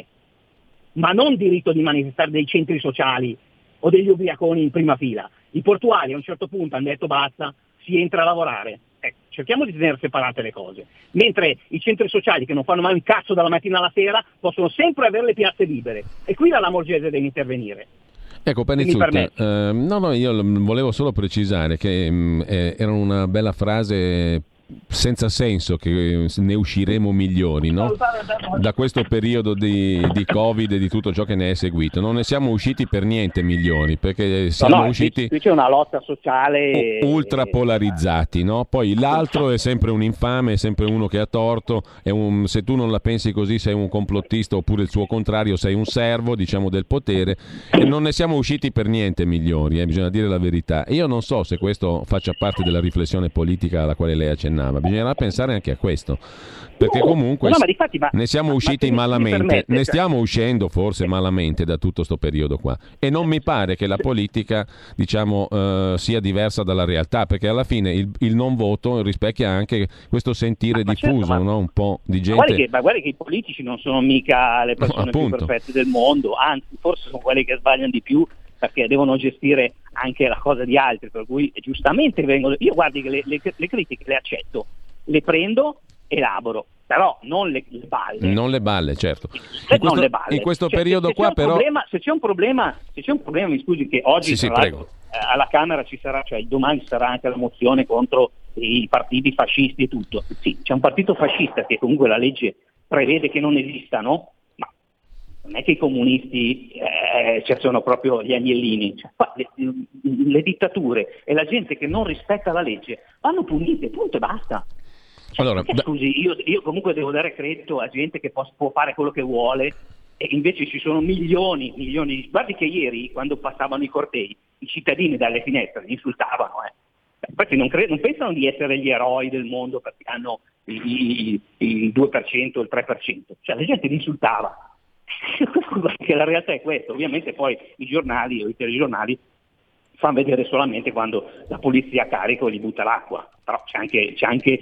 ma non diritto di manifestare dei centri sociali o degli ubriaconi in prima fila. I portuali a un certo punto hanno detto basta, si entra a lavorare. Cerchiamo di tenere separate le cose, mentre i centri sociali, che non fanno mai un cazzo dalla mattina alla sera, possono sempre avere le piazze libere, e qui la Lamorgese deve intervenire. Ecco, Panizzut, no, io volevo solo precisare che era una bella frase senza senso, che ne usciremo migliori, no? Da questo periodo di Covid e di tutto ciò che ne è seguito. Non ne siamo usciti per niente migliori, perché siamo usciti qui c'è una lotta sociale ultra polarizzati, no? Poi l'altro è sempre un infame, è sempre uno che ha torto, se tu non la pensi così sei un complottista, oppure il suo contrario, sei un servo, diciamo, del potere, e non ne siamo usciti per niente migliori, bisogna dire la verità. E io non so se questo faccia parte della riflessione politica alla quale lei accennava. Bisognerà pensare anche a questo, perché comunque ne siamo usciti malamente, ne stiamo uscendo forse malamente da tutto sto periodo qua, e non mi pare che la politica, diciamo, sia diversa dalla realtà, perché alla fine il non voto rispecchia anche questo sentire diffuso, certo, no? Un po' di gente. Ma guarda che i politici non sono mica le persone più perfette del mondo, anzi forse sono quelli che sbagliano di più, perché devono gestire anche la cosa di altri, per cui giustamente vengono. Io guardi che le critiche le accetto, le prendo, elaboro, però non le balle. Non le balle, certo. Non le balle. In questo periodo qua però se c'è un problema, mi scusi, che oggi prego. Alla Camera ci sarà, cioè domani ci sarà anche la mozione contro i partiti fascisti e tutto. Sì, c'è un partito fascista che comunque la legge prevede che non esistano, ma non è che i comunisti sono proprio gli agnellini. Cioè, le dittature e la gente che non rispetta la legge vanno punite, punto e basta. Allora, scusi, io comunque devo dare credito a gente che può fare quello che vuole, e invece ci sono milioni di. Guardi che ieri, quando passavano i cortei, i cittadini dalle finestre li insultavano. Infatti non pensano di essere gli eroi del mondo perché hanno il 2%, il 3%. Cioè la gente li insultava. Che la realtà è questa. Ovviamente poi i giornali o i telegiornali fanno vedere solamente quando la polizia a carico gli butta l'acqua, però c'è anche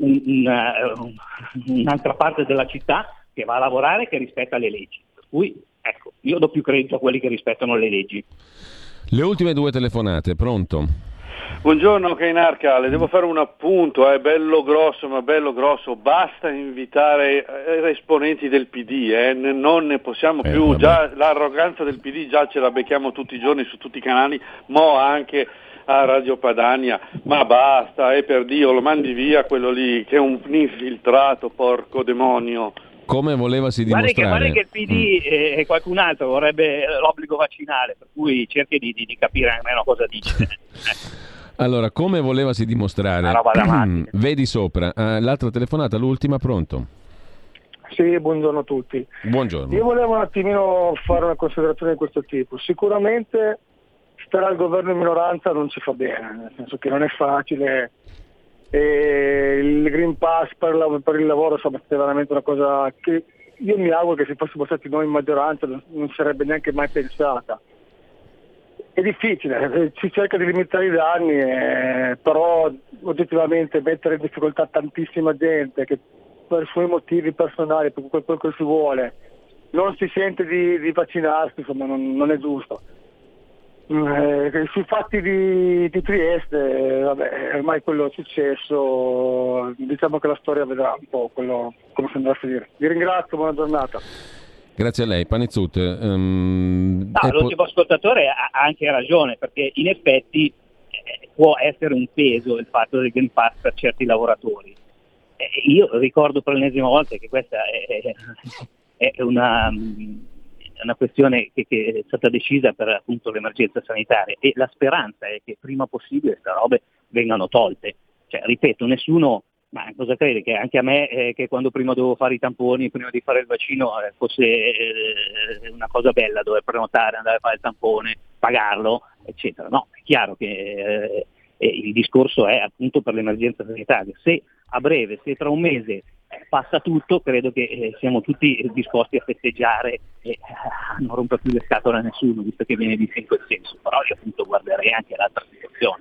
un'altra parte della città che va a lavorare, che rispetta le leggi, per cui ecco, io do più credito a quelli che rispettano le leggi. Le ultime due telefonate, pronto? Buongiorno Cainarca, le devo fare un appunto, è bello grosso, basta invitare esponenti del PD, non ne possiamo più, già l'arroganza del PD già ce la becchiamo tutti i giorni su tutti i canali, mo anche a Radio Padania, ma basta, per Dio, lo mandi via quello lì che è un infiltrato, porco demonio. Come volevasi dimostrare? Guarda che il PD e qualcun altro vorrebbe l'obbligo vaccinale, per cui cerchi di capire almeno cosa dice. Allora, come volevasi dimostrare? Vedi sopra. L'altra telefonata, l'ultima, pronto? Sì, buongiorno a tutti. Buongiorno. Io volevo un attimino fare una considerazione di questo tipo. Sicuramente stare al governo in minoranza non ci fa bene, nel senso che non è facile. E il Green Pass per il lavoro, insomma, è veramente una cosa che io mi auguro che se fossimo stati noi in maggioranza non sarebbe neanche mai pensata. È difficile, si cerca di limitare i danni, però oggettivamente mettere in difficoltà tantissima gente che per i suoi motivi personali, per quello che si vuole, non si sente di vaccinarsi, insomma non è giusto. Sui fatti di Trieste, vabbè, ormai quello è successo, diciamo che la storia vedrà un po' quello come si andrà a finire. Vi ringrazio, buona giornata. Grazie a lei, Panizzut. L'ultimo ascoltatore ha anche ragione, perché in effetti può essere un peso il fatto del Green Pass per certi lavoratori. Io ricordo per l'ennesima volta che questa è una questione che è stata decisa per appunto l'emergenza sanitaria, e la speranza è che prima possibile queste robe vengano tolte. Cioè, ripeto, nessuno, ma cosa crede che anche a me che quando prima dovevo fare i tamponi, prima di fare il vaccino, fosse una cosa bella dover prenotare, andare a fare il tampone, pagarlo, eccetera. No, è chiaro che il discorso è appunto per l'emergenza sanitaria. Se a breve, se tra un mese passa tutto, credo che siamo tutti disposti a festeggiare e a non rompere più le scatole a nessuno, visto che viene visto in quel senso. Però io appunto guarderei anche l'altra situazione.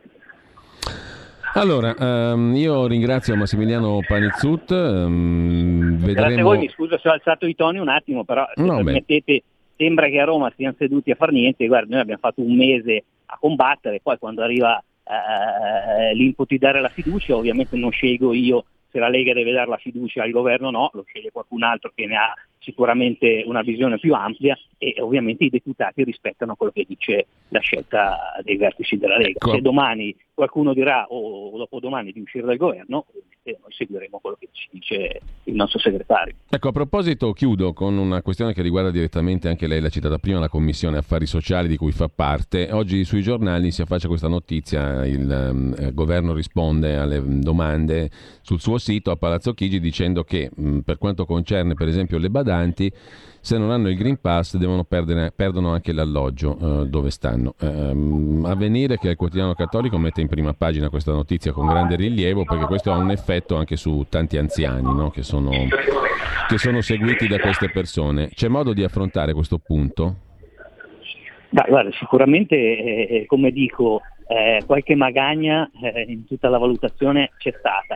Allora, io ringrazio Massimiliano Panizzut. Grazie a voi, mi scuso se ho alzato i toni un attimo, però se permettete, sembra che a Roma stiano seduti a far niente. Guarda, noi abbiamo fatto un mese a combattere, poi quando arriva l'input di dare la fiducia, ovviamente non scelgo io se la Lega deve dare la fiducia al governo o no, lo sceglie qualcun altro che ne ha sicuramente una visione più ampia, e ovviamente i deputati rispettano quello che dice la scelta dei vertici della Lega. Se domani qualcuno dirà o dopodomani di uscire dal governo, noi seguiremo quello che ci dice il nostro segretario. Ecco, a proposito, chiudo con una questione che riguarda direttamente, anche lei l'ha citata prima, la Commissione Affari Sociali di cui fa parte. Oggi sui giornali si affaccia questa notizia, il governo risponde alle domande sul suo sito a Palazzo Chigi dicendo che per quanto concerne per esempio le badanti, se non hanno il Green Pass perdono anche l'alloggio dove stanno. Avvenire, che è il quotidiano cattolico, mette in prima pagina questa notizia con grande rilievo, perché questo ha un effetto anche su tanti anziani, no? che sono seguiti da queste persone. C'è modo di affrontare questo punto? Guarda, sicuramente come dico, qualche magagna in tutta la valutazione c'è stata,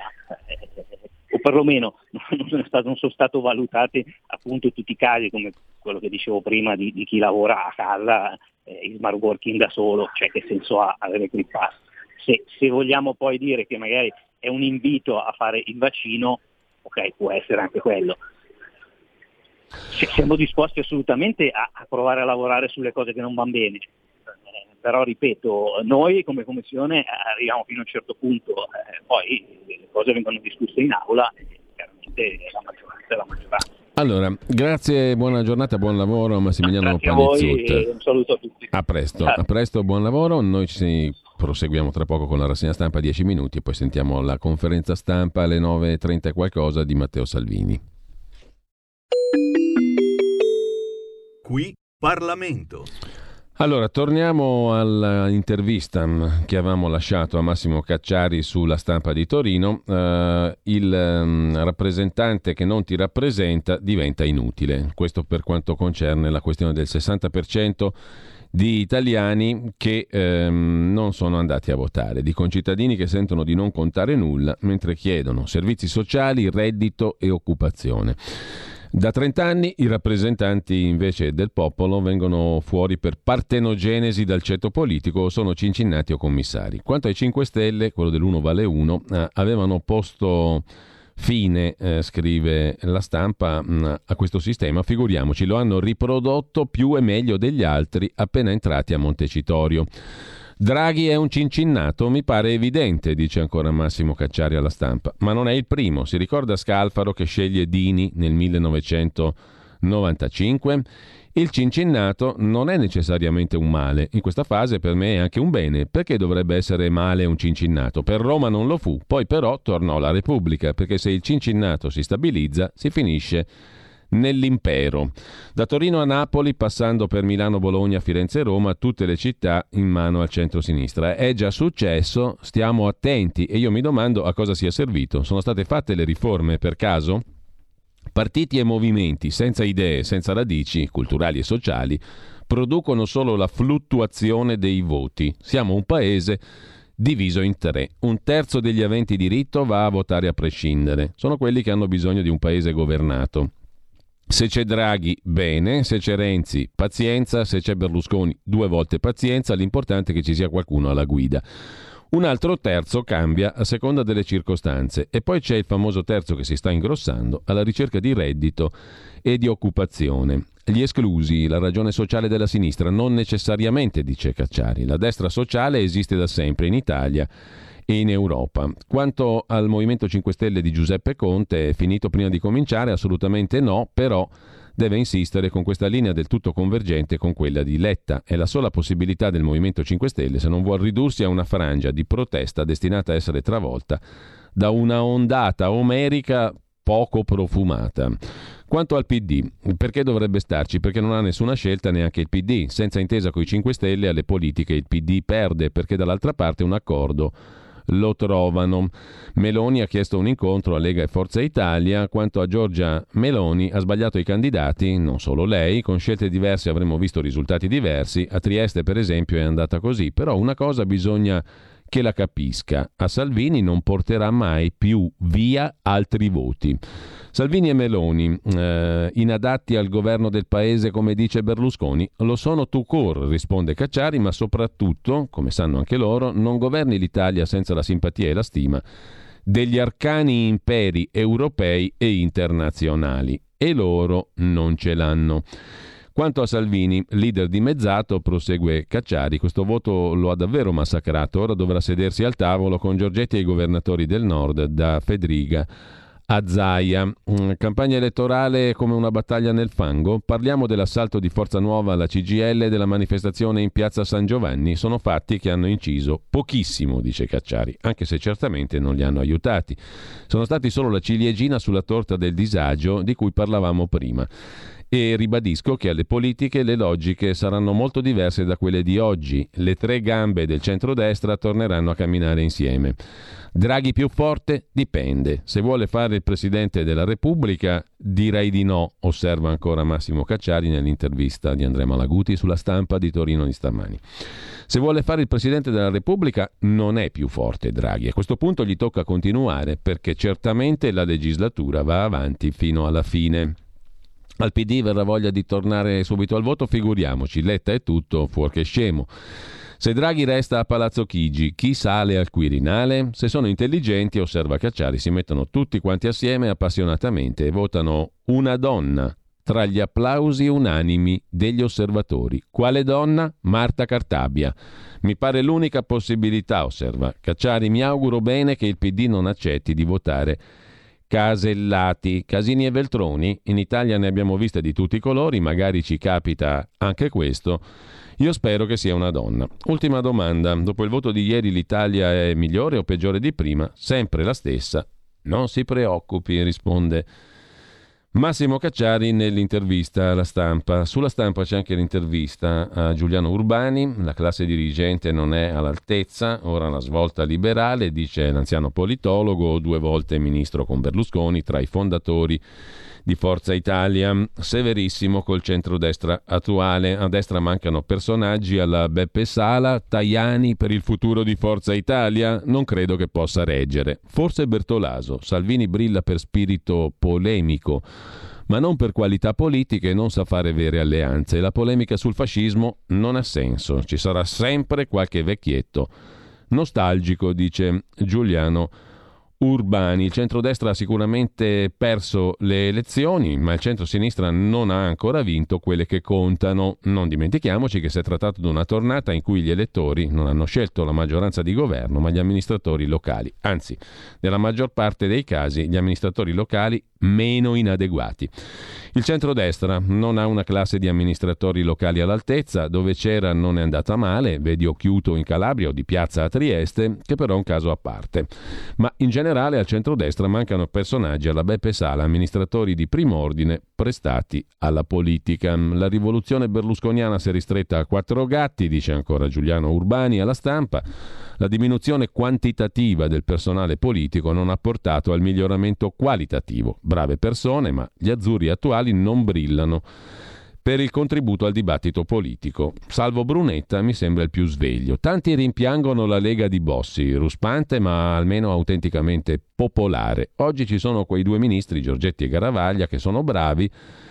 o perlomeno non sono stati valutati appunto tutti i casi, come quello che dicevo prima di chi lavora a casa, il smart working da solo, cioè che senso ha avere il Green Pass? Se vogliamo poi dire che magari è un invito a fare il vaccino, ok, può essere anche quello. Siamo disposti assolutamente a provare a lavorare sulle cose che non vanno bene, però ripeto, noi come Commissione arriviamo fino a un certo punto, poi le cose vengono discusse in aula e chiaramente la maggioranza è la maggioranza. Allora, grazie, buona giornata, buon lavoro Massimiliano Panizzut. Un saluto a tutti. A presto, buon lavoro. Noi ci proseguiamo tra poco con la rassegna stampa, 10 minuti, e poi sentiamo la conferenza stampa alle 9:30 e qualcosa di Matteo Salvini. Qui Parlamento. Allora, torniamo all'intervista che avevamo lasciato a Massimo Cacciari sulla Stampa di Torino. Il rappresentante che non ti rappresenta diventa inutile. Questo per quanto concerne la questione del 60% di italiani che non sono andati a votare, di concittadini che sentono di non contare nulla mentre chiedono servizi sociali, reddito e occupazione. Da 30 anni i rappresentanti invece del popolo vengono fuori per partenogenesi dal ceto politico o sono cincinnati o commissari. Quanto ai 5 Stelle, quello dell'1 vale 1, avevano posto fine, scrive la Stampa, a questo sistema. Figuriamoci, lo hanno riprodotto più e meglio degli altri appena entrati a Montecitorio. Draghi è un cincinnato, mi pare evidente, dice ancora Massimo Cacciari alla Stampa, ma non è il primo. Si ricorda Scalfaro che sceglie Dini nel 1995? Il cincinnato non è necessariamente un male, in questa fase per me è anche un bene. Perché dovrebbe essere male un cincinnato? Per Roma non lo fu, poi però tornò la Repubblica, perché se il cincinnato si stabilizza si finisce nell'impero. Da Torino a Napoli, passando per Milano, Bologna, Firenze e Roma, tutte le città in mano al centro-sinistra. È già successo, stiamo attenti, e io mi domando a cosa sia servito. Sono state fatte le riforme per caso? Partiti e movimenti senza idee, senza radici culturali e sociali producono solo la fluttuazione dei voti. Siamo un paese diviso in 3. Un terzo degli aventi diritto va a votare a prescindere. Sono quelli che hanno bisogno di un paese governato. Se c'è Draghi, bene, se c'è Renzi, pazienza, se c'è Berlusconi, 2 volte pazienza, l'importante è che ci sia qualcuno alla guida. Un altro terzo cambia a seconda delle circostanze, e poi c'è il famoso terzo che si sta ingrossando alla ricerca di reddito e di occupazione. Gli esclusi, la ragione sociale della sinistra, non necessariamente, dice Cacciari. La destra sociale esiste da sempre in Italia e in Europa. Quanto al Movimento 5 Stelle di Giuseppe Conte, è finito prima di cominciare? Assolutamente no, però deve insistere con questa linea del tutto convergente con quella di Letta. È la sola possibilità del Movimento 5 Stelle se non vuol ridursi a una frangia di protesta destinata a essere travolta da una ondata omerica poco profumata. Quanto al PD, perché dovrebbe starci? Perché non ha nessuna scelta neanche il PD. Senza intesa coi 5 Stelle alle politiche il PD perde, perché dall'altra parte un accordo lo trovano. Meloni ha chiesto un incontro a Lega e Forza Italia. Quanto a Giorgia Meloni, ha sbagliato i candidati, non solo lei, con scelte diverse avremmo visto risultati diversi. A Trieste, per esempio, è andata così, però una cosa bisogna che la capisca: a Salvini non porterà mai più via altri voti. Salvini e Meloni, inadatti al governo del paese come dice Berlusconi, lo sono tout court, risponde Cacciari, ma soprattutto, come sanno anche loro, non governi l'Italia senza la simpatia e la stima degli arcani imperi europei e internazionali, e loro non ce l'hanno. Quanto a Salvini, leader dimezzato, prosegue Cacciari, questo voto lo ha davvero massacrato, ora dovrà sedersi al tavolo con Giorgetti e i governatori del nord, da Fedriga a Zaia. Campagna elettorale come una battaglia nel fango? Parliamo dell'assalto di Forza Nuova alla CGIL e della manifestazione in piazza San Giovanni. Sono fatti che hanno inciso pochissimo, dice Cacciari, anche se certamente non li hanno aiutati. Sono stati solo la ciliegina sulla torta del disagio di cui parlavamo prima. E ribadisco che alle politiche le logiche saranno molto diverse da quelle di oggi. Le tre gambe del centrodestra torneranno a camminare insieme. Draghi più forte? Dipende. Se vuole fare il Presidente della Repubblica, direi di no, osserva ancora Massimo Cacciari nell'intervista di Andrea Malaguti sulla Stampa di Torino di stamani. Se vuole fare il Presidente della Repubblica, non è più forte Draghi. A questo punto gli tocca continuare, perché certamente la legislatura va avanti fino alla fine. Al PD verrà voglia di tornare subito al voto, figuriamoci, Letta è tutto fuorché scemo. Se Draghi resta a Palazzo Chigi, chi sale al Quirinale? Se sono intelligenti, osserva Cacciari, si mettono tutti quanti assieme appassionatamente e votano una donna tra gli applausi unanimi degli osservatori. Quale donna? Marta Cartabia. Mi pare l'unica possibilità, osserva Cacciari. Mi auguro bene che il PD non accetti di votare Casellati. Casini e Veltroni? In Italia ne abbiamo viste di tutti i colori, magari ci capita anche questo. Io spero che sia una donna. Ultima domanda. Dopo il voto di ieri l'Italia è migliore o peggiore di prima? Sempre la stessa. Non si preoccupi, risponde Massimo Cacciari nell'intervista alla Stampa. Sulla Stampa c'è anche l'intervista a Giuliano Urbani. La classe dirigente non è all'altezza, ora una svolta liberale, dice l'anziano politologo, 2 volte ministro con Berlusconi, tra i fondatori di Forza Italia. Severissimo col centrodestra attuale. A destra mancano personaggi alla Beppe Sala. Tajani per il futuro di Forza Italia? Non credo che possa reggere. Forse Bertolaso. Salvini brilla per spirito polemico, ma non per qualità politiche, non sa fare vere alleanze. La polemica sul fascismo non ha senso. Ci sarà sempre qualche vecchietto nostalgico, dice Giuliano Urbani. Il centrodestra ha sicuramente perso le elezioni, ma il centrosinistra non ha ancora vinto quelle che contano. Non dimentichiamoci che si è trattato di una tornata in cui gli elettori non hanno scelto la maggioranza di governo, ma gli amministratori locali. Anzi, nella maggior parte dei casi, gli amministratori locali meno inadeguati. Il centrodestra non ha una classe di amministratori locali all'altezza. Dove c'era non è andata male, vedi Occhiuto in Calabria o Di Piazza a Trieste, che però è un caso a parte. Ma in generale al centrodestra mancano personaggi alla Beppe Sala, amministratori di primo ordine prestati alla politica. La rivoluzione berlusconiana si è ristretta a 4 gatti, dice ancora Giuliano Urbani alla Stampa. La diminuzione quantitativa del personale politico non ha portato al miglioramento qualitativo. Brave persone, ma gli azzurri attuali non brillano per il contributo al dibattito politico. Salvo Brunetta mi sembra il più sveglio. Tanti rimpiangono la Lega di Bossi, ruspante ma almeno autenticamente popolare. Oggi ci sono quei 2 ministri, Giorgetti e Garavaglia, che sono bravi,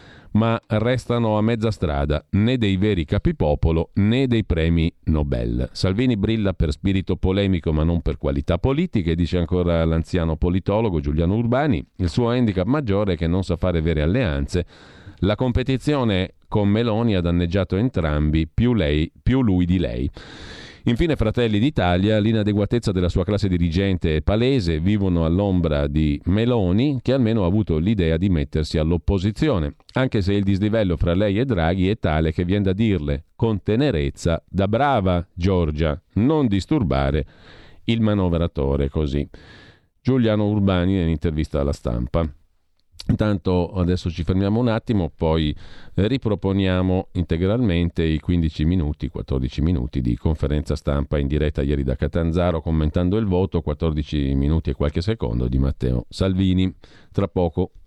ma restano a mezza strada, né dei veri capipopolo né dei premi Nobel. Salvini brilla per spirito polemico ma non per qualità politiche, dice ancora l'anziano politologo Giuliano Urbani. Il suo handicap maggiore è che non sa fare vere alleanze. La competizione con Meloni ha danneggiato entrambi, più lui di lei. Infine Fratelli d'Italia, l'inadeguatezza della sua classe dirigente è palese, vivono all'ombra di Meloni, che almeno ha avuto l'idea di mettersi all'opposizione, anche se il dislivello fra lei e Draghi è tale che viene da dirle con tenerezza: da brava Giorgia, non disturbare il manovratore. Così Giuliano Urbani nell'intervista alla Stampa. Intanto adesso ci fermiamo un attimo, poi riproponiamo integralmente i 15 minuti, 14 minuti di conferenza stampa in diretta ieri da Catanzaro commentando il voto, 14 minuti e qualche secondo di Matteo Salvini. Tra poco.